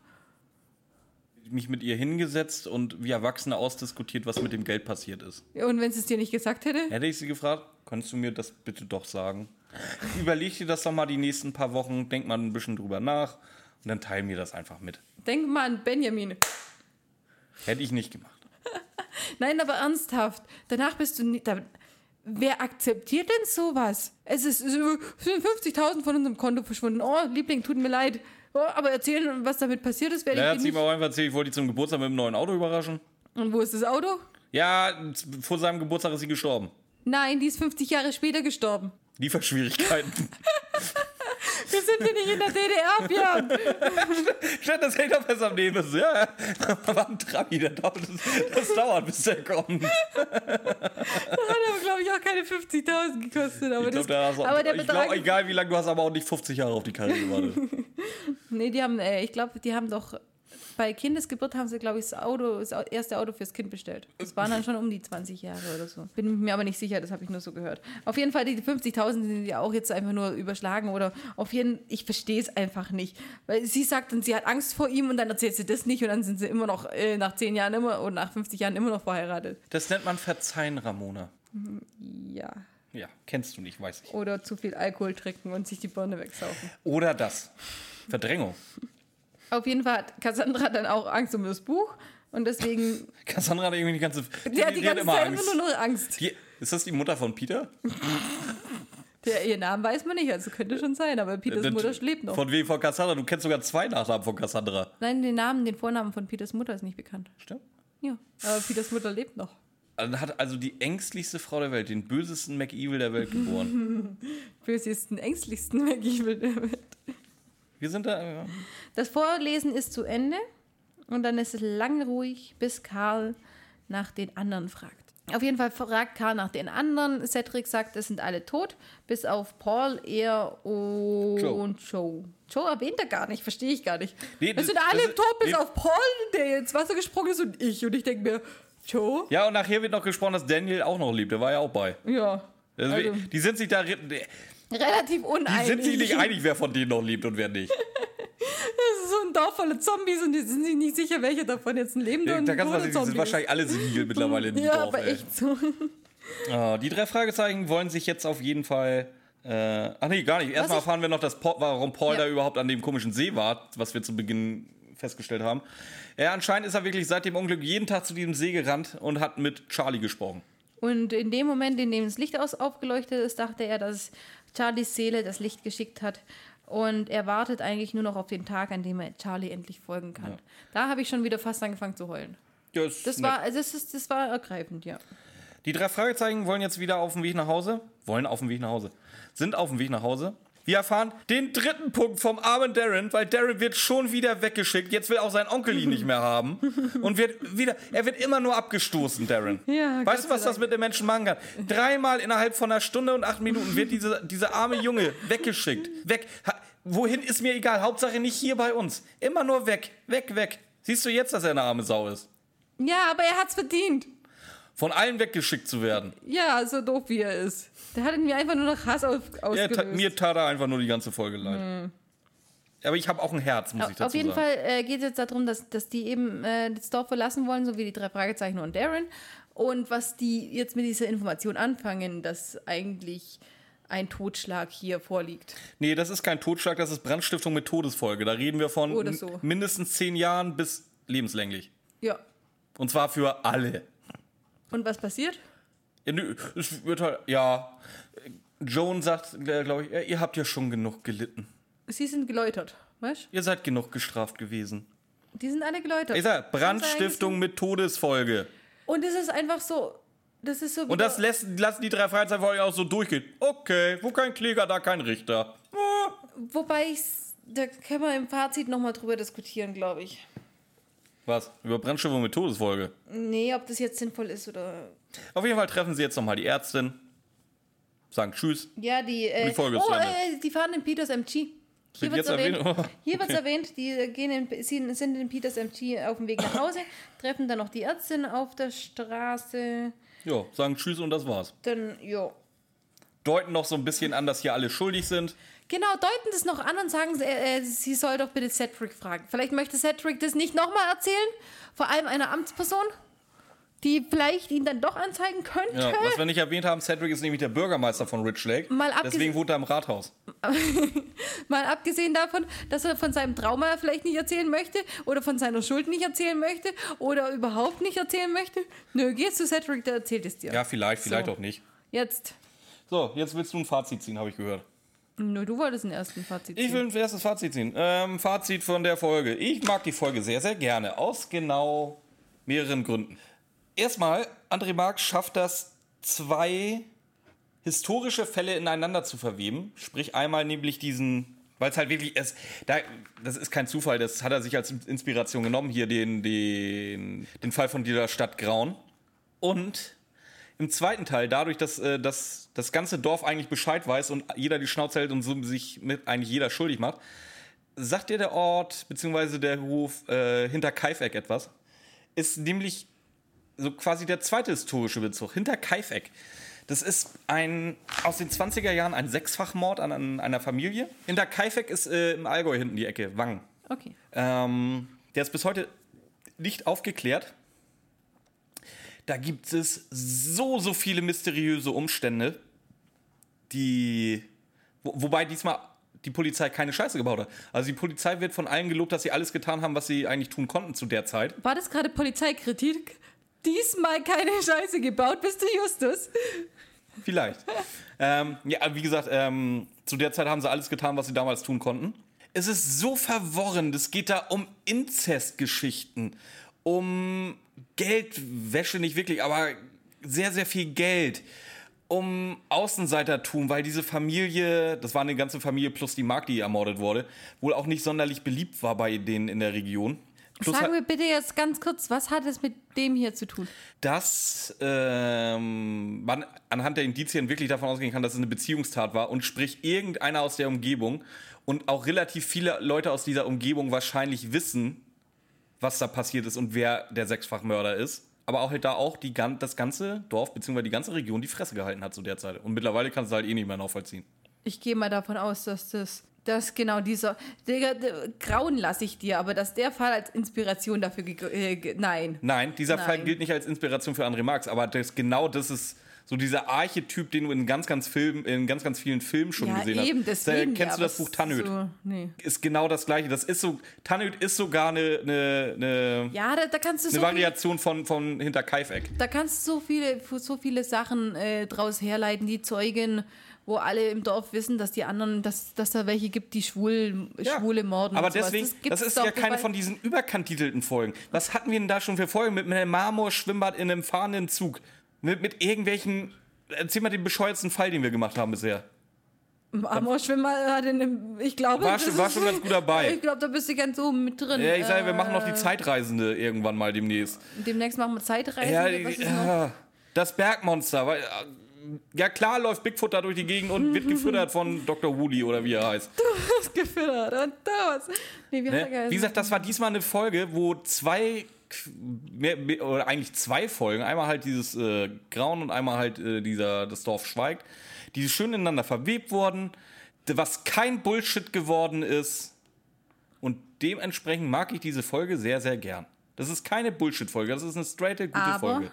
Mich mit ihr hingesetzt und wie Erwachsene ausdiskutiert, was mit dem Geld passiert ist. Und wenn sie es dir nicht gesagt hätte? Hätte ich sie gefragt, könntest du mir das bitte doch sagen? Überleg dir das doch mal die nächsten paar Wochen, denk mal ein bisschen drüber nach und dann teil mir das einfach mit. Denk mal an Benjamin. Hätte ich nicht gemacht. Nein, aber ernsthaft. Danach bist du nicht... Da, wer akzeptiert denn sowas? Es ist fünfzigtausend von unserem Konto verschwunden. Oh, Liebling, tut mir leid. Oh, aber erzählen, was damit passiert ist, werde Ja, ich hat dir sie nicht... mir auch einfach erzählt, ich wollte die zum Geburtstag mit einem neuen Auto überraschen. Und wo ist das Auto? Ja, vor seinem Geburtstag ist sie gestorben. Nein, die ist fünfzig Jahre später gestorben. Lieferschwierigkeiten. Wir sind hier nicht in der D D R, Björn. Stimmt, das hängt doch besser am Leben. Ja, da war ein Trabi, der dauert, das, das dauert, bis der kommt. Das hat aber, glaube ich, auch keine fünfzigtausend gekostet. Aber, Ich das, glaub, da aber der ich Betrag... glaub, egal wie lange, du hast aber auch nicht fünfzig Jahre auf die Karre gewartet. Nee, die haben, äh, ich glaube, die haben doch... Bei Kindesgeburt haben sie, glaube ich, das, Auto, das erste Auto fürs Kind bestellt. Das waren dann schon um die zwanzig Jahre oder so. Bin mir aber nicht sicher, das habe ich nur so gehört. Auf jeden Fall, die fünfzigtausend sind ja auch jetzt einfach nur überschlagen oder auf jeden ich verstehe es einfach nicht. Weil sie sagt dann, sie hat Angst vor ihm und dann erzählt sie das nicht und dann sind sie immer noch äh, nach zehn Jahren immer oder nach fünfzig Jahren immer noch verheiratet. Das nennt man Verzeihen, Ramona. Ja. Ja, kennst du nicht, weiß ich. Oder zu viel Alkohol trinken und sich die Birne wegsaufen. Oder das. Verdrängung. Auf jeden Fall hat Cassandra dann auch Angst um das Buch und deswegen... Cassandra hat irgendwie die ganze... Die, die hat die, die ganze hat Zeit immer nur noch Angst. Die, ist das die Mutter von Peter? Der, ihr Namen weiß man nicht, also könnte schon sein, aber Peters Das- Mutter lebt noch. Von wem? Von Cassandra? Du kennst sogar zwei Nachnamen von Cassandra. Nein, den Namen, den Vornamen von Peters Mutter ist nicht bekannt. Stimmt. Ja, aber Peters Mutter lebt noch. Dann hat also die ängstlichste Frau der Welt, den bösesten McEvil der Welt geboren. Bösesten, ängstlichsten McEvil der Welt. Wir sind da... Äh, Das Vorlesen ist zu Ende und dann ist es lange ruhig, bis Karl nach den anderen fragt. Auf jeden Fall fragt Karl nach den anderen. Cedric sagt, es sind alle tot, bis auf Paul, er und Joe. Joe. Joe erwähnt er gar nicht, verstehe ich gar nicht. Nee, es das- sind alle das- tot, bis nee. auf Paul, der ins Wasser gesprungen ist und ich. Und ich denke mir, Joe? ja, und nachher wird noch gesprochen, dass Daniel auch noch lebt. Der war ja auch bei. Ja. Also, Also, die sind sich da... Die relativ uneinig. sind sich nicht einig, wer von denen noch lebt und wer nicht. Das ist so ein Dorf voller Zombies und die sind sich nicht sicher, welcher davon jetzt ein lebender und Da ein kannst du mal toter sehen, die sind Zombie wahrscheinlich alle senil mittlerweile in ist. dem Ja, Dorf. aber ey. echt so. Ah, die drei Fragezeichen wollen sich jetzt auf jeden Fall... Äh, ach nee, gar nicht. Erstmal ich- erfahren wir noch, dass Paul, warum Paul Ja. da überhaupt an dem komischen See war, was wir zu Beginn festgestellt haben. Ja, anscheinend ist er wirklich seit dem Unglück jeden Tag zu diesem See gerannt und hat mit Charlie gesprochen. Und in dem Moment, in dem das Licht aus aufgeleuchtet ist, dachte er, dass Charlies Seele das Licht geschickt hat. Und er wartet eigentlich nur noch auf den Tag, an dem er Charlie endlich folgen kann. Ja. Da habe ich schon wieder fast angefangen zu heulen. Ja, ist Das nett. war, also das, ist, das war ergreifend, ja. Die drei Fragezeichen wollen jetzt wieder auf dem Weg nach Hause. Wollen auf dem Weg nach Hause. Sind auf dem Weg nach Hause. Wir erfahren den dritten Punkt vom armen Darren, weil Darren wird schon wieder weggeschickt. Jetzt will auch sein Onkel ihn nicht mehr haben. Und wird wieder, er wird immer nur abgestoßen, Darren. Ja, weißt Gott du, was sei das Dank. mit den Menschen machen kann? Dreimal innerhalb von einer Stunde und acht Minuten wird diese, dieser arme Junge weggeschickt. Weg. Ha, wohin ist mir egal. Hauptsache nicht hier bei uns. Immer nur weg. Weg, weg. Siehst du jetzt, dass er eine arme Sau ist? Ja, aber er hat's verdient. Von allen weggeschickt zu werden. Ja, so doof wie er ist. Der hat in mir einfach nur noch Hass auf, Ja, ausgelöst. ta- mir tat er einfach nur die ganze Folge leid. Aber ich habe auch ein Herz, muss ich dazu Auf jeden sagen. Fall äh, geht es jetzt darum, dass, dass die eben äh, das Dorf verlassen wollen, so wie die drei Fragezeichen und Darren. Und was die jetzt mit dieser Information anfangen, dass eigentlich ein Totschlag hier vorliegt. Nee, das ist kein Totschlag, das ist Brandstiftung mit Todesfolge. Da reden wir von Oder so. m- mindestens zehn Jahren bis lebenslänglich. Ja. Und zwar für alle. Und was passiert? Ja, nö, es wird halt, ja. Joan sagt, glaube ich, ja, ihr habt ja schon genug gelitten. Sie sind geläutert, weißt Ihr seid genug gestraft gewesen. du? Die sind alle geläutert. Ich sag, Brandstiftung mit Todesfolge. Und es ist einfach so, das ist so Und das lässt, lassen die drei Freizeitfolgen auch so durchgehen. Okay, wo kein Kläger, da kein Richter. Ah. Wobei ich, da können wir im Fazit nochmal drüber diskutieren, glaube ich. Was? Über Brandstiftung mit Todesfolge? Nee, ob das jetzt sinnvoll ist oder... Auf jeden Fall treffen sie jetzt nochmal die Ärztin. Sagen Tschüss. Ja, die... Äh, Die Folge ist oh, zu Ende. äh, die fahren in Peters M G. Hier Wird wird es jetzt erwähnt. erwähnt? Oh, Hier wird's erwähnt, die gehen in, sie sind in Peters M G auf dem Weg nach Hause, treffen dann noch die Ärztin auf der Straße. Ja, sagen Tschüss und das war's. Dann, jo. Deuten noch so ein bisschen an, dass hier alle schuldig sind. Genau, deuten das noch an und sagen, äh, äh, sie soll doch bitte Cedric fragen. Vielleicht möchte Cedric das nicht nochmal erzählen, vor allem einer Amtsperson, die vielleicht ihn dann doch anzeigen könnte. Ja, was wir nicht erwähnt haben, Cedric ist nämlich der Bürgermeister von Rich Lake. Mal abges- Deswegen wohnt er im Rathaus. Mal abgesehen davon, dass er von seinem Trauma vielleicht nicht erzählen möchte oder von seiner Schuld nicht erzählen möchte oder überhaupt nicht erzählen möchte. Nö, geh zu Cedric, der erzählt es dir. Ja, vielleicht, vielleicht So. auch nicht. Jetzt. So, jetzt willst du ein Fazit ziehen, habe ich gehört. Nö, du wolltest ein ersten Fazit ziehen. Ich will ein erstes Fazit ziehen. Ähm, Fazit von der Folge. Ich mag die Folge sehr, sehr gerne. Aus genau mehreren Gründen. Erstmal, André Marx schafft das, zwei historische Fälle ineinander zu verweben. Sprich einmal nämlich diesen, weil es halt wirklich ist, da, das ist kein Zufall, das hat er sich als Inspiration genommen, hier den, den, den Fall von dieser Stadt Grauen. Und im zweiten Teil, dadurch, dass, äh, dass das ganze Dorf eigentlich Bescheid weiß und jeder die Schnauze hält und so sich mit eigentlich jeder schuldig macht, sagt dir der Ort bzw. der Hof äh, Hinterkaifeck etwas. Ist nämlich so quasi der zweite historische Bezug. Hinterkaifeck. Das ist ein aus den zwanziger Jahren ein Sechsfachmord an, an einer Familie. Hinterkaifeck ist äh, im Allgäu hinten die Ecke, Wangen. Okay. Ähm, der ist bis heute nicht aufgeklärt. Da gibt es so, so viele mysteriöse Umstände, die, wo, wobei diesmal die Polizei keine Scheiße gebaut hat. Also die Polizei wird von allen gelobt, dass sie alles getan haben, was sie eigentlich tun konnten zu der Zeit. War das gerade Polizeikritik? Diesmal keine Scheiße gebaut, bist du Justus? Vielleicht. ähm, ja, wie gesagt, ähm, zu der Zeit haben sie alles getan, was sie damals tun konnten. Es ist so verworren. Es geht da um Inzestgeschichten, um Geldwäsche, nicht wirklich, aber sehr, sehr viel Geld. Um Außenseitertum, weil diese Familie, das war eine ganze Familie plus die Magd, die ermordet wurde, wohl auch nicht sonderlich beliebt war bei denen in der Region. Plus Sag mir bitte jetzt ganz kurz, was hat es mit dem hier zu tun? dass ähm, man anhand der Indizien wirklich davon ausgehen kann, dass es eine Beziehungstat war und sprich irgendeiner aus der Umgebung und auch relativ viele Leute aus dieser Umgebung wahrscheinlich wissen, was da passiert ist und wer der Sechsfachmörder ist. Aber auch halt da auch die, das ganze Dorf bzw. die ganze Region die Fresse gehalten hat zu der Zeit. Und mittlerweile kannst du halt eh nicht mehr nachvollziehen. Ich gehe mal davon aus, dass das, dass genau dieser, der, der, Grauen lasse ich dir, aber dass der Fall als Inspiration dafür, ge- äh, ge- nein. Nein, dieser Nein. Fall gilt nicht als Inspiration für André Marx, aber das, genau das ist so dieser Archetyp, den du in ganz, ganz, Film, in ganz, ganz vielen Filmen schon Ja, gesehen eben, hast. deswegen. Da, kennst ja, du das aber Buch Tannöd? So, nee. Ist genau das Gleiche. Das ist so, Tannöd ist sogar eine, eine, eine, Ja, da, da kannst du eine so viel, Variation von, von Hinterkaifeck. da kannst du so viele, so viele Sachen äh, draus herleiten, die Zeugen, wo alle im Dorf wissen, dass die anderen, dass, dass da welche gibt, die schwul, Ja, schwule morden. aber und sowas. deswegen, das, gibt's ist doch, ja keine weil- von diesen überkantelten Folgen. Was hatten wir denn da schon für Folgen mit einem Marmorschwimmbad in einem fahrenden Zug? Mit, mit irgendwelchen, erzähl mal den bescheuertsten Fall, den wir gemacht haben bisher. Amorschwimmer hat in einem, ich glaube, War das schon- war ist- schon ganz gut dabei. Ich glaube, da bist du ganz oben mit drin. Ja, ich sage, wir machen noch die Äh, Zeitreisende irgendwann mal demnächst. Demnächst machen wir Zeitreisen. Ja, was die, ist noch? ja, das Bergmonster. Weil, ja klar läuft Bigfoot da durch die Gegend und wird gefüttert von Doktor Woolley oder wie er heißt. Das gefüttert und das. Nee, wie hat er Ne? geheißen? Wie gesagt, das war diesmal eine Folge, wo zwei, mehr, mehr, oder eigentlich zwei Folgen, einmal halt dieses äh, Grauen und einmal halt äh, dieser, das Dorf schweigt, die schön ineinander verwebt wurden, was kein Bullshit geworden ist. Und dementsprechend mag ich diese Folge sehr, sehr gern. Das ist keine Bullshit-Folge, das ist eine straighte, gute Aber Folge.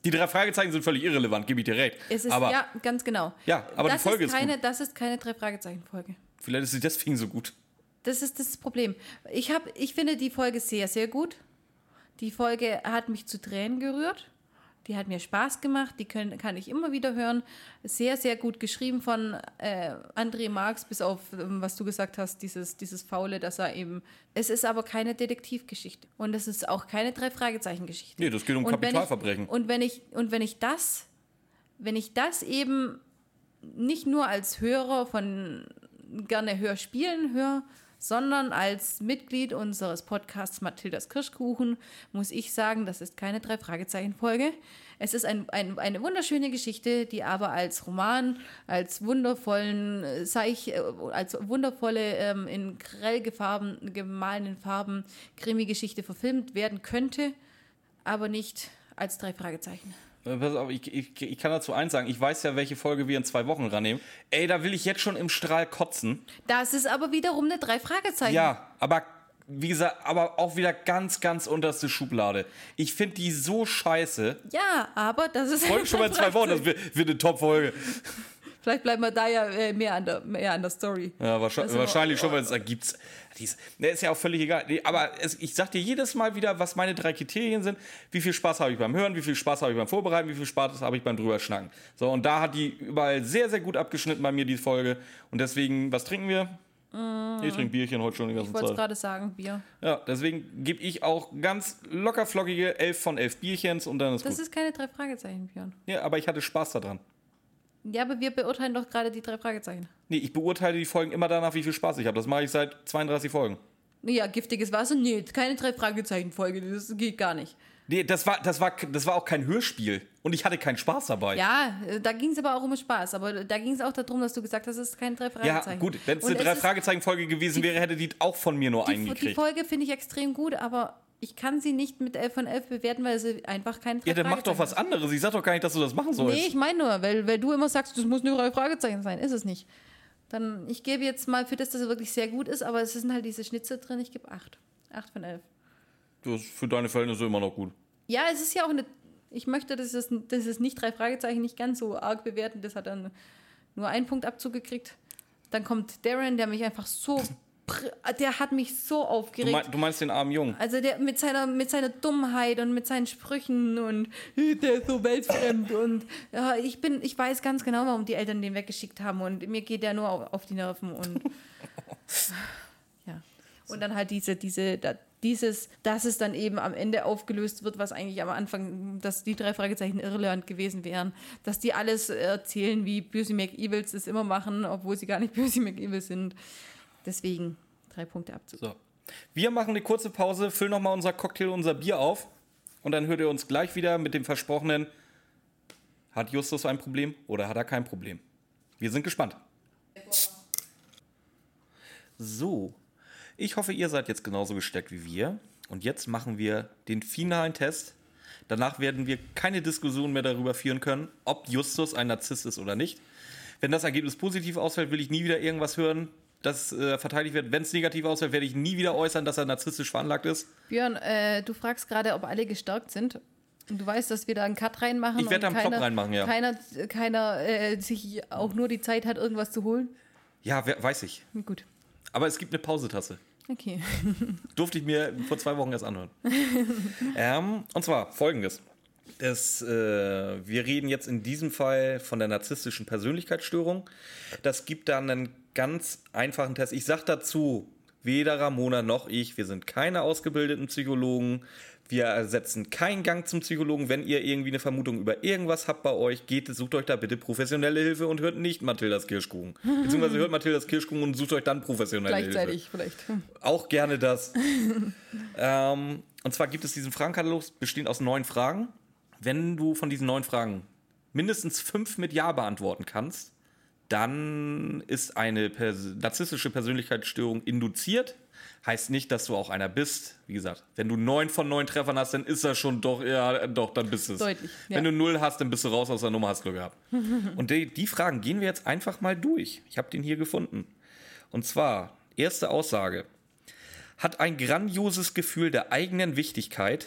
Die drei Fragezeichen sind völlig irrelevant, gebe ich dir recht. Es ist, aber, ja, ganz genau. Ja, aber das die Folge ist, ist keine, gut. Das ist keine drei Fragezeichen-Folge. Vielleicht ist sie deswegen so gut. Das ist das Problem. Ich, hab, ich finde die Folge sehr, sehr gut. Die Folge hat mich zu Tränen gerührt. Die hat mir Spaß gemacht. Die können, kann ich immer wieder hören. Sehr, sehr gut geschrieben von äh, André Marx, bis auf, ähm, was du gesagt hast, dieses, dieses Faule, dass er eben... Es ist aber keine Detektivgeschichte. Und es ist auch keine Drei-Fragezeichen-Geschichte. Nee, das geht um und Kapitalverbrechen. Wenn ich, und wenn ich, und wenn ich das, wenn ich das eben nicht nur als Hörer von gerne Hörspielen höre, sondern als Mitglied unseres Podcasts Mathildas Kirschkuchen muss ich sagen, das ist keine Drei-Fragezeichen-Folge. Es ist ein, ein, eine wunderschöne Geschichte, die aber als Roman, als wundervollen äh, Seich, äh, als wundervolle, ähm, in grell gefarben, gemahlenen Farben Krimi-Geschichte verfilmt werden könnte, aber nicht als drei Fragezeichen. Pass auf, ich, ich, ich kann dazu eins sagen, ich weiß ja, welche Folge wir in zwei Wochen rannehmen. Ey, da will ich jetzt schon im Strahl kotzen. Das ist aber wiederum eine Drei-Fragezeichen. Ja, aber wie gesagt, aber auch wieder ganz, ganz unterste Schublade. Ich finde die so scheiße. Ja, aber das ist... Folge schon mal in zwei Wochen, das wird, wird eine Top-Folge. Vielleicht bleiben wir da ja äh, mehr, an der, mehr an der Story. Ja, wahrscheinlich, Also, wahrscheinlich schon, weil es ergibt. Ne, ist ja auch völlig egal. Nee, aber es, ich sag dir jedes Mal wieder, was meine drei Kriterien sind. Wie viel Spaß habe ich beim Hören, wie viel Spaß habe ich beim Vorbereiten, wie viel Spaß habe ich beim drüber schnacken. So, und da hat die überall sehr, sehr gut abgeschnitten bei mir, die Folge. Und deswegen, was trinken wir? Mm. Ich trinke Bierchen heute schon die ganze Ich wollte Zeit. gerade sagen, Bier. Ja, deswegen gebe ich auch ganz locker flockige elf von elf Bierchens und dann ist Das gut. ist keine drei Fragezeichen, Björn. Ja, aber ich hatte Spaß daran. Ja, aber wir beurteilen doch gerade die drei Fragezeichen. Nee, ich beurteile die Folgen immer danach, wie viel Spaß ich habe. Das mache ich seit zweiunddreißig Folgen. Ja, giftiges Wasser? Nee, keine drei Fragezeichen-Folge. Das geht gar nicht. Nee, das war, das, war, das war auch kein Hörspiel. Und ich hatte keinen Spaß dabei. Ja, da ging es aber auch um Spaß. Aber da ging es auch darum, dass du gesagt hast, es ist keine drei Fragezeichen. Ja, gut, wenn es Und eine es ist- Drei-Fragezeichen-Folge gewesen die- wäre, hätte die auch von mir nur Die, einen die gekriegt. Folge finde ich extrem gut, aber ich kann sie nicht mit elf von elf bewerten, weil sie einfach keine drei Ja, dann mach doch was Fragezeichen anderes. Ich sag doch gar nicht, dass du das machen ist. sollst. Nee, ich meine nur, weil, weil du immer sagst, das muss eine drei Fragezeichen sein. Ist es nicht. Dann, ich gebe jetzt mal für das, dass es wirklich sehr gut ist, aber es sind halt diese Schnitze drin, ich gebe acht. acht von elf. Das ist für deine Verhältnisse immer noch gut. Ja, es ist ja auch eine. Ich möchte, dass es, dass es nicht drei Fragezeichen nicht ganz so arg bewerten. Das hat dann nur einen Punkt Abzug gekriegt. Dann kommt Darren, der mich einfach so. Der hat mich so Du, aufgeregt. mein, du meinst den armen Jungen. Also der mit seiner, mit seiner Dummheit und mit seinen Sprüchen und der ist so weltfremd und ja, ich bin, ich weiß ganz genau, warum die Eltern den weggeschickt haben und mir geht der nur auf, auf die Nerven und ja. Und dann halt diese, diese, da, dieses, dass es dann eben am Ende aufgelöst wird, was eigentlich am Anfang, dass die drei Fragezeichen irrelevant gewesen wären, dass die alles erzählen, wie Böse McEvils es immer machen, obwohl sie gar nicht Böse McEvils sind. Deswegen drei Punkte Abzug. So. Wir machen eine kurze Pause, füllen nochmal unser Cocktail, unser Bier auf und dann hört ihr uns gleich wieder mit dem versprochenen, hat Justus ein Problem oder hat er kein Problem? Wir sind gespannt. So, ich hoffe, ihr seid jetzt genauso gesteckt wie wir und jetzt machen wir den finalen Test. Danach werden wir keine Diskussion mehr darüber führen können, ob Justus ein Narzisst ist oder nicht. Wenn das Ergebnis positiv ausfällt, will ich nie wieder irgendwas hören, das äh, verteidigt wird. Wenn es negativ ausfällt, werde ich nie wieder äußern, dass er narzisstisch veranlagt ist. Björn, äh, du fragst gerade, ob alle gestärkt sind. Und du weißt, dass wir da einen Cut reinmachen. Ich werde da und einen keiner, Plop reinmachen, ja. Keiner, keiner äh, sich auch nur die Zeit hat, irgendwas zu holen. Ja, wer, weiß ich. Gut. Aber es gibt eine Pausetasse. Okay. Durfte ich mir vor zwei Wochen erst anhören. ähm, und zwar folgendes. Das, äh, wir reden jetzt in diesem Fall von der narzisstischen Persönlichkeitsstörung. Das gibt dann einen ganz einfachen Test. Ich sage dazu, weder Ramona noch ich, wir sind keine ausgebildeten Psychologen. Wir ersetzen keinen Gang zum Psychologen. Wenn ihr irgendwie eine Vermutung über irgendwas habt bei euch, geht, sucht euch da bitte professionelle Hilfe und hört nicht Mathildas Kirschkuchen. Beziehungsweise hört Mathildas Kirschkuchen und sucht euch dann professionelle Gleichzeitig Hilfe. vielleicht. Auch gerne das. ähm, und zwar gibt es diesen Fragenkatalog, bestehend aus neun Fragen. Wenn du von diesen neun Fragen mindestens fünf mit Ja beantworten kannst, dann ist eine pers- narzisstische Persönlichkeitsstörung induziert. Heißt nicht, dass du auch einer bist. Wie gesagt, wenn du neun von neun Treffern hast, dann ist das schon doch, ja, doch, dann bist du es. Deutlich, ja. Wenn du null hast, dann bist du raus aus der Nummer, hast Glück gehabt. Und die, die Fragen gehen wir jetzt einfach mal durch. Ich habe den hier gefunden. Und zwar, erste Aussage. Hat ein grandioses Gefühl der eigenen Wichtigkeit,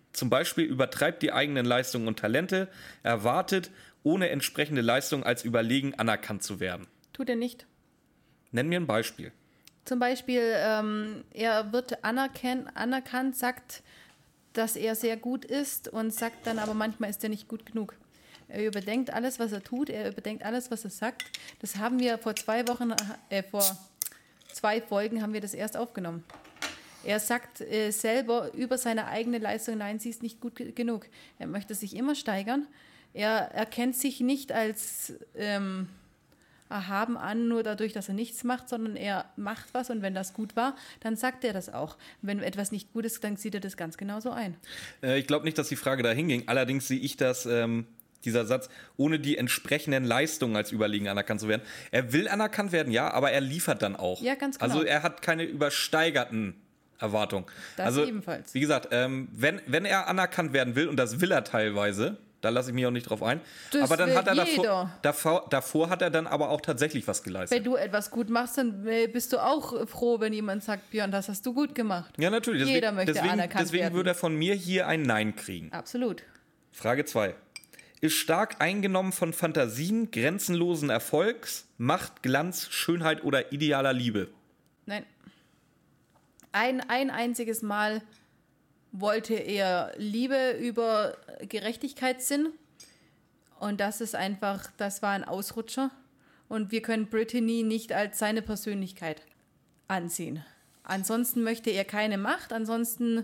zum Beispiel übertreibt die eigenen Leistungen und Talente, erwartet, ohne entsprechende Leistung als überlegen anerkannt zu werden. Tut er nicht. Nenn mir ein Beispiel. Zum Beispiel, ähm, er wird anerkannt, anerkannt, sagt, dass er sehr gut ist und sagt dann aber manchmal ist er nicht gut genug. Er überdenkt alles, was er tut, er überdenkt alles, was er sagt. Das haben wir vor zwei Wochen, äh, vor zwei Folgen haben wir das erst aufgenommen. Er sagt äh, selber über seine eigene Leistung, nein, sie ist nicht gut ge- genug. Er möchte sich immer steigern. Er erkennt sich nicht als ähm, erhaben an, nur dadurch, dass er nichts macht, sondern er macht was und wenn das gut war, dann sagt er das auch. Wenn etwas nicht gut ist, dann sieht er das ganz genauso ein. Äh, ich glaube nicht, dass die Frage dahin ging. Allerdings sehe ich das, ähm, dieser Satz, ohne die entsprechenden Leistungen als überlegen anerkannt zu werden. Er will anerkannt werden, ja, aber er liefert dann auch. Ja, ganz genau. Also er hat keine übersteigerten Erwartungen. Das also, ebenfalls. Wie gesagt, ähm, wenn, wenn er anerkannt werden will, und das will er teilweise, da lasse ich mich auch nicht drauf ein. Das aber dann will hat er davor, jeder. davor, davor hat er dann aber auch tatsächlich was geleistet. Wenn du etwas gut machst, dann äh, bist du auch froh, wenn jemand sagt, Björn, das hast du gut gemacht. Ja, natürlich. Deswegen, Jeder möchte deswegen, anerkannt deswegen werden. würde er von mir hier ein Nein kriegen. Absolut. Frage zwei. Ist stark eingenommen von Fantasien, grenzenlosen Erfolgs, Macht, Glanz, Schönheit oder idealer Liebe? Nein. Ein, ein einziges Mal wollte er Liebe über Gerechtigkeitssinn. Und das ist einfach, das war ein Ausrutscher. Und wir können Brittany nicht als seine Persönlichkeit ansehen. Ansonsten möchte er keine Macht, ansonsten,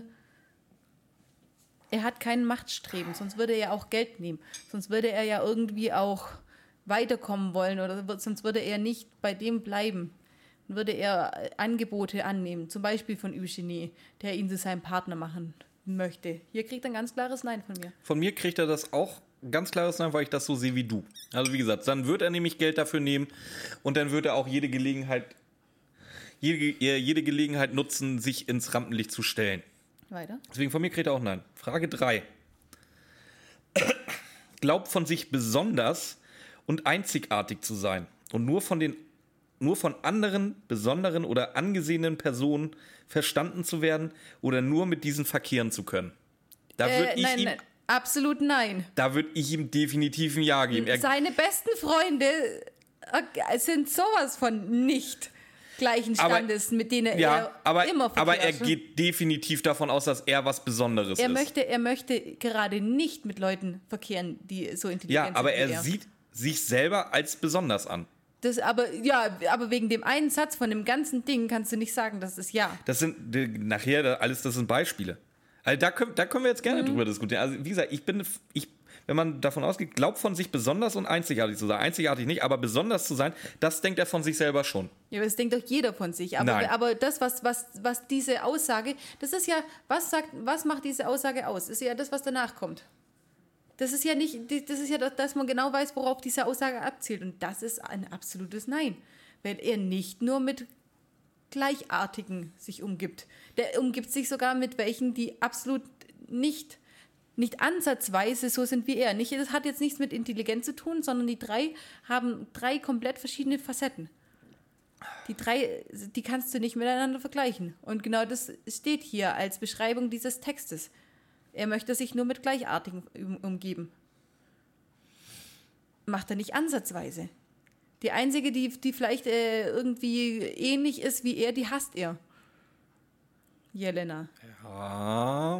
er hat kein Machtstreben, sonst würde er auch Geld nehmen. Sonst würde er ja irgendwie auch weiterkommen wollen oder wird, sonst würde er nicht bei dem bleiben. Dann würde er Angebote annehmen, zum Beispiel von Eugenie, der ihn zu seinem Partner machen möchte. Hier kriegt er ein ganz klares Nein von mir. Von mir kriegt er das auch ganz klares Nein, weil ich das so sehe wie du. Also wie gesagt, dann wird er nämlich Geld dafür nehmen und dann wird er auch jede Gelegenheit, jede, jede Gelegenheit nutzen, sich ins Rampenlicht zu stellen. Weiter. Deswegen von mir kriegt er auch Nein. Frage drei. Glaubt von sich besonders und einzigartig zu sein und nur von den nur von anderen besonderen oder angesehenen Personen verstanden zu werden oder nur mit diesen verkehren zu können. Da Äh, würde ich nein, ihm nein, absolut nein. Da würde ich ihm definitiv ein Ja geben. Er, Seine besten Freunde äh, sind sowas von nicht gleichen Aber- Standes, mit denen ja, er aber, immer verkehrt. aber er geht definitiv davon aus, dass er was Besonderes er ist. möchte, er möchte gerade nicht mit Leuten verkehren, die so intelligent ja, sind aber wie er er. sieht sich selber als besonders an. Das aber, ja, aber wegen dem einen Satz von dem ganzen Ding kannst du nicht sagen, das ist ja. Das sind die- nachher da- alles, das sind Beispiele. Also da können, da können wir jetzt gerne Mhm. drüber diskutieren. Also wie gesagt, ich bin, ich, wenn man davon ausgeht, glaubt von sich besonders und einzigartig zu sein. Einzigartig nicht, aber besonders zu sein, das denkt er von sich selber schon. Ja, aber das denkt doch jeder von sich. Aber, Nein. aber das, was, was, was diese Aussage, das ist ja, was sagt, was macht diese Aussage aus? Das ist ja das, was danach kommt. Das ist ja nicht, das ist ja, dass man genau weiß, worauf diese Aussage abzielt. Und das ist ein absolutes Nein. Weil er nicht nur mit Gleichartigen sich umgibt. Der umgibt sich sogar mit welchen, die absolut nicht, nicht ansatzweise so sind wie er. Nicht, das hat jetzt nichts mit Intelligenz zu tun, sondern die drei haben drei komplett verschiedene Facetten. Die drei, die kannst du nicht miteinander vergleichen. Und genau das steht hier als Beschreibung dieses Textes. Er möchte sich nur mit Gleichartigen um- umgeben. Macht er nicht ansatzweise. Die einzige, die, die vielleicht äh, irgendwie ähnlich ist wie er, die hasst er. Jelena. Ja.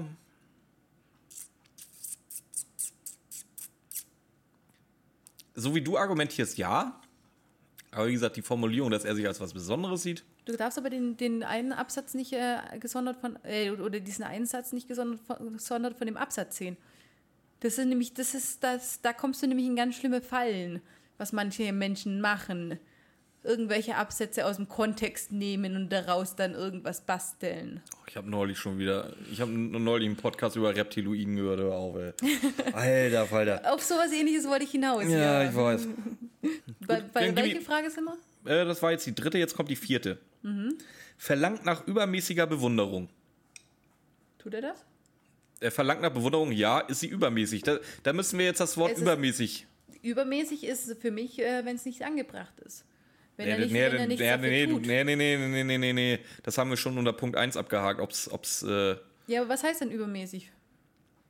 So wie du argumentierst, ja. Aber wie gesagt, die Formulierung, dass er sich als was Besonderes sieht. Du darfst aber den, den einen Absatz nicht äh, gesondert von, äh, oder diesen einen Satz nicht gesondert von, gesondert von dem Absatz sehen. Das ist nämlich, das ist das, da kommst du nämlich in ganz schlimme Fallen, was manche Menschen machen. Irgendwelche Absätze aus dem Kontext nehmen und daraus dann irgendwas basteln. Ich habe neulich schon wieder, ich habe neulich einen Podcast über Reptiloiden gehört, hör auf, ey. Alter Falter. Auf sowas Ähnliches wollte ich hinaus. Ja, ich weiß. Bei, bei dann gib welche ich- Frage sind wir? Äh, das war jetzt die dritte, jetzt kommt die vierte. Mhm. Verlangt nach übermäßiger Bewunderung. Tut er das? Er verlangt nach Bewunderung, ja, ist sie übermäßig. Da, da müssen wir jetzt das Wort Es ist- übermäßig. Übermäßig ist es für mich, äh, wenn es nicht angebracht ist. Wenn er Nee, nicht, nee, wenn er nichts nee, dafür nee, tut. nee, nee, nee, nee, nee, nee, nee. Das haben wir schon unter Punkt eins abgehakt, ob's, ob's, äh, Ja, aber was heißt denn übermäßig?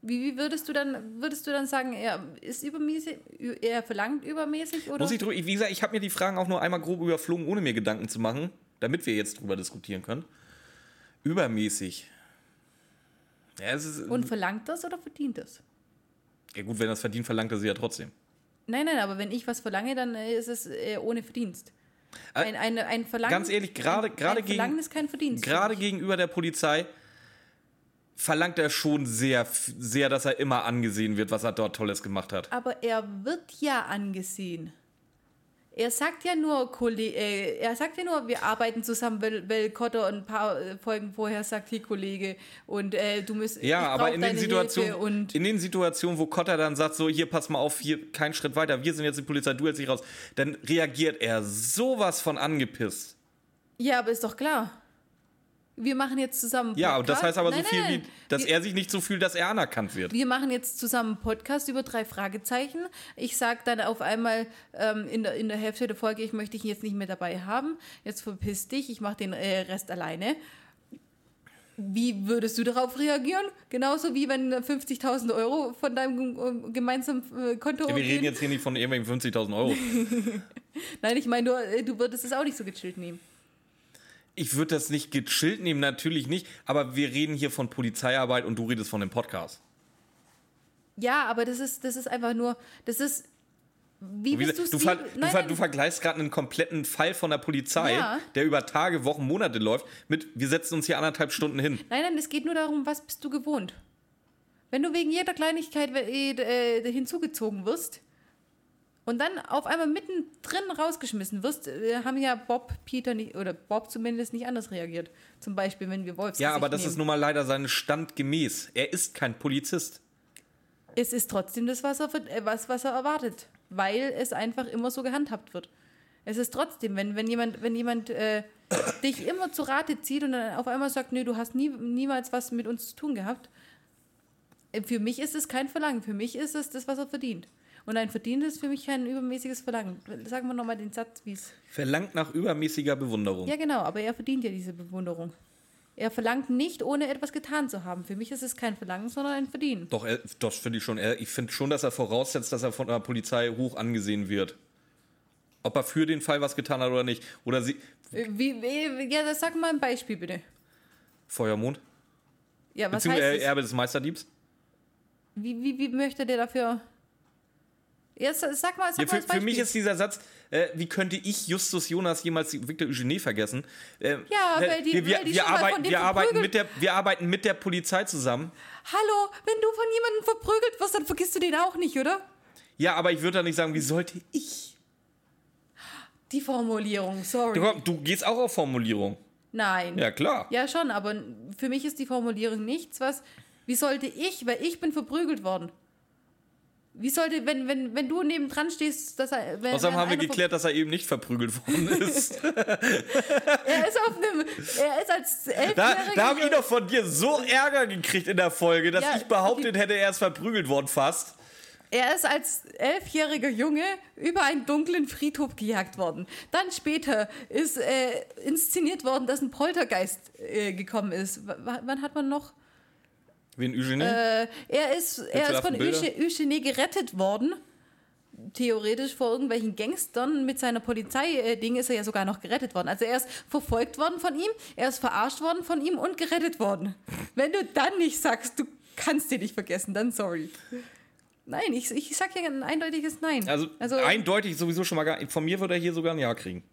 Wie, wie würdest du dann würdest du dann sagen, er ist übermäßig, er verlangt übermäßig oder? Muss ich drüber, wie gesagt, ich habe mir die Fragen auch nur einmal grob überflogen, ohne mir Gedanken zu machen, damit wir jetzt drüber diskutieren können. Übermäßig. Ja, es ist, Und verlangt das oder verdient das? Ja gut, wenn er es verdient, verlangt er sie ja trotzdem. Nein, nein, aber wenn ich was verlange, dann ist es äh, ohne Verdienst. Ein, ein, ein Verlangen, Ganz ehrlich, gerade ein, gerade ein Verlangen gegen, ist kein Verdienst. gerade gegenüber der Polizei verlangt er schon sehr, sehr, dass er immer angesehen wird, was er dort Tolles gemacht hat. Aber er wird ja angesehen. Er sagt ja nur, Kollege, äh, er sagt ja nur, wir arbeiten zusammen, weil, weil Kotter ein paar äh, Folgen vorher sagt, hey Kollege, und äh, du musst. Ja, aber in den, Situationen, und in den Situationen, wo Kotter dann sagt, so, hier, pass mal auf, hier, kein Schritt weiter, wir sind jetzt die Polizei, du hältst dich raus, dann reagiert er sowas von angepisst. Ja, aber ist doch klar. Wir machen jetzt zusammen Podcast. Ja, und das heißt aber nein, so viel, nein, nein. wie, dass wir, er sich nicht so fühlt, dass er anerkannt wird. Wir machen jetzt zusammen einen Podcast über drei Fragezeichen. Ich sage dann auf einmal ähm, in, der, in der Hälfte der Folge, ich möchte dich jetzt nicht mehr dabei haben. Jetzt verpiss dich, ich mache den äh, Rest alleine. Wie würdest du darauf reagieren? Genauso wie wenn fünfzigtausend Euro von deinem gemeinsamen äh, Konto ja, wir reden jetzt hier nicht von irgendwelchen fünfzigtausend Euro. Nein, ich meine, du, du würdest es auch nicht so gechillt nehmen. Ich würde das nicht gechillt nehmen, natürlich nicht, aber wir reden hier von Polizeiarbeit und du redest von dem Podcast. Ja, aber das ist, das ist einfach nur, das ist, wie, wie bist du, du's, du, wie ver, nein, du, ver, nein. du vergleichst gerade einen kompletten Fall von der Polizei, Ja. der über Tage, Wochen, Monate läuft, mit wir setzen uns hier anderthalb Stunden hin. Nein, nein, es geht nur darum, was bist du gewohnt. Wenn du wegen jeder Kleinigkeit äh, hinzugezogen wirst und dann auf einmal mittendrin rausgeschmissen wirst, äh, haben ja Bob, Peter nicht, oder Bob zumindest nicht anders reagiert. Zum Beispiel, wenn wir Wolfs Ja, aber das nehmen. ist nun mal leider seinem Stand gemäß. Er ist kein Polizist. Es ist trotzdem das, was er, äh, was, was er erwartet, weil es einfach immer so gehandhabt wird. Es ist trotzdem, wenn, wenn jemand, wenn jemand äh, dich immer zu Rate zieht und dann auf einmal sagt, nö, du hast nie, niemals was mit uns zu tun gehabt, äh, für mich ist es kein Verlangen. Für mich ist es das, was er verdient. Und ein Verdienen ist für mich kein übermäßiges Verlangen. Sagen wir nochmal den Satz, wie es... Verlangt nach übermäßiger Bewunderung. Ja, genau, aber er verdient ja diese Bewunderung. Er verlangt nicht, ohne etwas getan zu haben. Für mich ist es kein Verlangen, sondern ein Verdienen. Doch, er, das finde ich schon. Er, ich finde schon, dass er voraussetzt, dass er von der Polizei hoch angesehen wird. Ob er für den Fall was getan hat oder nicht. Oder sie... Wie, wie, ja, sag mal ein Beispiel, bitte. Feuermond? Ja, was Beziehungsweise heißt es? Erbe des Meisterdiebs? Wie, wie, wie möchte der dafür... Ja, sag mal, sag Ja, mal für, als Beispiel. für mich ist dieser Satz, äh, wie könnte ich Justus Jonas jemals Victor Eugenie vergessen? Äh, Ja, äh, weil die- wir, wir, weil die wir, schon mal von arbeiten, dem wir, arbeiten verprügelt- mit der, wir arbeiten mit der Polizei zusammen. Hallo, wenn du von jemandem verprügelt wirst, dann vergisst du den auch nicht, oder? Ja, aber ich würde da nicht sagen, wie sollte ich? Die Formulierung, sorry. Du, du gehst auch auf Formulierung. Nein. Ja, klar. Ja, schon, aber für mich ist die Formulierung nichts, was... Wie sollte ich, weil ich bin verprügelt worden. Wie sollte, wenn, wenn, wenn du nebendran stehst, dass er... Wenn, Außerdem wenn haben wir einer geklärt, dass er eben nicht verprügelt worden ist. ver- Er ist auf einem... Er ist als Da, Elfjähriger... da habe ich doch von dir so Ärger gekriegt in der Folge, dass Ja, ich behauptet hätte, er ist verprügelt worden fast. Er ist als elfjähriger Junge über einen dunklen Friedhof gejagt worden. Dann später ist äh, inszeniert worden, dass ein Poltergeist äh, gekommen ist. W wann hat man noch... Wen Eugenie? Äh, er ist, er ist von Bilder? Euge- Eugenie gerettet worden. Theoretisch vor irgendwelchen Gangstern mit seiner Polizei-Ding ist er ja sogar noch gerettet worden. Also er ist verfolgt worden von ihm, er ist verarscht worden von ihm und gerettet worden. Wenn du dann nicht sagst, du kannst den nicht vergessen, dann sorry. Nein, ich, ich sag hier ein eindeutiges Nein. Also, also eindeutig sowieso schon mal gar von mir würde er hier sogar ein Ja kriegen.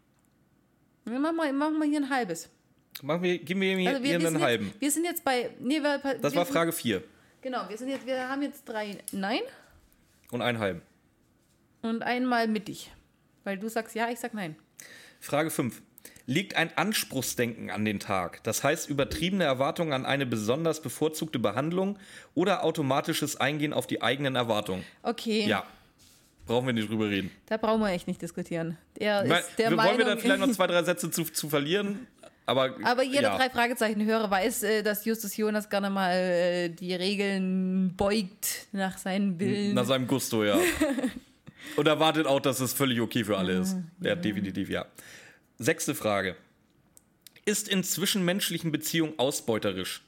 machen wir, machen wir hier ein halbes. Machen wir, geben wir ihm hier, Also wir, hier wir, einen sind halben. jetzt, wir sind jetzt bei... Nee, wir, Das wir war sind, Frage vier. Genau, wir, sind jetzt, wir haben jetzt drei Nein Und einen halben. und einmal mittig. Weil du sagst Ja, ich sag Nein. Frage fünf. Liegt ein Anspruchsdenken an den Tag? Das heißt, übertriebene Erwartungen an eine besonders bevorzugte Behandlung oder automatisches Eingehen auf die eigenen Erwartungen? Okay. Ja. Brauchen wir nicht drüber reden. Da brauchen wir echt nicht diskutieren. Er ist Weil, der wollen Meinung, wir dann vielleicht noch zwei, drei Sätze zu, zu verlieren? Aber, aber jeder ja. drei Fragezeichen-Hörer weiß, äh, dass Justus Jonas gerne mal äh, die Regeln beugt nach seinen Willen. Nach seinem Gusto, ja. Und erwartet auch, dass es völlig okay für alle ist. Ja, definitiv, ja. Sechste Frage. Ist in zwischenmenschlichen Beziehungen ausbeuterisch?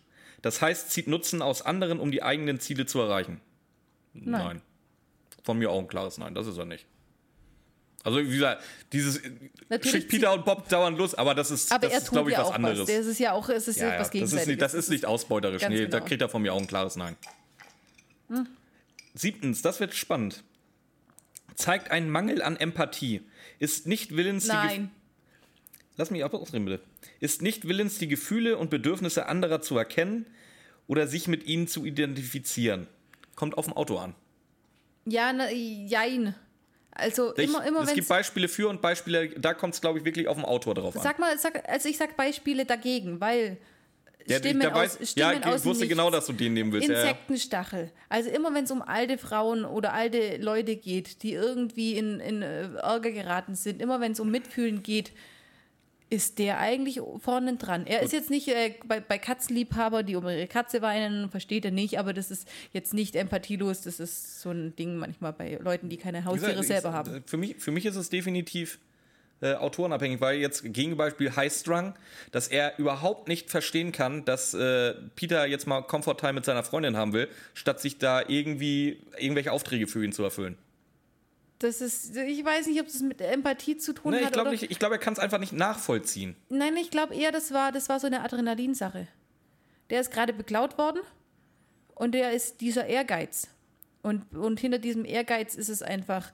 Das heißt, zieht Nutzen aus anderen, um die eigenen Ziele zu erreichen. Nein. Nein. Von mir auch ein klares Nein, das ist er nicht. Also wie gesagt, dieses schickt Peter und Bob dauernd los, aber das ist, aber das ist glaube ich, was anderes. Was. Das ist ja auch es ist ja, was ja, das ist nicht, das ist nicht ausbeuterisch. Nee, genau. Da kriegt er von mir auch ein klares Nein. Hm. Siebtens, das wird spannend. Zeigt einen Mangel an Empathie. Ist nicht willens... Nein. Lass mich auch ausreden, bitte. Ist nicht willens, die Gefühle und Bedürfnisse anderer zu erkennen oder sich mit ihnen zu identifizieren. Kommt auf dem Auto an. Ja, na, jein. Also ich, immer, immer es gibt Beispiele für und Beispiele, da kommt es, glaube ich, wirklich auf den Autor drauf an. Sag mal, sag, also ich sag Beispiele dagegen, weil ja, Stimmen ich, weiß, aus Stimmen ja, ich wusste nichts. genau, dass du den nehmen willst. Insektenstachel. Also immer, wenn es um alte Frauen oder alte Leute geht, die irgendwie in, in Ärger geraten sind, immer wenn es um Mitfühlen geht, ist der eigentlich vorne dran. Er ist jetzt nicht äh, bei, bei Katzenliebhaber, die um ihre Katze weinen, versteht er nicht, aber das ist jetzt nicht empathielos, das ist so ein Ding manchmal bei Leuten, die keine Haustiere ich, selber haben. Für mich, für mich ist es definitiv äh, autorenabhängig, weil jetzt Gegenbeispiel Highstrung, dass er überhaupt nicht verstehen kann, dass äh, Peter jetzt mal Comfort Time mit seiner Freundin haben will, statt sich da irgendwie irgendwelche Aufträge für ihn zu erfüllen. Das ist, ich weiß nicht, ob das mit Empathie zu tun nee, hat. Ich glaube, glaub, er kann es einfach nicht nachvollziehen. Nein, ich glaube eher, das war, das war so eine Adrenalinsache. Der ist gerade beklaut worden und der ist dieser Ehrgeiz. Und, und hinter diesem Ehrgeiz ist es einfach,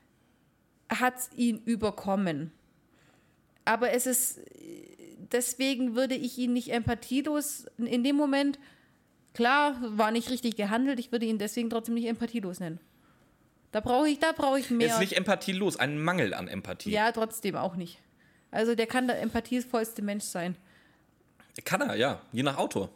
hat es ihn überkommen. Aber es ist, deswegen würde ich ihn nicht empathielos in dem Moment, klar, war nicht richtig gehandelt, ich würde ihn deswegen trotzdem nicht empathielos nennen. Da brauche ich, da brauche ich mehr. Ist nicht empathielos, ein Mangel an Empathie. Ja, trotzdem auch nicht. Also der kann der empathievollste Mensch sein. Kann er, ja, je nach Autor.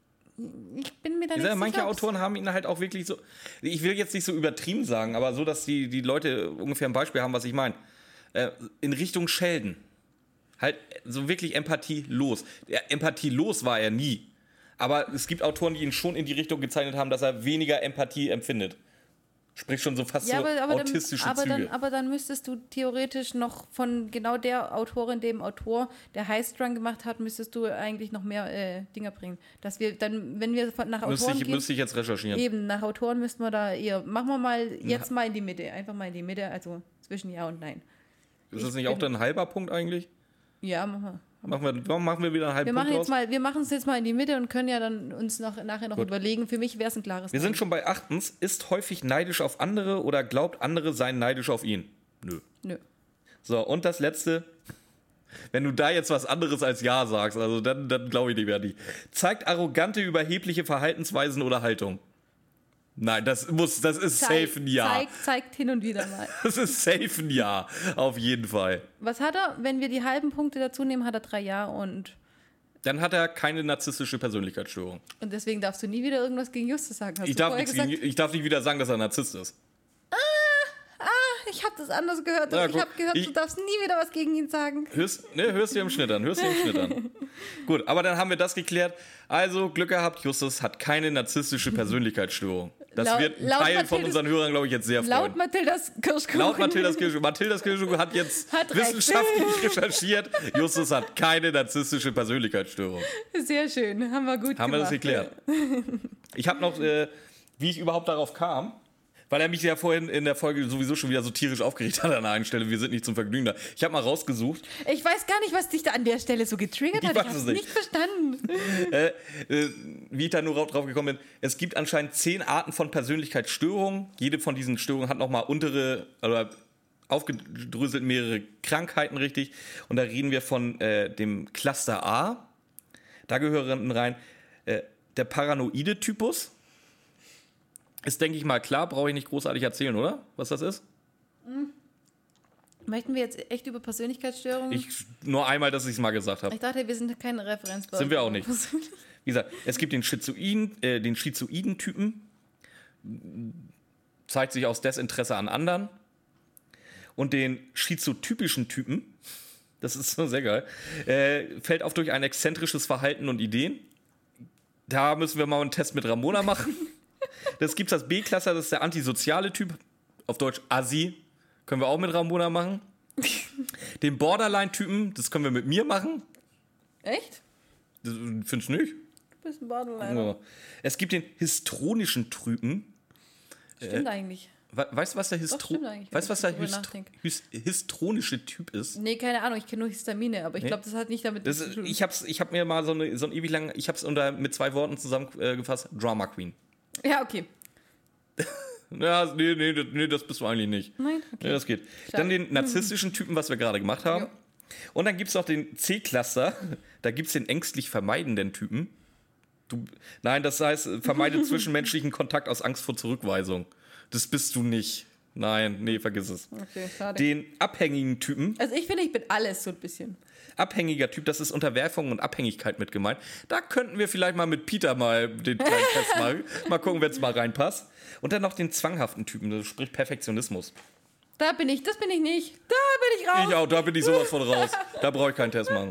Ich bin mir da nicht sicher. sicher. Manche Autoren haben ihn halt auch wirklich so, ich will jetzt nicht so übertrieben sagen, aber so, dass die, die Leute ungefähr ein Beispiel haben, was ich meine. Äh, in Richtung Sheldon. Halt so wirklich empathielos. Ja, empathielos war er nie. Aber es gibt Autoren, die ihn schon in die Richtung gezeichnet haben, dass er weniger Empathie empfindet. Sprich schon so fast ja, so aber, aber autistische dann, aber Züge. Dann, aber dann müsstest du theoretisch noch von genau der Autorin, dem Autor, der Highstrung gemacht hat, müsstest du eigentlich noch mehr äh, Dinger bringen. Dass wir dann, wenn wir von, nach Autoren müsste ich, gehen... Müsste ich jetzt recherchieren. Eben, nach Autoren müssten wir da eher... Machen wir mal jetzt mal in die Mitte. Einfach mal in die Mitte, also zwischen Ja und Nein. Ist das nicht auch dann ein halber Punkt eigentlich? Ja, machen wir. Machen wir, machen wir wieder einen halben wir machen Punkt jetzt mal, Wir machen es jetzt mal in die Mitte und können ja dann uns noch, nachher noch Gut. überlegen. Für mich wäre es ein klares Wir Nein. sind schon bei achtens. Ist häufig neidisch auf andere oder glaubt, andere seien neidisch auf ihn? Nö. Nö. So, und das Letzte. Wenn du da jetzt was anderes als Ja sagst, also dann, dann glaube ich nicht mehr nicht. Zeigt arrogante, überhebliche Verhaltensweisen oder Haltung? Nein, das muss, das ist Zeig, safe ein Ja. Zeigt, zeigt hin und wieder mal. Das ist safe ein Ja, auf jeden Fall. Was hat er? Wenn wir die halben Punkte dazu nehmen, hat er drei Ja und... Dann hat er keine narzisstische Persönlichkeitsstörung. Und deswegen darfst du nie wieder irgendwas gegen Justus sagen. Hast ich, du darf nichts gegen, ich darf nicht wieder sagen, dass er Narzisst ist. Ah, ah, ich habe das anders gehört. Ja, ich habe gehört, ich, du darfst nie wieder was gegen ihn sagen. Hörst, ne, hörst du im Schnitt an, hörst du im Schnitt an. Gut, aber dann haben wir das geklärt. Also, Glück gehabt, Justus hat keine narzisstische Persönlichkeitsstörung. Das laut, wird ein Teil Mathildes, von unseren Hörern, glaube ich, jetzt sehr freuen. Laut Mathildas Kirschkuchen. Laut Mathildas Kirschkuchen. Mathildas Kirschkuchen hat jetzt hat wissenschaftlich recherchiert. Justus hat keine narzisstische Persönlichkeitsstörung. Sehr schön, haben wir gut haben gemacht. Haben wir das geklärt. Ich habe noch, äh, wie ich überhaupt darauf kam, weil er mich ja vorhin in der Folge sowieso schon wieder so tierisch aufgeregt hat an einer Stelle. Wir sind nicht zum Vergnügen da. Ich habe mal rausgesucht. Ich weiß gar nicht, was dich da an der Stelle so getriggert ich hat. Ich habe es nicht. nicht verstanden. äh, äh, wie ich da nur drauf gekommen bin. Es gibt anscheinend zehn Arten von Persönlichkeitsstörungen. Jede von diesen Störungen hat nochmal untere, oder aufgedröselt mehrere Krankheiten, richtig. Und da reden wir von äh, dem Cluster A. Da gehören rein äh, der paranoide Typus. Ist, denke ich mal, klar, brauche ich nicht großartig erzählen, oder? Was das ist? Mhm. Möchten wir jetzt echt über Persönlichkeitsstörungen? Ich, nur einmal, dass ich es mal gesagt habe. Ich dachte, wir sind keine Referenz. Sind wir auch nicht. Wie gesagt, es gibt den Schizoiden, äh, den schizoiden Typen. Zeigt sich aus Desinteresse an anderen. Und den schizotypischen Typen, das ist so sehr geil, äh, fällt auf durch ein exzentrisches Verhalten und Ideen. Da müssen wir mal einen Test mit Ramona machen. Das gibt es als B-Klasse, das ist der antisoziale Typ. Auf Deutsch Assi. Können wir auch mit Ramona machen. Den Borderline-Typen, das können wir mit mir machen. Echt? Das, findest du nicht? bisschen Borderline. Ja. Es gibt den histronischen Typen. Stimmt äh, eigentlich. We weißt du, was der, Histro Doch, weißt, was der Hist Hist histronische Typ ist? Nee, keine Ahnung, ich kenne nur Histamine, aber ich nee? glaube, das hat nicht damit das, zu tun. Ich habe ich hab mir mal so, eine, so ein ewig lang, ich habe es mit zwei Worten zusammengefasst, Drama Queen. Ja, okay. Ja, nee, nee, nee, das bist du eigentlich nicht. Nein, okay. Nee, das geht. Schade. Dann den narzisstischen Typen, was wir gerade gemacht haben. Jo. Und dann gibt es noch den C-Cluster. Da gibt es den ängstlich vermeidenden Typen. Du, nein, das heißt, vermeide zwischenmenschlichen Kontakt aus Angst vor Zurückweisung. Das bist du nicht. Nein, nee, vergiss es. Okay, schade. Den abhängigen Typen. Also ich finde, ich bin alles so ein bisschen. Abhängiger Typ, das ist Unterwerfung und Abhängigkeit mit gemeint. Da könnten wir vielleicht mal mit Peter mal den kleinen Test machen. Mal gucken, wenn es mal reinpasst. Und dann noch den zwanghaften Typen, das spricht Perfektionismus. Da bin ich, das bin ich nicht. Da bin ich raus. Ich auch, da bin ich sowas von raus. Da brauche ich keinen Test machen.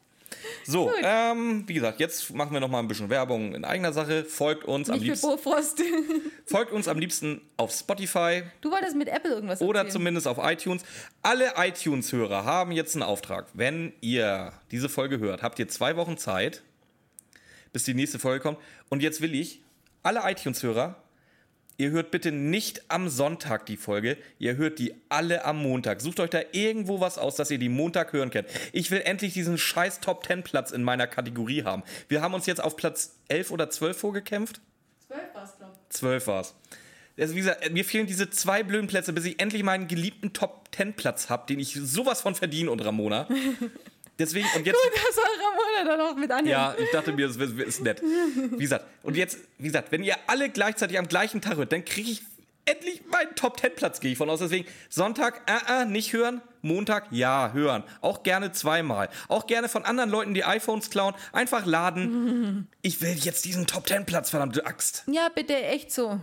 So, ähm, wie gesagt, jetzt machen wir noch mal ein bisschen Werbung in eigener Sache. Folgt uns Nicht am liebsten. Für Bofrost. Folgt uns am liebsten auf Spotify. Du wolltest mit Apple irgendwas erzählen. Oder zumindest auf iTunes. Alle iTunes-Hörer haben jetzt einen Auftrag. Wenn ihr diese Folge hört, habt ihr zwei Wochen Zeit, bis die nächste Folge kommt. Und jetzt will ich, alle iTunes-Hörer, ihr hört bitte nicht am Sonntag die Folge, ihr hört die alle am Montag. Sucht euch da irgendwo was aus, dass ihr die Montag hören könnt. Ich will endlich diesen scheiß Top zehn Platz in meiner Kategorie haben. Wir haben uns jetzt auf Platz elf oder zwölf vorgekämpft. zwölf war es, glaube ich. zwölf war es. Also wie gesagt, mir fehlen diese zwei blöden Plätze, bis ich endlich meinen geliebten Top zehn Platz habe, den ich sowas von verdiene und Ramona. Deswegen, und jetzt. Gut, dass Ramona da noch mit anhängt. Ja, ich dachte mir, das ist nett. Wie gesagt, und jetzt, wie gesagt, wenn ihr alle gleichzeitig am gleichen Tag hört, dann kriege ich endlich meinen Top zehn Platz, gehe ich von aus. Deswegen, Sonntag, äh, äh, nicht hören, Montag, ja, hören. Auch gerne zweimal. Auch gerne von anderen Leuten, die iPhones klauen, einfach laden. Ich will jetzt diesen Top zehn Platz, verdammte Axt. Ja, bitte, echt so.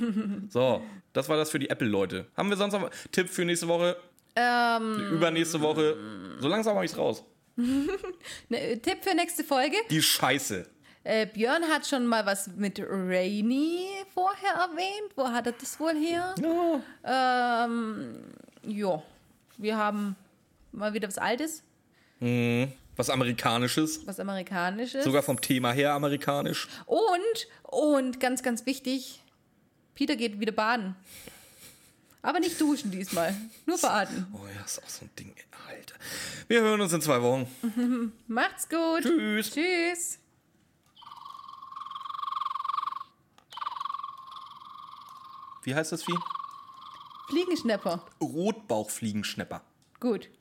So, das war das für die Apple-Leute. Haben wir sonst noch einen Tipp für nächste Woche? Ähm. Übernächste Woche? So langsam mache ich es raus. Ne, Tipp für nächste Folge. Die Scheiße. Äh, Björn hat schon mal was mit Rainy vorher erwähnt. Wo hat er das wohl her? Ja. Ähm, ja. Wir haben mal wieder was Altes. Mhm. Was Amerikanisches. Was Amerikanisches. Sogar vom Thema her amerikanisch. Und, und ganz, ganz wichtig, Peter geht wieder baden. Aber nicht duschen diesmal. Nur baden. Oh ja, ist auch so ein Ding. Alter. Wir hören uns in zwei Wochen. Macht's gut. Tschüss. Tschüss. Wie heißt das Vieh? Fliegenschnapper. Rotbauchfliegenschnapper. Gut.